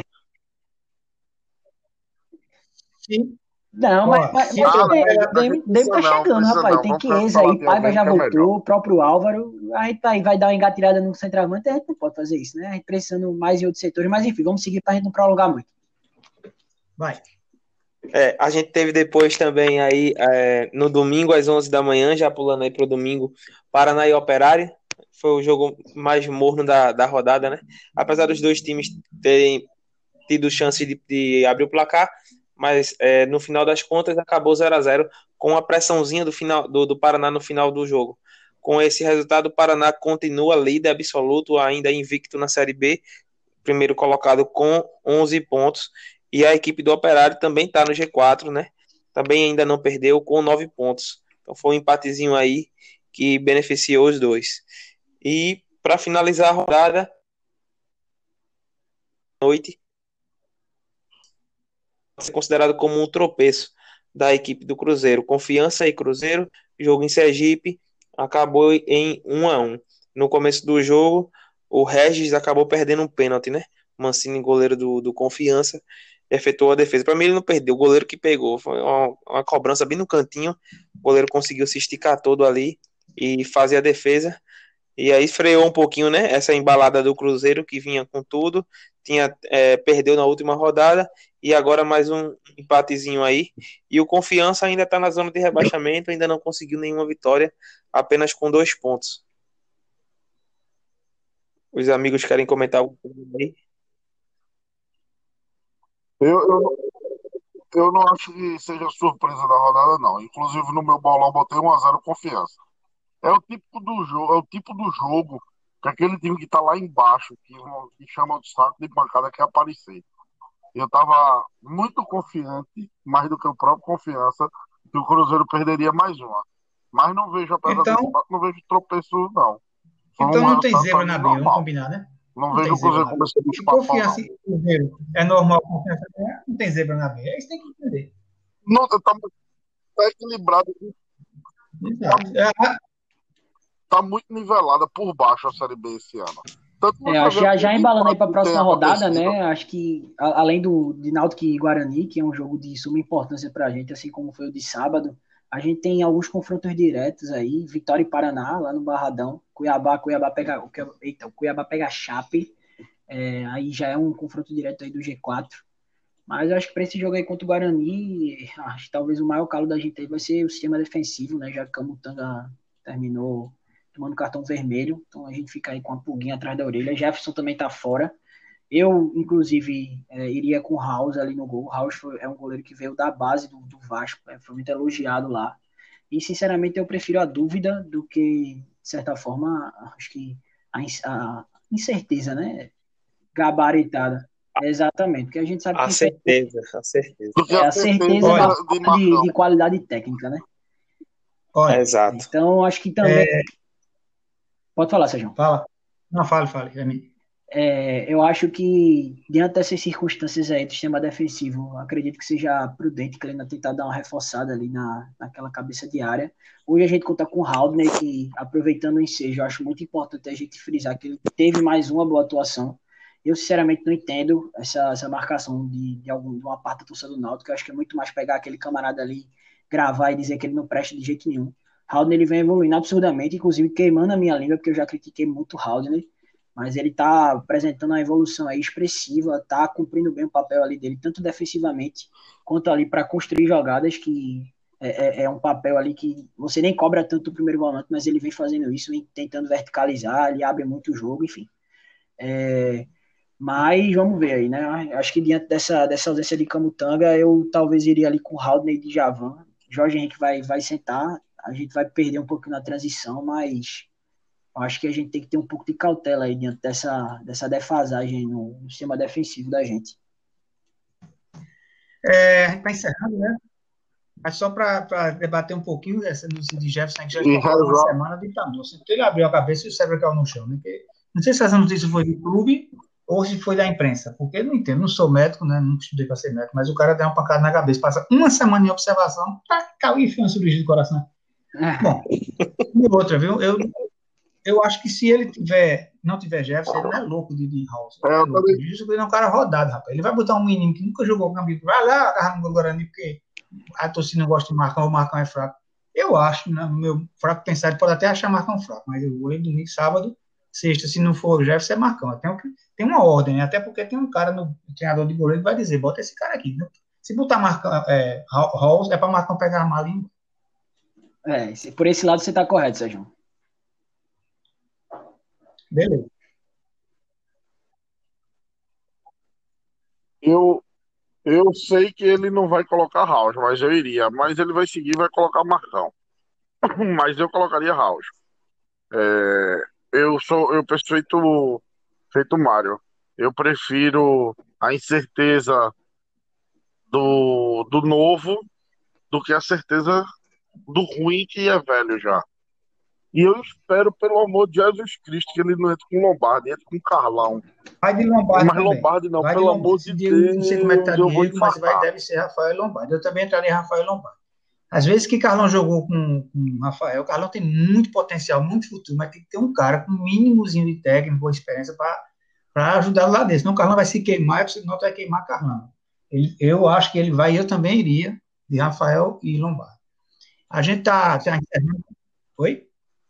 Sim. Não, mas Demo tá chegando, rapaz. Tem Chiesa aí, Paiva já voltou, o próprio Álvaro. A gente vai dar uma engatilhada no centroavante, a gente não pode fazer isso, né? A gente precisando mais em outros setores, mas enfim, vamos seguir pra gente não prolongar muito. Vai. A gente teve depois também aí, no domingo às 11 da manhã, já pulando aí pro domingo, Paraná e Operário. Foi o jogo mais morno da rodada, né? Apesar dos dois times terem tido chance de abrir o placar, mas no final das contas acabou 0-0 com a pressãozinha do Paraná no final do jogo. Com esse resultado, o Paraná continua líder absoluto, ainda invicto na Série B, primeiro colocado com 11 pontos, e a equipe do Operário também está no G4, né? Também ainda não perdeu, com 9 pontos. Então foi um empatezinho aí que beneficiou os dois. E para finalizar a rodada, noite, ser considerado como um tropeço da equipe do Cruzeiro. Confiança e Cruzeiro, jogo em Sergipe, acabou em 1-1. No começo do jogo, o Regis acabou perdendo um pênalti, né? Mancini, goleiro do Confiança, efetuou a defesa. Para mim, ele não perdeu, o goleiro que pegou. Foi uma cobrança bem no cantinho, o goleiro conseguiu se esticar todo ali e fazer a defesa. E aí freou um pouquinho, né? Essa embalada do Cruzeiro que vinha com tudo, perdeu na última rodada e agora mais um empatezinho aí. E o Confiança ainda está na zona de rebaixamento, ainda não conseguiu nenhuma vitória, apenas com 2 pontos. Os amigos querem comentar alguma coisa aí? Eu não acho que seja surpresa da rodada, não. Inclusive, no meu bolão, botei 1-0 Confiança. É o tipo do jogo que aquele time que tá lá embaixo, que chama de saco de pancada, quer aparecer. Eu tava muito confiante, mais do que o próprio Confiança, que o Cruzeiro perderia mais uma. Mas não vejo, apesar desse fato, não vejo tropeço, não. Então não tem zebra na B, vamos combinar, né? Não vejo o Cruzeiro começando a disparar. Confiança em Cruzeiro é normal, confiança não tem zebra na B. É isso que tem que entender. Não, tá equilibrado. Tá muito nivelada por baixo a Série B esse ano. Já embalando aí para a próxima rodada, né? Acho que além de Náutico e Guarani, que é um jogo de suma importância para a gente, assim como foi o de sábado, a gente tem alguns confrontos diretos aí, Vitória e Paraná, lá no Barradão. Cuiabá pega. Eita, o Cuiabá pega a Chape. Aí já é um confronto direto aí do G4. Mas eu acho que para esse jogo aí contra o Guarani, acho que talvez o maior calo da gente aí vai ser o sistema defensivo, né? Já que o Camutanga terminou tomando cartão vermelho, então a gente fica aí com a pulguinha atrás da orelha. Jefferson também tá fora. Eu, inclusive, iria com o House ali no gol. O House é um goleiro que veio da base do Vasco, foi muito elogiado lá. E, sinceramente, eu prefiro a dúvida do que, de certa forma, acho que a incerteza, né? Gabaritada. Exatamente, porque a gente sabe A que certeza, a certeza. Porque é a a certeza certeza da de falta Marcão. de qualidade técnica, né? Olha, Exato. Então, acho que também. Pode falar, Sérgio. fala. Não, fale. É mim. Eu acho que, diante dessas circunstâncias aí do sistema defensivo, acredito que seja prudente que ele ainda tentar dar uma reforçada ali naquela cabeça de área. Hoje a gente conta com o Haldner, que, aproveitando o ensejo, eu acho muito importante a gente frisar que ele teve mais uma boa atuação. Eu, sinceramente, não entendo essa marcação de uma parte da torcida do Náutico, que eu acho que é muito mais pegar aquele camarada ali, gravar e dizer que ele não presta de jeito nenhum. Haldner, ele vem evoluindo absurdamente, inclusive queimando a minha língua, porque eu já critiquei muito o Haldner, mas ele está apresentando uma evolução aí expressiva, está cumprindo bem o papel ali dele, tanto defensivamente quanto ali para construir jogadas, que é um papel ali que você nem cobra tanto o primeiro volante, mas ele vem fazendo isso, vem tentando verticalizar, ele abre muito o jogo, enfim. Mas vamos ver aí, né? Acho que diante dessa ausência de Camutanga, eu talvez iria ali com o Haldner e Djavan. Jorge Henrique vai sentar, a gente vai perder um pouco na transição, mas eu acho que a gente tem que ter um pouco de cautela aí diante dessa defasagem no sistema defensivo da gente. Para encerrando, né? Mas só para debater um pouquinho dessa notícia de Jefferson, que já E está fora uma resolve. semana de Itaú. Se ele abriu a cabeça e o cérebro caiu no chão. Né? Não sei se essa notícia foi do clube ou se foi da imprensa, porque eu não entendo, não sou médico, né? Nunca estudei para ser médico, mas o cara deu uma pancada na cabeça, passa uma semana em observação, caiu e foi uma cirurgia de coração. Bom, e outra, viu? Eu acho que se ele não tiver Jefferson, ele não é louco de House. Ele é um cara rodado, rapaz. Ele vai botar um menino que nunca jogou com amigo, vai lá agarrar no Guarani, porque a torcida não gosta de Marcão, o Marcão é fraco. Eu acho, né, no meu fraco pensar, ele pode até achar Marcão fraco, mas eu vou domingo, sábado, sexta, se não for o Jefferson, é Marcão. Tem uma ordem, né? Até porque tem um cara no treinador de goleiro que vai dizer, bota esse cara aqui. Né? Se botar Marcão, House, é para Marcão pegar a malinha. Por esse lado você está correto, Sérgio. Beleza. Eu sei que ele não vai colocar House, mas eu iria. Mas ele vai seguir e vai colocar Marcão. Mas eu colocaria House. Eu penso feito Mário. Eu prefiro a incerteza do novo do que a certeza do ruim que é velho já. E eu espero, pelo amor de Jesus Cristo, que ele não entre com Lombardi, entre com Carlão. Vai de Lombardi Mas também. Lombardi não, vai pelo de amor de Diego, Deus, não sei como é que tá eu vou Diego, mas infartar. deve ser Rafael Lombardi. Eu também entraria Rafael Lombardi. Às vezes que Carlão jogou com Rafael, o Carlão tem muito potencial, muito futuro, mas tem que ter um cara com um mínimozinho de técnica, boa experiência para ajudar lá dentro. Senão o Carlão vai se queimar e não vai queimar Carlão. Eu acho que ele vai, eu também iria de Rafael e Lombardi. A gente tá encerrando. Oi?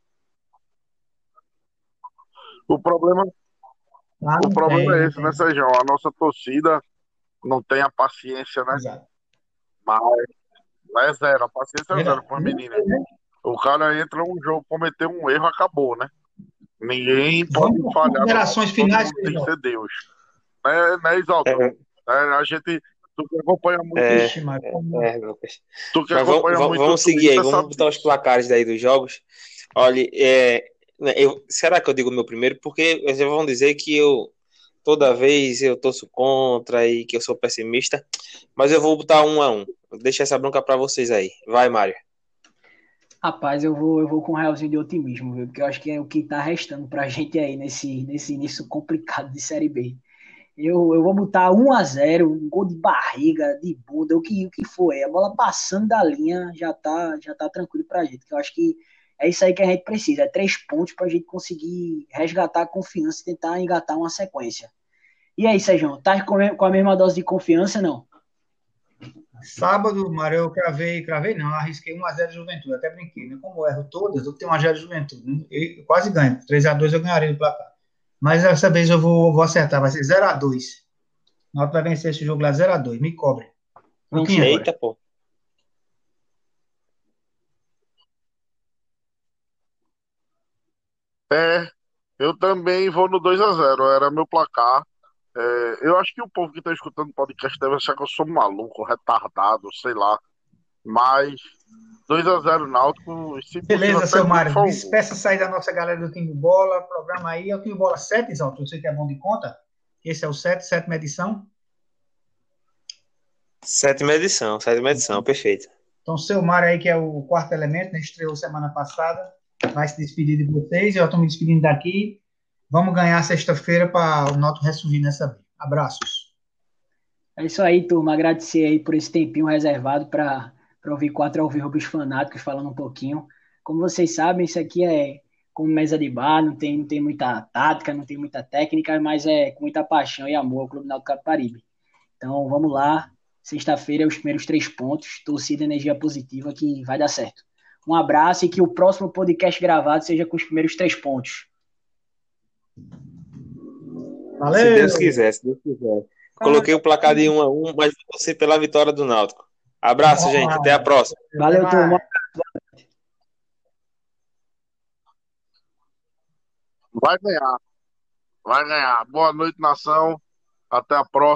O problema é esse, Tem. né, Sérgio? A nossa torcida não tem a paciência, né? Exato. Mas é zero, a paciência é zero Verdade. com o menino. O cara entra num jogo, cometeu um erro, acabou, né? Ninguém pode Vamos para falhar no considerações mundo, todo finais, mundo tem que Pedro. ser Deus. Né, Isalto? A gente, tu que acompanha muito, Lucas. tu que Mas acompanha muito vamos seguir aí, Twitter, vamos sabe botar os disso. placares daí dos jogos. Olha, será que eu digo o meu primeiro? Porque vocês vão dizer que toda vez eu torço contra e que eu sou pessimista, mas eu vou botar 1-1. Deixa essa bronca pra vocês aí. Vai, Mário. Rapaz, eu vou com um realzinho de otimismo, viu? Porque eu acho que é o que tá restando pra gente aí nesse início complicado de Série B. Eu vou botar 1-0, um gol de barriga, de bunda, o que for. A bola passando da linha já tá tranquilo pra gente. Que eu acho que é isso aí que a gente precisa. É 3 pontos pra gente conseguir resgatar a confiança e tentar engatar uma sequência. E aí, Sérgio, tá com a mesma dose de confiança, não? Sábado, Mário, eu cravei não, arrisquei 1-0 de Juventude, até brinquei, né? Como eu erro todas, eu tenho 1-0 de Juventude, né? Eu quase ganho, 3-2 eu ganharia no placar. Mas dessa vez eu vou acertar, vai ser 0-2. O Náutico vai vencer esse jogo lá 0-2. Me cobre. Vence. Luquinha agora. Eita, pô. É, eu também vou no 2-0. Era meu placar. Eu acho que o povo que tá escutando o podcast deve achar que eu sou maluco, retardado, sei lá. Mas 2-0 Náutico, e se possível Beleza, até seu gol de Mário. Falcão. Despeça aí da nossa galera do Timbu Bola. Programa aí. É o Timbu Bola 7, Exalto. Você que é bom de conta. Esse é o 7, sétima edição. Sétima edição, perfeito. Então, seu Mário aí, que é o quarto elemento, né? Estreou semana passada. Vai se despedir de vocês. Eu estou me despedindo daqui. Vamos ganhar sexta-feira para o Náutico ressurgir nessa vez. Abraços. É isso aí, turma. Agradecer aí por esse tempinho reservado para ouvir quatro alvirrubos fanáticos falando um pouquinho. Como vocês sabem, isso aqui é como mesa de bar, não tem muita tática, não tem muita técnica, mas é com muita paixão e amor ao Clube Náutico Capibaribe. Então, vamos lá. Sexta-feira, os primeiros 3 pontos. Torcida energia positiva que vai dar certo. Um abraço e que o próximo podcast gravado seja com os primeiros 3 pontos. Se Deus Valeu! quiser, se Deus quiser. Coloquei o placar de 1-1, mas vou torcer pela vitória do Náutico. Abraço, gente. Até a próxima. Até Valeu, turma. mais. Vai ganhar, vai ganhar. Boa noite, nação. Até a próxima.